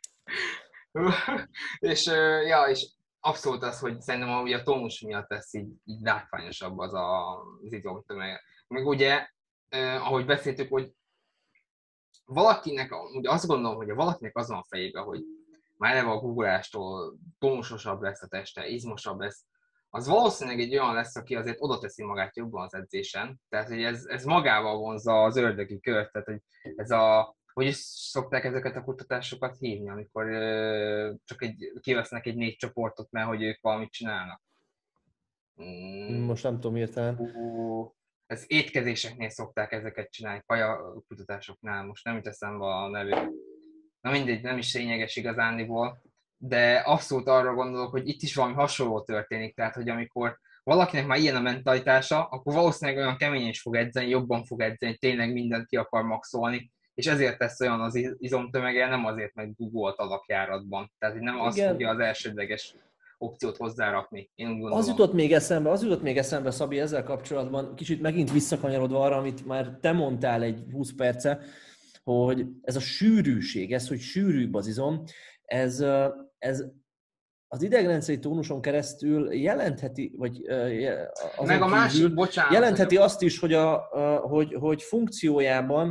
és, ja, és abszolút az, hogy szerintem ugye a tónus miatt lesz így, így látványosabb az a, az izomtömeg. Meg ugye, eh, ahogy beszéltük, hogy valakinek, ugye azt gondolom, hogy valakinek az van a fejében, hogy már eleve a guggolástól tónusosabb lesz a teste, izmosabb lesz, az valószínűleg egy olyan lesz, aki azért oda teszi magát jobban az edzésen. Tehát, hogy ez, ez magával vonzza az ördögi kört, tehát, hogy ez a hogy is szokták ezeket a kutatásokat hívni, amikor ö, csak egy, kivesznek egy négy csoportot, mert hogy ők valamit csinálnak. Mm. Most nem tudom hirtelen. Uh, ez étkezéseknél szokták ezeket csinálni, kaja kutatásoknál, most nem jut eszembe a nevük. Na mindegy, nem is lényeges igazániból. de abszolút arra gondolok, hogy itt is valami hasonló történik, tehát hogy amikor valakinek már ilyen a mentalitása, akkor valószínűleg olyan keményen is fog edzeni, jobban fog edzeni, tényleg mindent ki akar maxolni, és ezért lesz olyan az izomtömege, nem azért, mert Google alapjáratban. Tehát hogy nem az fogja az Igen, elsődleges opciót hozzárakni, én úgy az gondolom. jutott még eszembe, az jutott még eszembe, Szabi, ezzel kapcsolatban, kicsit megint visszakanyarodva arra, amit már te mondtál egy húsz perce, hogy ez a sűrűség, ez, hogy sűrűbb az izom, ez, ez az idegrendszeri tónuson keresztül jelentheti, vagy Meg azon a másik, kívül bocsánat, hogy jelentheti azt is, hogy, a, hogy, hogy funkciójában,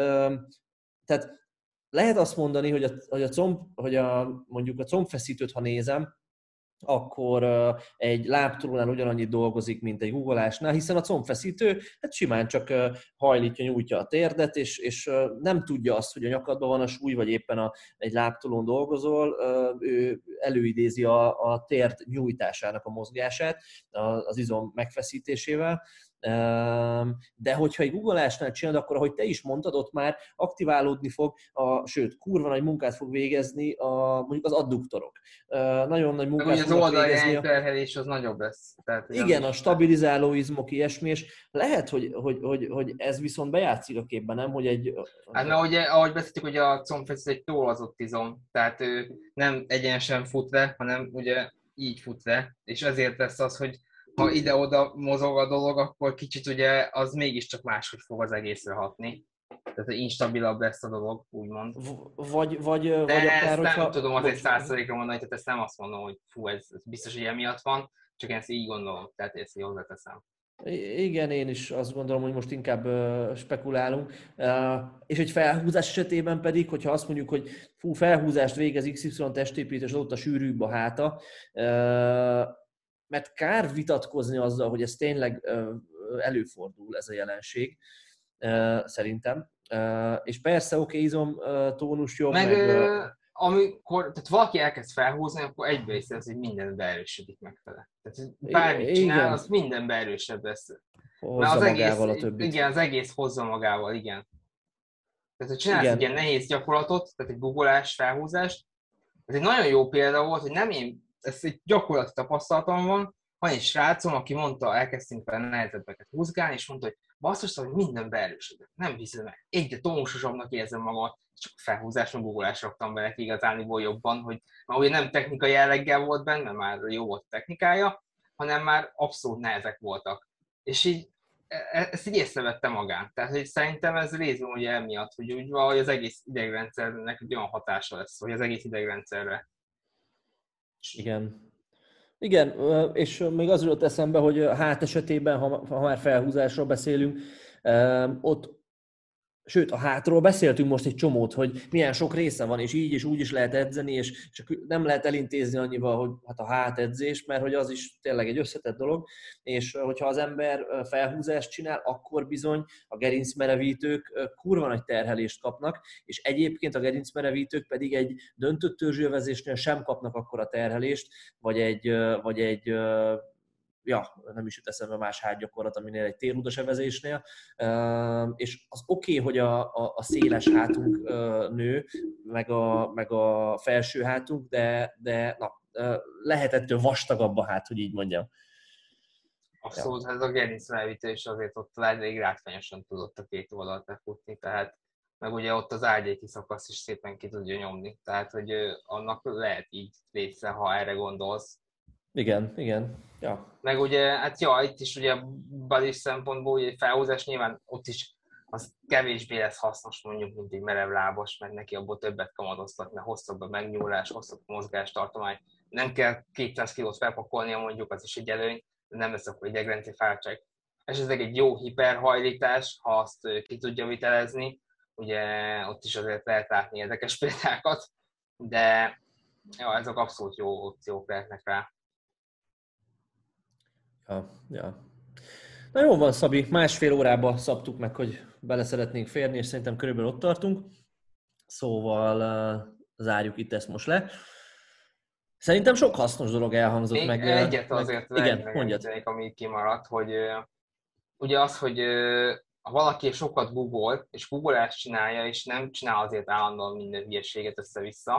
tehát lehet azt mondani, hogy a, hogy a, comb, hogy a mondjuk a combfeszítőt, ha nézem, akkor egy lábtolónál ugyanannyit dolgozik, mint egy guggolásnál, hiszen a combfeszítő hát simán csak hajlítja, nyújtja a térdet, és, és nem tudja azt, hogy a nyakadban van a súly, vagy éppen a, egy lábtolón dolgozol, ő előidézi a, a térd nyújtásának a mozgását az izom megfeszítésével, de hogyha egy guggolásnál csinálod, akkor ahogy te is mondtad, ott már aktiválódni fog, a, sőt, kurva nagy munkát fog végezni a, mondjuk az adduktorok. Nagyon nagy meg munkát ugye az fognak végezni oldalirányú a... terhelés az nagyobb lesz. Tehát, hogy az Igen, a is, stabilizáló izmok, ilyesmi, és lehet, hogy, hogy, hogy, hogy ez viszont bejátszik a képben, nem? Hogy egy... hát mert ugye, ahogy beszéltük, hogy a combfeszítő egy tollazott izom, tehát ő nem egyenesen fut le, hanem ugye így fut le, és ezért lesz az, hogy ha ide-oda mozog a dolog, akkor kicsit ugye az mégiscsak máshogy fog az egészre hatni. Tehát hogy instabilabb lesz a dolog, úgymond. Vagy, vagy, De vagy akár, ezt nem hogyha... tudom azért Bocs. százszerékra mondani, tehát ezt nem azt mondom, hogy fú, ez, ez biztos, hogy emiatt van, csak én ezt így gondolom, tehát ezt így hozzáteszem. Igen, én is azt gondolom, hogy most inkább uh, spekulálunk. Uh, és egy felhúzás esetében pedig, hogyha azt mondjuk, hogy fú, felhúzást végez iksz ipszilon testépítés, ott a sűrűbb a háta, uh, mert kár vitatkozni azzal, hogy ez tényleg uh, előfordul ez a jelenség, uh, szerintem. Uh, és persze, oké, okay, izom uh, tónus jobb, Meg, meg... Uh, ö, amikor, tehát valaki elkezd felhúzni, akkor egyből észre, hogy minden beerősödik megfele. Tehát bármit csinál, igen, az minden beerősebb lesz. Mert hozza az egész, magával a többit. igen, az egész hozza magával, igen. Tehát, hogy csinálsz egy ilyen Igen, nehéz gyakorlatot, tehát egy googolás, felhúzást, ez egy nagyon jó példa volt, hogy nem én, ez egy gyakorlati tapasztalatom van, van egy srácom, aki mondta, elkezdtünk vele nehezebbeket húzgálni, és mondta, hogy basszus, hogy minden beerősödött. Nem hiszem el. Egyre tónusosabbnak érzem magam, csak a felhúzáson googolás raktam bele igazániból jobban, hogy már ugye nem technikai jelleggel volt benne, már jó volt technikája, hanem már abszolút nehezek voltak. És így e- ezt így észrevette magán. Tehát, hogy szerintem ez részben ugye emiatt, hogy úgy valahogy az egész idegrendszernek egy olyan hatása lesz, vagy az egész idegrendszerre. igen. Igen, és még az jutott eszembe, hogy a hát esetében, ha, ha már felhúzásról beszélünk, ott, sőt, a hátról beszéltünk most egy csomót, hogy milyen sok része van, és így és úgy is lehet edzeni, és csak nem lehet elintézni annyival, hogy hát a hátedzés, mert hogy az is tényleg egy összetett dolog, és hogyha az ember felhúzást csinál, akkor bizony a gerincmerevítők kurva nagy terhelést kapnak, és egyébként a gerincmerevítők pedig egy döntött törzsölvezésnél sem kapnak akkora terhelést, vagy egy, vagy egy ja, nem is jut eszembe más hátgyakorlat, aminél egy térrudas evezésnél, és az oké, okay, hogy a, a, a széles hátunk nő, meg a, meg a felső hátunk, de, de na, lehet ettől vastagabb a hát, hogy így mondjam. Abszolút, ja. Ez a gerincmelevítő is azért ott elég látványosan tudott a két oldalt befutni, tehát meg ugye ott az ágyéki szakasz is szépen ki tudja nyomni, tehát hogy annak lehet így része, ha erre gondolsz. Igen, igen. Ja. Meg ugye, hát ja, itt is ugye body szempontból, ugye felhúzás nyilván ott is az kevésbé lesz hasznos mondjuk, mint egy merev lábas, mert neki abból többet kamatoztat, mert hosszabb a megnyúlás, hosszabb a mozgástartomány. Nem kell kétszáz kilót felpakolnia mondjuk, az is egy előny, de nem lesz akkor idegrendszeri fáradtság. Esetleg egy jó hiperhajlítás, ha azt ki tudja vitelezni, ugye ott is azért lehet látni érdekes példákat, de ja, ezek abszolút jó opciók lehetnek rá. Ja, ja. Na jó van, Szabi, másfél órába szabtuk meg, hogy bele szeretnénk férni, és szerintem körülbelül ott tartunk. Szóval uh, zárjuk itt ezt most le. Szerintem sok hasznos dolog elhangzott. Még meg. egyet meg azért igen, megemlítenék, ami kimaradt, hogy uh, ugye az, hogy uh, ha valaki sokat googol, és googolást csinálja, és nem csinál azért állandóan minden hülyeséget össze-vissza,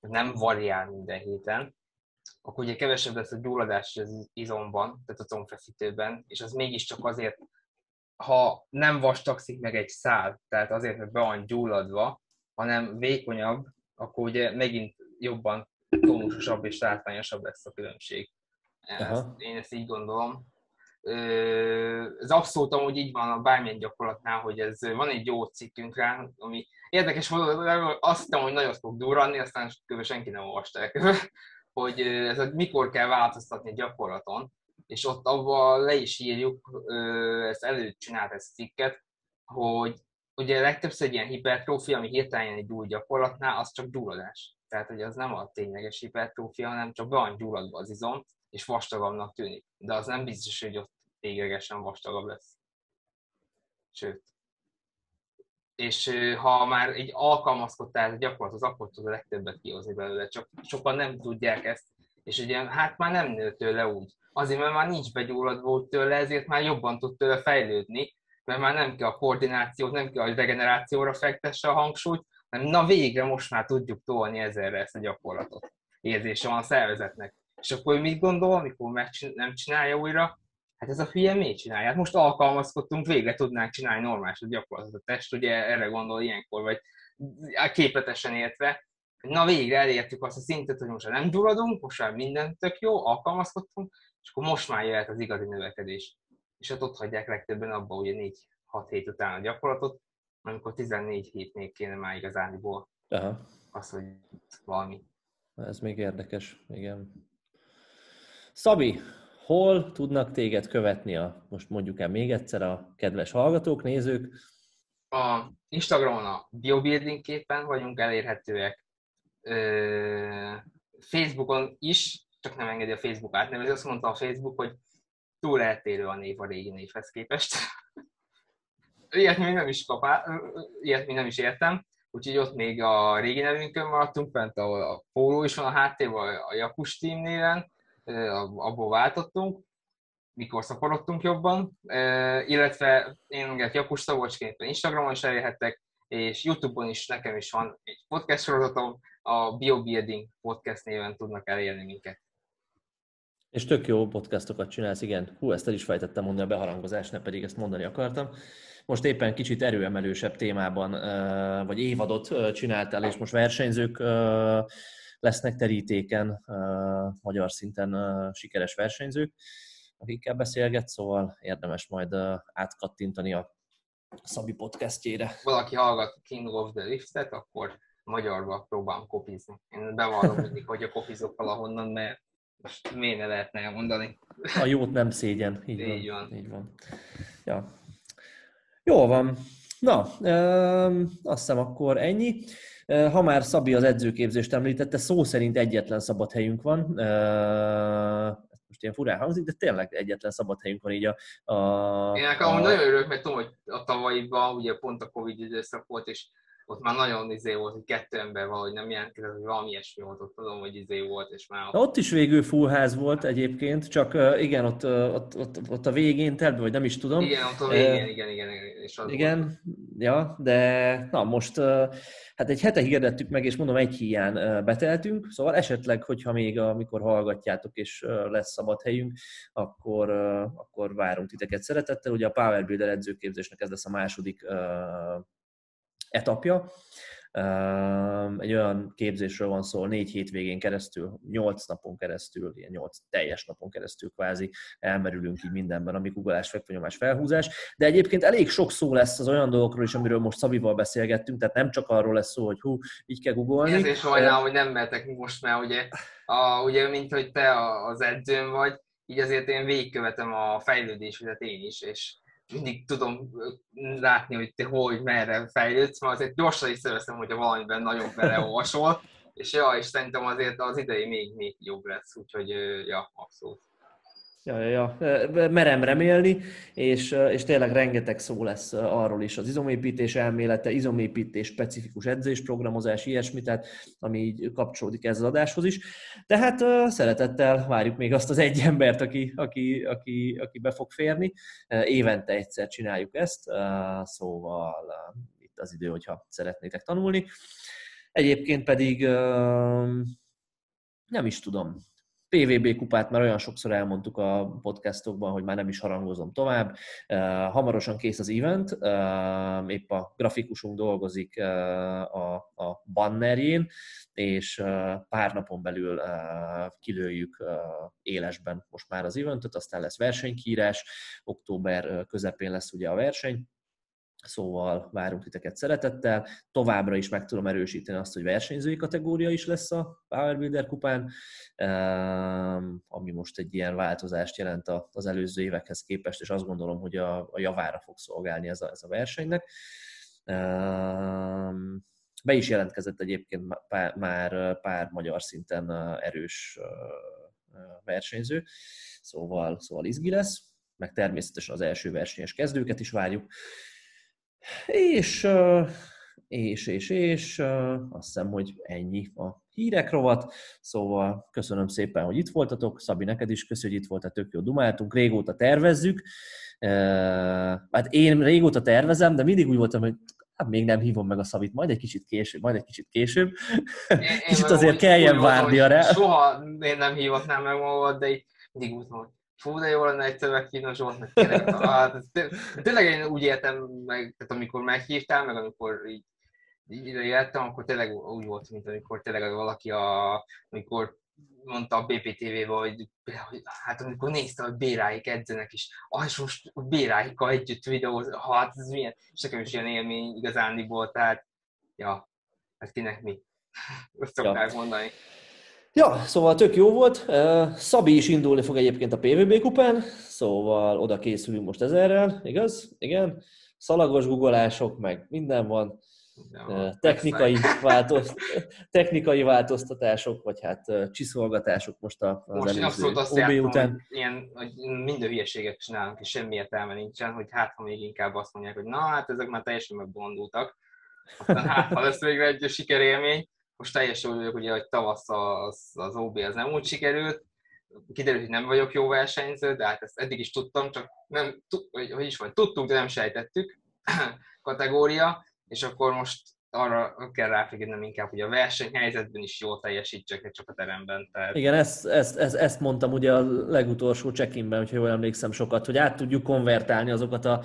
nem variál minden héten, akkor ugye kevesebb lesz a gyulladás az izomban, tehát a combfeszítőben, és az mégiscsak azért, ha nem vastagszik meg egy szál, tehát azért, mert be van gyulladva, hanem vékonyabb, akkor ugye megint jobban tónusosabb és látványosabb lesz a különbség. Ezt, én ezt így gondolom. Ez abszolút amúgy így van a bármilyen gyakorlatnál, hogy ez, van egy jó cikkünk rá, ami érdekes volt, azt hittem, hogy nagyon fog durranni, aztán kb. Senki nem olvasta el, hogy ez, hogy mikor kell változtatni a gyakorlaton, és ott abban le is írjuk, ezt előtt csinált ezt a cikket, hogy ugye legtöbbször egy ilyen hipertrófia, ami hirtelen egy új gyakorlatnál, az csak gyulladás. Tehát, hogy az nem a tényleges hipertrófia, hanem csak be van gyulladva az izom, és vastagabbnak tűnik. De az nem biztos, hogy ott véglegesen vastagabb lesz. Sőt. És ha már egy alkalmazkodtál a gyakorlathoz, akkor tud a legtöbbet kihozni belőle. Csak sokan nem tudják ezt. És ugye hát már nem nő tőle úgy. Azért, mert már nincs begyulladva tőle, ezért már jobban tud tőle fejlődni, mert már nem kell a koordinációt, nem kell a regenerációra fektesse a hangsúlyt, hanem na végre most már tudjuk tolni ezerre ezt a gyakorlatot. Érzése van a szervezetnek. És akkor mit gondol, amikor megcsin- nem csinálja újra? Hát ez a hülye miért csinálja? Hát most alkalmazkodtunk, végre tudnánk csinálni normális a gyakorlatot. A test ugye erre gondol ilyenkor, vagy képletesen értve. Na végre elértük azt a szintet, hogy most nem gyulladunk, most már minden tök jó, alkalmazkodtunk, és akkor most már jöhet az igazi növekedés. És hát ott hagyják legtöbben abba ugye négy-hat hét után a gyakorlatot, amikor tizennégy hétnél kéne már igazániból az, hogy valami. Ez még érdekes, igen. Szabi, hol tudnak téged követni a, most mondjuk el még egyszer a kedves hallgatók, nézők? A Instagramon a biobuilding képen vagyunk elérhetőek, Facebookon is, csak nem engedi a Facebook átnevezni. Azt mondta a Facebook, hogy túl eltérő a név a régi névhez képest. Ilyet még nem is kapá, ilyet még nem is értem. Úgyhogy ott még a régi nevünkön maradtunk, fent ahol a póló is van a háttérben, a Jakus Team néven, abból váltottunk, mikor szaporodtunk jobban, illetve én Jakus Szabolcsként Instagramon is elérhettek, és YouTube-on is nekem is van egy podcast sorozatom, a Biobuilding Podcast néven tudnak elérni minket. És tök jó podcastokat csinálsz, igen. Hú, ezt el is fejtettem mondani a beharangozásnál, pedig ezt mondani akartam. Most éppen kicsit erőemelősebb témában, vagy évadot csináltál, és most versenyzők lesznek terítéken, magyar szinten sikeres versenyzők, akikkel beszélgetsz, szóval érdemes majd átkattintani a Szabi podcastjére. Valaki hallgat King of the Liftet, akkor magyarba próbálom kopizni. Én bevallom mindig, hogy a kopizok valahonnan, mert most miért ne lehetne elmondani. A jót nem szégyen. Így, így van. van. Így van. Ja. Jól van. Na, ö, azt hiszem akkor ennyi. Ha már Szabi az edzőképzést említette, szó szerint egyetlen szabad helyünk van. Most ilyen furán hangzik, de tényleg egyetlen szabad helyünk van így a... a Én nekem a... nagyon örülök, mert tudom, hogy a tavalyiban ugye pont a Covid időszak volt, és ott már nagyon izé volt, hogy kettő ember valahogy nem jelentkezett, hogy valami ilyesmi volt, ott tudom, hogy izé volt, és már... Ott, ott is végül full ház volt egyébként, csak uh, igen, ott, ott, ott, ott a végén teltbe, vagy nem is tudom. Igen, ott a végén, uh, igen, igen, és az igen, volt. Ja, de na most uh, hát egy hete hirdettük meg, és mondom, egy híján uh, beteltünk, szóval esetleg, hogyha még amikor hallgatjátok, és uh, lesz szabad helyünk, akkor, uh, akkor várunk titeket szeretettel. Ugye a Power Builder edzőképzésnek ez lesz a második uh, etapja. Egy olyan képzésről van szó, négy hétvégén keresztül, nyolc napon keresztül, ilyen nyolc teljes napon keresztül kvázi elmerülünk így mindenben, ami guggolás, fekvőnyomás, felhúzás. De egyébként elég sok szó lesz az olyan dolgokról is, amiről most Szabival beszélgettünk, tehát nem csak arról lesz szó, hogy hú, így kell guggolni. Én azért sajnálom, hogy nem mehetek most már, ugye, a, ugye mint hogy te az edzőm vagy, így azért én végigkövetem a fejlődésedet én is, és mindig tudom látni, hogy te hogy, merre fejlődsz, mert azért gyorsan is szerveztem, hogyha valamiben nagyon beleolvasol, és ja, és szerintem azért az idei még, még jobb lesz, úgyhogy ja, abszolút. Ja, ja, ja. Merem remélni, és, és tényleg rengeteg szó lesz arról is, az izomépítés elmélete, izomépítés, specifikus edzésprogramozás, ilyesmi, tehát ami így kapcsolódik ez az adáshoz is. Tehát szeretettel várjuk még azt az egy embert, aki, aki, aki, aki be fog férni. Évente egyszer csináljuk ezt, szóval itt az idő, hogyha szeretnétek tanulni. Egyébként pedig nem is tudom. pé vé bé kupát már olyan sokszor elmondtuk a podcastokban, hogy már nem is harangozom tovább. Hamarosan kész az event, épp a grafikusunk dolgozik a, a bannerjén, és pár napon belül kilőjük élesben most már az eventet, aztán lesz versenykiírás, október közepén lesz ugye a verseny. Szóval várunk titeket szeretettel. Továbbra is meg tudom erősíteni azt, hogy versenyzői kategória is lesz a Power Builder kupán, ami most egy ilyen változást jelent az előző évekhez képest, és azt gondolom, hogy a, a javára fog szolgálni ez a, ez a versenynek. Be is jelentkezett egyébként pár, már pár magyar szinten erős versenyző, szóval, szóval izgi lesz, meg természetesen az első versenyes kezdőket is várjuk. És, és, és, és azt hiszem, hogy ennyi a hírek rovat, szóval köszönöm szépen, hogy itt voltatok, Szabi, neked is köszönjük, hogy itt voltál, tök jó dumáltunk, régóta tervezzük, hát én régóta tervezem, de mindig úgy voltam, hogy hát még nem hívom meg a Szabit, majd egy kicsit később, majd egy kicsit később, én, kicsit én azért kelljen várnia rá. Soha én nem hívatnám meg magad, de így mindig úgy van. Fú, de jó lenne egyszer meghívni a Zsolt, meg tényleg, hát, tényleg én úgy éltem meg, tehát amikor meghívtál, meg amikor így, így ide éltem, akkor tényleg úgy volt, mint amikor tényleg valaki, a, amikor mondta a bé pé té vé-ben, hogy, hogy hát amikor nézte, hogy Béráik edzenek is, ah, és most Béráikkal együtt videóz, hát ez milyen, és nekem is ilyen élmény igazándiból, tehát, ja, hát kinek mi, azt szokták ja. mondani. Ja, szóval tök jó volt. Szabi is indulni fog egyébként a pé vé bé kupán, szóval oda készülünk most ezerrel, igaz? Igen. Szalagos guggolások, meg minden van. Ja, technikai, változt, technikai változtatások, vagy hát csiszolgatások most az most előző ó bé után. Hogy ilyen, hogy minden hülyeséget csinálunk, és semmi értelme nincsen, hogy hát ha még inkább azt mondják, hogy na hát ezek már teljesen megbondultak. Aztán hát ha lesz végre egy sikerélmény. Most teljesen úgy vagyok, ugye, hogy tavasz az, az ó bé az nem úgy sikerült, kiderült, hogy nem vagyok jó versenyző, de hát ezt eddig is tudtam, csak nem, hogy, hogy is van, tudtunk, de nem sejtettük kategória, és akkor most arra kell ráfigyelnem inkább, hogy a versenyhelyzetben is jól teljesítsek egy csapateremben. Tehát... Igen, ezt, ezt, ezt, ezt mondtam ugye a legutolsó check-inben, hogyha jól emlékszem sokat, hogy át tudjuk konvertálni azokat a,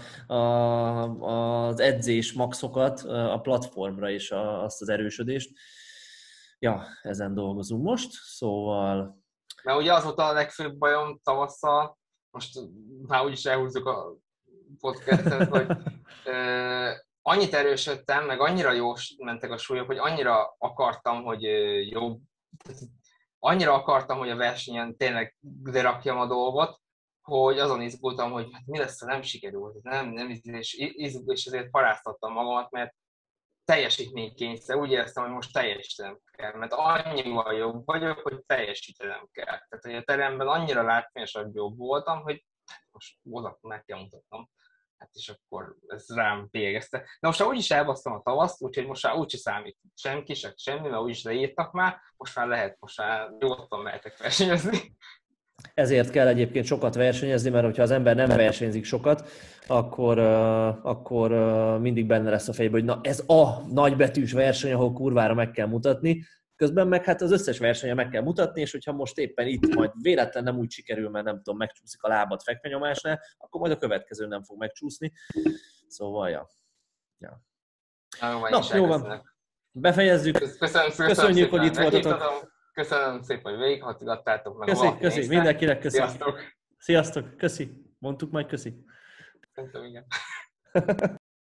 a, az edzés maxokat a platformra és a, azt az erősödést. Ja, ezen dolgozunk most, szóval... Mert ugye az volt a legfőbb bajom tavasszal, most már úgyis elhúzzuk a podcastet, hogy uh, annyit erősödtem, meg annyira jó mentek a súlyok, hogy annyira akartam, hogy uh, jobb, annyira akartam, hogy a versenyen tényleg lerakjam a dolgot, hogy azon izgultam, hogy hát mi lesz, ha nem sikerült, nem, nem és, és ezért paráztattam magamat, mert teljesítménykényszer, úgy éreztem, hogy most teljesítenem kell, mert annyival jobb vagyok, hogy teljesítenem kell. Tehát, hogy a teremben annyira látványosabb jobb voltam, hogy most oda meg kell mutatnom. Hát és akkor ez rám bélyegezte. De most már úgyis elbasztam a tavaszt, úgyhogy most már úgyse számít senki, se semmi, mert úgyis leírtak már, most már lehet, most már nyugodtan mehetek versenyezni. Ezért kell egyébként sokat versenyezni, mert hogyha az ember nem versenyzik sokat, akkor, uh, akkor uh, mindig benne lesz a fejében, hogy na ez a nagybetűs verseny, ahol kurvára meg kell mutatni, közben meg hát az összes versenye meg kell mutatni, és hogyha most éppen itt majd véletlen nem úgy sikerül, mert nem tudom, megcsúszik a lábad fekvenyomásnál, akkor majd a következő nem fog megcsúszni. Szóval, ja. ja. Na, na jó van. Befejezzük. Köszönöm, köszönöm Köszönjük, szépen. hogy itt voltatok. Köszönöm szépen, hogy végighallgattátok meg. Köszi, köszi, néztem. Mindenkinek köszi. Sziasztok. Sziasztok, köszi. Mondtuk majd köszi. Köszönöm, igen.